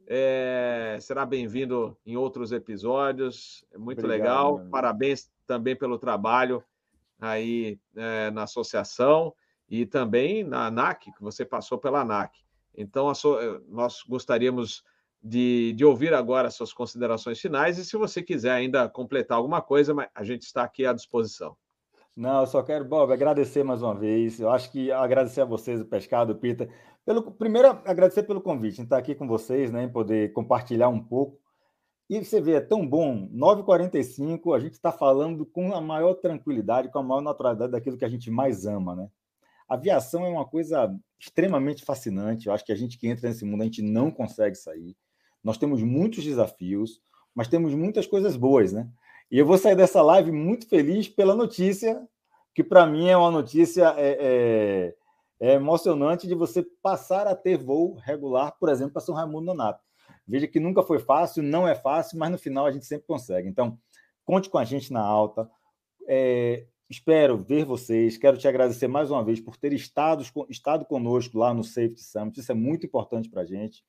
É, será bem-vindo em outros episódios. É muito Obrigado, legal. Parabéns também pelo trabalho aí é, na associação e também na ANAC, que você passou pela ANAC. Então, nós gostaríamos de, de ouvir agora as suas considerações finais e, se você quiser ainda completar alguma coisa, a gente está aqui à disposição. Não, eu só quero, Bob, agradecer mais uma vez. Eu acho que agradecer a vocês, o Pescado, o Peter. Pelo, primeiro, agradecer pelo convite, em estar aqui com vocês, né, em poder compartilhar um pouco. E você vê, é tão bom, nove e quarenta e cinco, a gente está falando com a maior tranquilidade, com a maior naturalidade daquilo que a gente mais ama, né? A aviação é uma coisa extremamente fascinante. Eu acho que a gente que entra nesse mundo, a gente não consegue sair. Nós temos muitos desafios, mas temos muitas coisas boas, né? E eu vou sair dessa live muito feliz pela notícia, que para mim é uma notícia é, é, é emocionante de você passar a ter voo regular, por exemplo, para São Raimundo Nonato. Veja que nunca foi fácil, não é fácil, mas no final a gente sempre consegue. Então, conte com a gente na alta. É, Espero ver vocês. Quero te agradecer mais uma vez por ter estado, estado conosco lá no Safety Summit. Isso é muito importante para a gente.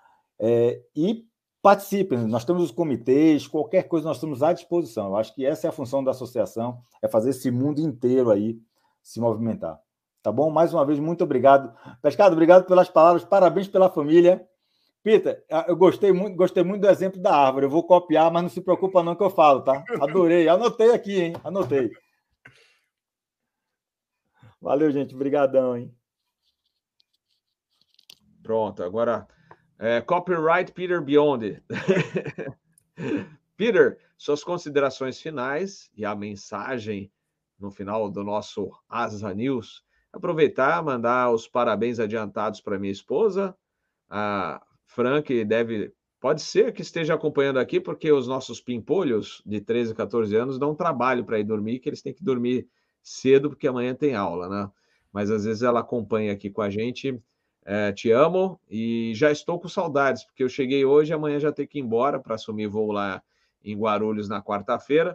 É, e participem. Nós temos os comitês, qualquer coisa nós estamos à disposição. Eu acho que essa é a função da associação, é fazer esse mundo inteiro aí se movimentar. Tá bom? Mais uma vez, muito obrigado. Pescado, obrigado pelas palavras. Parabéns pela família. Peter, eu gostei muito, gostei muito do exemplo da árvore. Eu vou copiar, mas não se preocupa não que eu falo, tá? Adorei. Anotei aqui, hein? Anotei. Valeu, gente. Obrigadão, hein? Pronto, agora é, copyright Peter Biondi. Peter, suas considerações finais e a mensagem no final do nosso Asa News. Aproveitar, mandar os parabéns adiantados para minha esposa, a Fran, que deve, pode ser que esteja acompanhando aqui, porque os nossos pimpolhos de treze, quatorze anos dão trabalho para ir dormir, que eles têm que dormir cedo, porque amanhã tem aula, né? Mas às vezes ela acompanha aqui com a gente. É, te amo e já estou com saudades, porque eu cheguei hoje e amanhã já tenho que ir embora para assumir voo lá em Guarulhos na quarta-feira.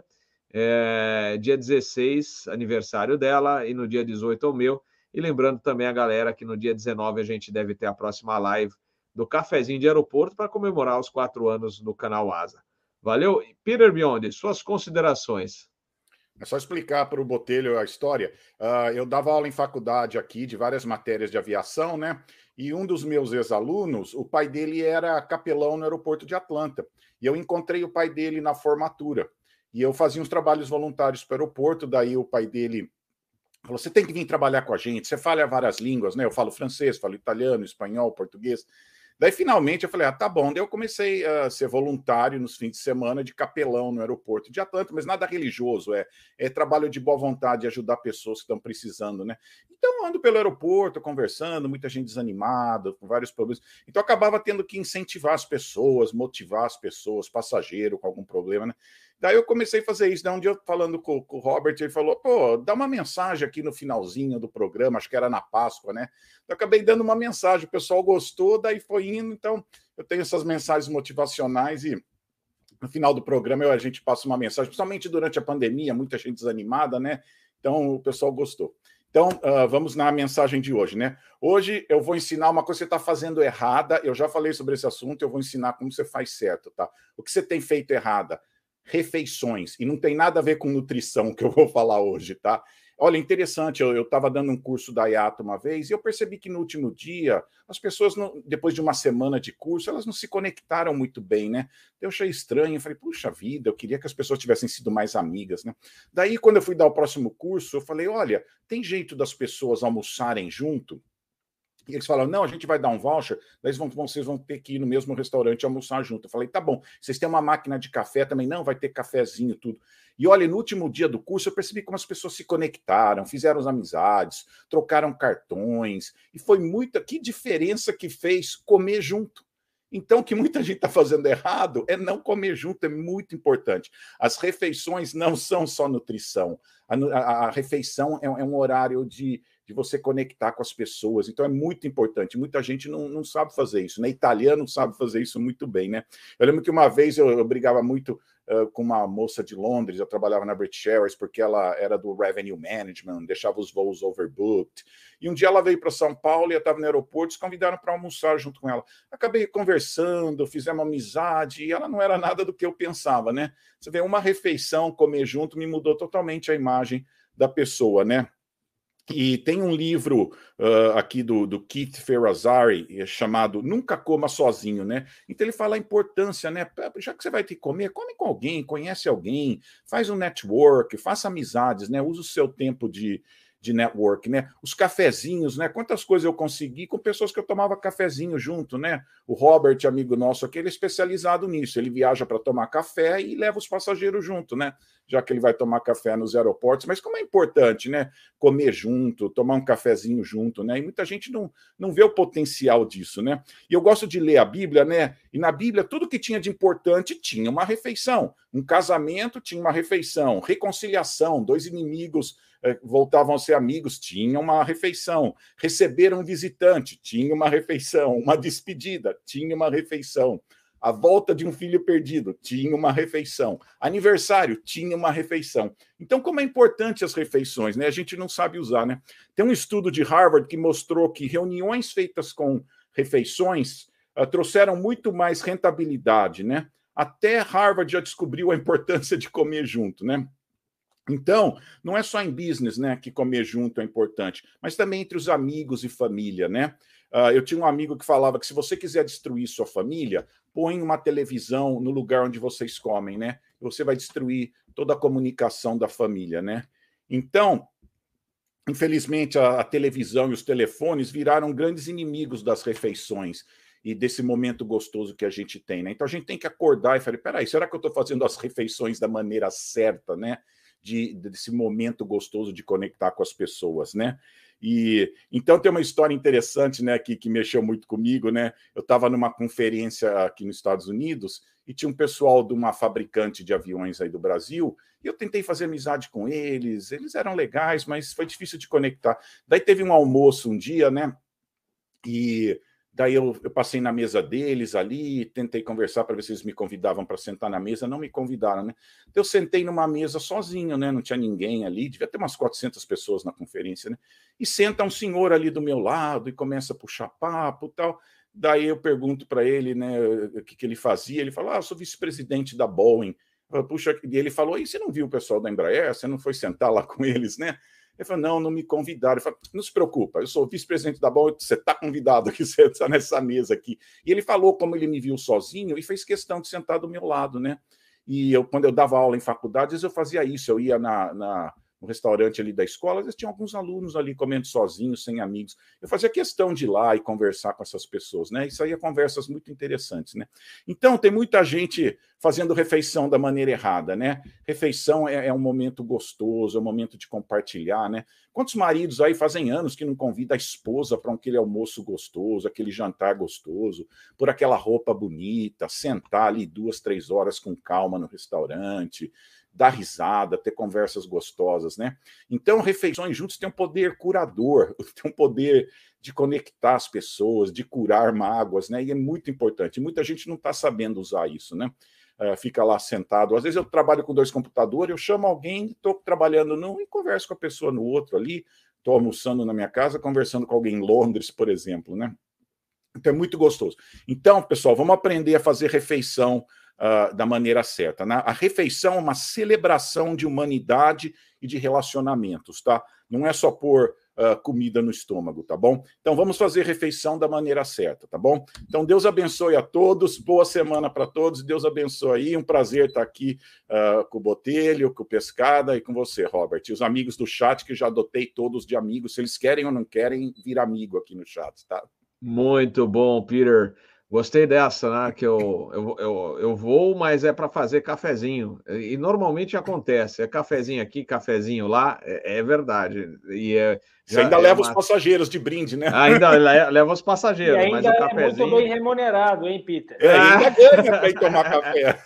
É, dia dezesseis, aniversário dela, e no dia dezoito é o meu. E lembrando também a galera que no dia dezenove a gente deve ter a próxima live do Cafezinho de Aeroporto para comemorar os quatro anos do canal Asa. Valeu? Peter Biondi, suas considerações. É só explicar para o Botelho a história. Uh, eu dava aula em faculdade aqui de várias matérias de aviação, né? E um dos meus ex-alunos, o pai dele era capelão no aeroporto de Atlanta. E eu encontrei o pai dele na formatura. E eu fazia uns trabalhos voluntários para o aeroporto, daí o pai dele falou, você tem que vir trabalhar com a gente, você fala várias línguas, né? Eu falo francês, falo italiano, espanhol, português. Daí, finalmente, eu falei, ah, tá bom. Daí eu comecei a ser voluntário nos fins de semana de capelão no aeroporto de Atlanta, mas nada religioso, é, é trabalho de boa vontade, ajudar pessoas que estão precisando, né? Então, eu ando pelo aeroporto, conversando, muita gente desanimada, com vários problemas. Então, eu acabava tendo que incentivar as pessoas, motivar as pessoas, passageiro com algum problema, né? Daí eu comecei a fazer isso. Daí um dia, eu falando com, com o Robert, ele falou, pô, dá uma mensagem aqui no finalzinho do programa, acho que era na Páscoa, né? Eu acabei dando uma mensagem, o pessoal gostou, daí foi indo. Então, eu tenho essas mensagens motivacionais e no final do programa eu, a gente passa uma mensagem, principalmente durante a pandemia, muita gente desanimada, né? Então, o pessoal gostou. Então, uh, vamos na mensagem de hoje, né? Hoje eu vou ensinar uma coisa que você está fazendo errada. Eu já falei sobre esse assunto, eu vou ensinar como você faz certo, tá? O que você tem feito errada? Refeições, e não tem nada a ver com nutrição que eu vou falar hoje, tá? Olha, interessante, eu estava dando um curso da I A T uma vez e eu percebi que no último dia, as pessoas, não, depois de uma semana de curso, elas não se conectaram muito bem, né? Eu achei estranho, eu falei, puxa vida, eu queria que as pessoas tivessem sido mais amigas, né? Daí, quando eu fui dar o próximo curso, eu falei, olha, tem jeito das pessoas almoçarem junto? E eles falaram, não, a gente vai dar um voucher, daí vão, vocês vão ter que ir no mesmo restaurante almoçar junto. Eu falei, tá bom, vocês têm uma máquina de café também? Não, vai ter cafezinho, tudo. E olha, no último dia do curso eu percebi como as pessoas se conectaram, fizeram as amizades, trocaram cartões, e foi muita, que diferença que fez comer junto. Então, o que muita gente está fazendo errado é não comer junto, é muito importante. As refeições não são só nutrição. A, a, a refeição é, é um horário de, de você conectar com as pessoas. Então, é muito importante. Muita gente não, não sabe fazer isso, né? Italiano sabe fazer isso muito bem, né? Eu lembro que uma vez eu, eu brigava muito uh, com uma moça de Londres, eu trabalhava na British Airways, porque ela era do Revenue Management, deixava os voos overbooked. E um dia ela veio para São Paulo e eu estava no aeroporto, se convidaram para almoçar junto com ela. Acabei conversando, fizemos amizade, e ela não era nada do que eu pensava, né? Você vê, uma refeição, comer junto, me mudou totalmente a imagem da pessoa, né? E tem um livro uh, aqui do, do Keith Ferrazari chamado Nunca Coma Sozinho, né? Então ele fala a importância, né? Já que você vai ter que comer, come com alguém, conhece alguém, faz um network, faça amizades, né? Usa o seu tempo de, de network, né? Os cafezinhos, né? Quantas coisas eu consegui com pessoas que eu tomava cafezinho junto, né? O Robert, amigo nosso aqui, ele é especializado nisso. Ele viaja para tomar café e leva os passageiros junto, né? Já que ele vai tomar café nos aeroportos, mas como é importante, né? Comer junto, tomar um cafezinho junto, né? E muita gente não, não vê o potencial disso, né? E eu gosto de ler a Bíblia, né? E na Bíblia, tudo que tinha de importante tinha uma refeição. Um casamento tinha uma refeição. Reconciliação, dois inimigos eh, voltavam a ser amigos, tinha uma refeição. Receberam um visitante, tinha uma refeição. Uma despedida, tinha uma refeição. A volta de um filho perdido, tinha uma refeição. Aniversário, tinha uma refeição. Então, como é importante as refeições, né? A gente não sabe usar, né? Tem um estudo de Harvard que mostrou que reuniões feitas com refeições uh, trouxeram muito mais rentabilidade, né? Até Harvard já descobriu a importância de comer junto, né? Então, não é só em business, né, que comer junto é importante, mas também entre os amigos e família, né? Uh, eu tinha um amigo que falava que se você quiser destruir sua família, põe uma televisão no lugar onde vocês comem, né? Você vai destruir toda a comunicação da família, né? Então, infelizmente, a, a televisão e os telefones viraram grandes inimigos das refeições e desse momento gostoso que a gente tem, né? Então, a gente tem que acordar e falar, peraí, será que eu estou fazendo as refeições da maneira certa, né? De, desse momento gostoso de conectar com as pessoas, né? E então tem uma história interessante, né, que, que mexeu muito comigo, né? Eu estava numa conferência aqui nos Estados Unidos e tinha um pessoal de uma fabricante de aviões aí do Brasil e eu tentei fazer amizade com eles, eles eram legais, mas foi difícil de conectar. Daí teve um almoço um dia, né? E daí eu, eu passei na mesa deles ali, tentei conversar para ver se eles me convidavam para sentar na mesa, não me convidaram, né? Então eu sentei numa mesa sozinho, né? Não tinha ninguém ali, devia ter umas quatrocentas pessoas na conferência, né? E senta um senhor ali do meu lado e começa a puxar papo e tal. Daí eu pergunto para ele, né, o que, que ele fazia. Ele fala, ah, eu sou vice-presidente da Boeing. Eu, puxa, e ele falou, e você não viu o pessoal da Embraer? Você não foi sentar lá com eles, né? Ele falou, não, não me convidaram. Ele falou, não se preocupa, eu sou vice-presidente da Boeing, você está convidado aqui, você está nessa mesa aqui. E ele falou como ele me viu sozinho e fez questão de sentar do meu lado, né? E eu, quando eu dava aula em faculdades, eu fazia isso, eu ia na, na, no restaurante ali da escola, às vezes tinha alguns alunos ali comendo sozinhos, sem amigos. Eu fazia questão de ir lá e conversar com essas pessoas, né? Isso aí é conversas muito interessantes, né? Então, tem muita gente fazendo refeição da maneira errada, né? Refeição é, é um momento gostoso, é um momento de compartilhar, né? Quantos maridos aí fazem anos que não convida a esposa para aquele almoço gostoso, aquele jantar gostoso, por aquela roupa bonita, sentar ali duas, três horas com calma no restaurante, dar risada, ter conversas gostosas, né? Então, refeições juntos têm um poder curador, tem um poder de conectar as pessoas, de curar mágoas, né? E é muito importante. Muita gente não está sabendo usar isso, né? Uh, fica lá sentado. Às vezes eu trabalho com dois computadores, eu chamo alguém, estou trabalhando num e converso com a pessoa no outro ali, estou almoçando na minha casa, conversando com alguém em Londres, por exemplo, né? Então é muito gostoso. Então, pessoal, vamos aprender a fazer refeição uh, da maneira certa. Né? A refeição é uma celebração de humanidade e de relacionamentos, tá? Não é só pôr uh, comida no estômago, tá bom? Então vamos fazer refeição da maneira certa, tá bom? Então Deus abençoe a todos, boa semana para todos, Deus abençoe aí, um prazer estar aqui uh, com o Botelho, com o Pescada e com você, Robert, e os amigos do chat que já adotei todos de amigos, se eles querem ou não querem vir amigo aqui no chat, tá? Muito bom, Peter. Gostei dessa, né? Que eu, eu, eu, eu vou, mas é para fazer cafezinho. E normalmente acontece, é cafezinho aqui, cafezinho lá, é, é verdade. E é, Você ainda é leva uma... os passageiros de brinde, né? Ainda leva os passageiros, e ainda mas o cafezinho... é muito bem remunerado, hein, Peter? É, ainda ganha para ir tomar café.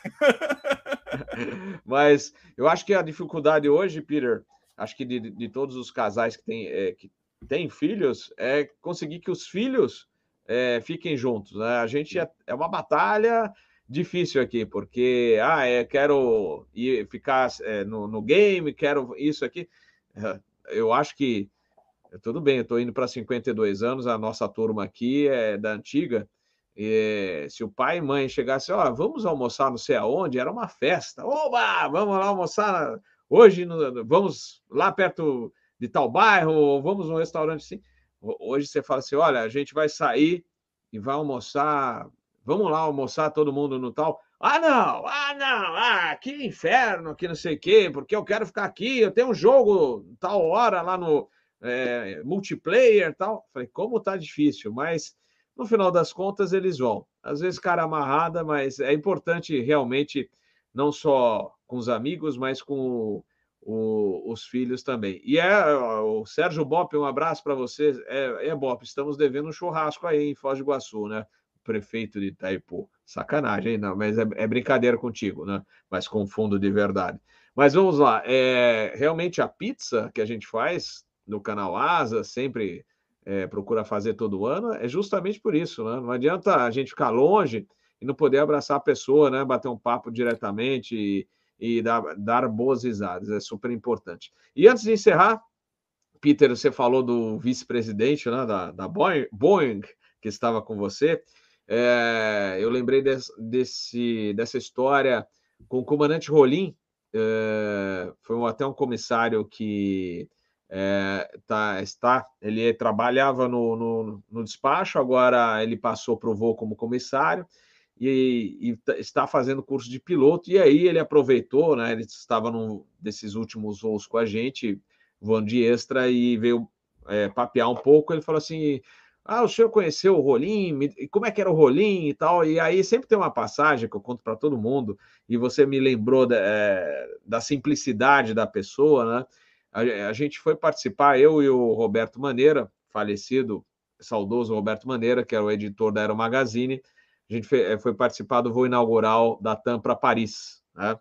Mas eu acho que a dificuldade hoje, Peter, acho que de, de todos os casais que têm é, que têm filhos, é conseguir que os filhos É, fiquem juntos, né? A gente é, é uma batalha difícil aqui, porque ah, é, quero ir ficar é, no, no game, quero isso aqui. Eu acho que tudo bem, eu estou indo para cinquenta e dois anos, a nossa turma aqui é da antiga. E, se o pai e mãe chegassem, ó, vamos almoçar não sei aonde, era uma festa. Oba, vamos lá almoçar hoje, no, vamos lá perto de tal bairro, ou vamos num restaurante assim. Hoje você fala assim, olha, a gente vai sair e vai almoçar, vamos lá almoçar todo mundo no tal. Ah, não, ah, não, ah, que inferno, que não sei o quê, porque eu quero ficar aqui, eu tenho um jogo tal hora lá no é, multiplayer e tal. Falei, como tá difícil, mas no final das contas eles vão. Às vezes cara amarrada, mas é importante realmente, não só com os amigos, mas com o O, os filhos também. E é o Sérgio Bop, um abraço para você. É, é Bop, estamos devendo um churrasco aí em Foz do Iguaçu, né? Prefeito de Itaipu. Sacanagem, hein? Não, mas é, é brincadeira contigo, né? Mas com fundo de verdade. Mas vamos lá. É, realmente a pizza que a gente faz no canal Asa, sempre é, procura fazer todo ano, é justamente por isso, né? Não adianta a gente ficar longe e não poder abraçar a pessoa, né? Bater um papo diretamente e e dar, dar boas risadas, é super importante. E antes de encerrar, Peter, você falou do vice-presidente, né, da, da Boeing, Boeing, que estava com você, é, eu lembrei desse, desse, dessa história com o comandante Rolim, é, foi um, até um comissário que é, tá, está, ele trabalhava no, no, no despacho, agora ele passou para o voo como comissário, E, e está fazendo curso de piloto, e aí ele aproveitou, né? Ele estava num desses últimos voos com a gente, voando de extra, e veio é, papear um pouco. Ele falou assim: ah, o senhor conheceu o Rolim? E como é que era o Rolim e tal? E aí sempre tem uma passagem que eu conto para todo mundo, e você me lembrou da, é, da simplicidade da pessoa, né? A, a gente foi participar, eu e o Roberto Maneira, falecido, saudoso Roberto Maneira, que era o editor da Aero Magazine. A gente foi, foi participar do voo inaugural da TAM para Paris, né?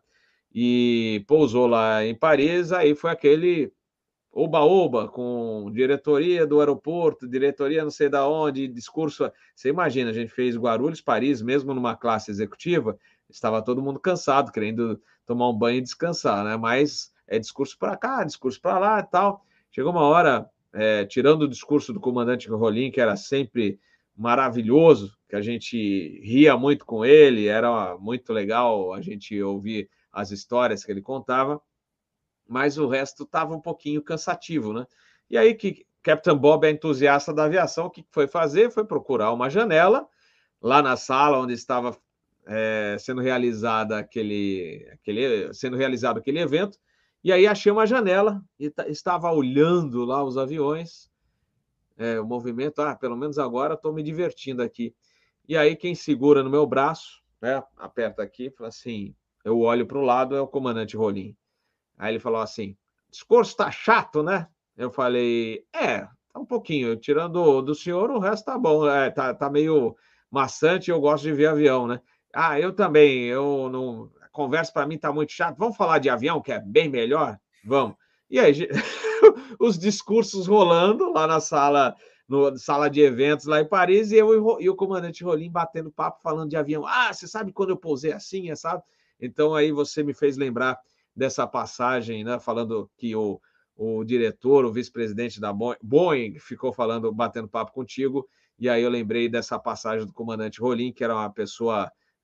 E pousou lá em Paris, aí foi aquele oba-oba com diretoria do aeroporto, diretoria não sei da onde, discurso. Você imagina, a gente fez Guarulhos, Paris, mesmo numa classe executiva, estava todo mundo cansado, querendo tomar um banho e descansar, né? Mas é discurso para cá, discurso para lá e tal. Chegou uma hora, é, tirando o discurso do comandante Rolim, que era sempre maravilhoso, que a gente ria muito com ele, era muito legal a gente ouvir as histórias que ele contava, mas o resto estava um pouquinho cansativo, né? E aí que Captain Bob é entusiasta da aviação, o que foi fazer? Foi procurar uma janela lá na sala onde estava é, sendo realizada aquele, aquele, sendo realizado aquele evento, e aí achei uma janela e estava olhando lá os aviões. É, o movimento, ah, pelo menos agora estou me divertindo aqui. E aí quem segura no meu braço, né, aperta aqui, fala assim, eu olho para o lado, é o comandante Rolim. Aí ele falou assim, discurso tá chato, né? Eu falei, é, tá um pouquinho, tirando do senhor, o resto tá bom, é, tá, tá meio maçante, eu gosto de ver avião, né? Ah, eu também, eu não... A conversa para mim tá muito chato, vamos falar de avião, que é bem melhor? Vamos. E aí, os discursos rolando lá na sala, no sala de eventos lá em Paris, e eu e o comandante Rolim batendo papo, falando de avião. Ah, você sabe quando eu pousei assim, sabe? Então aí você me fez lembrar dessa passagem, né? Falando que o, o diretor, o vice-presidente da Boeing, ficou falando, batendo papo contigo, e aí eu lembrei dessa passagem do comandante Rolim, que era uma pessoa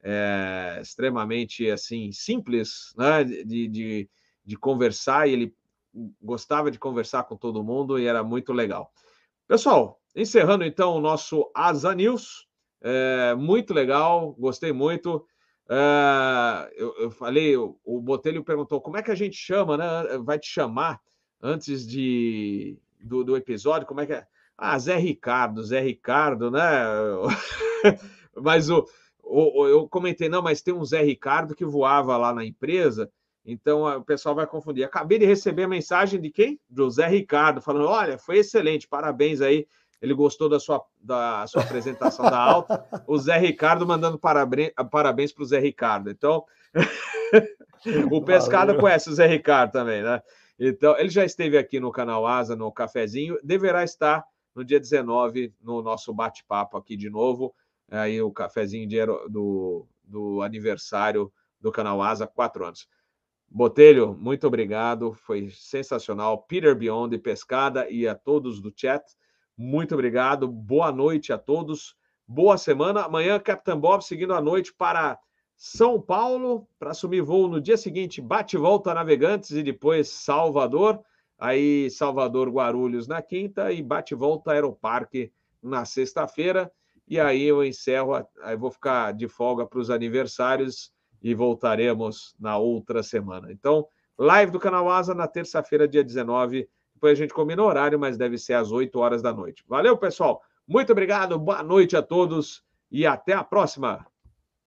é, extremamente assim simples, né, de, de, de conversar, e ele gostava de conversar com todo mundo e era muito legal. Pessoal, encerrando então o nosso Asa News, é, muito legal, gostei muito. É, eu, eu falei, o, o Botelho perguntou como é que a gente chama, né? Vai te chamar antes de, do, do episódio, como é que é? Ah, Zé Ricardo, Zé Ricardo, né? Mas o, o, eu comentei, não, mas tem um Zé Ricardo que voava lá na empresa, então o pessoal vai confundir. Acabei de receber a mensagem de quem? Do Zé Ricardo, falando, olha, foi excelente, parabéns aí, ele gostou da sua, da sua apresentação da Alta. O Zé Ricardo mandando parabéns, parabéns para o Zé Ricardo. Então, o Pescada Valeu. Conhece o Zé Ricardo também, né? Então, ele já esteve aqui no canal Asa, no cafezinho, deverá estar no dia dezenove, no nosso bate-papo aqui de novo, aí o cafezinho de, do, do aniversário do canal Asa, quatro anos. Botelho, muito obrigado, foi sensacional. Peter Beyond, Pescada e a todos do chat, muito obrigado, boa noite a todos, boa semana. Amanhã, Capitão Bob seguindo a noite para São Paulo, para assumir voo no dia seguinte, bate-volta Navegantes e depois Salvador, aí Salvador Guarulhos na quinta e bate-volta Aeroparque na sexta-feira, e aí eu encerro, aí vou ficar de folga para os aniversários e voltaremos na outra semana. Então, live do canal Asa na terça-feira, dia dezenove, depois a gente combina o horário, mas deve ser às oito horas da noite. Valeu, pessoal, muito obrigado, boa noite a todos e até a próxima!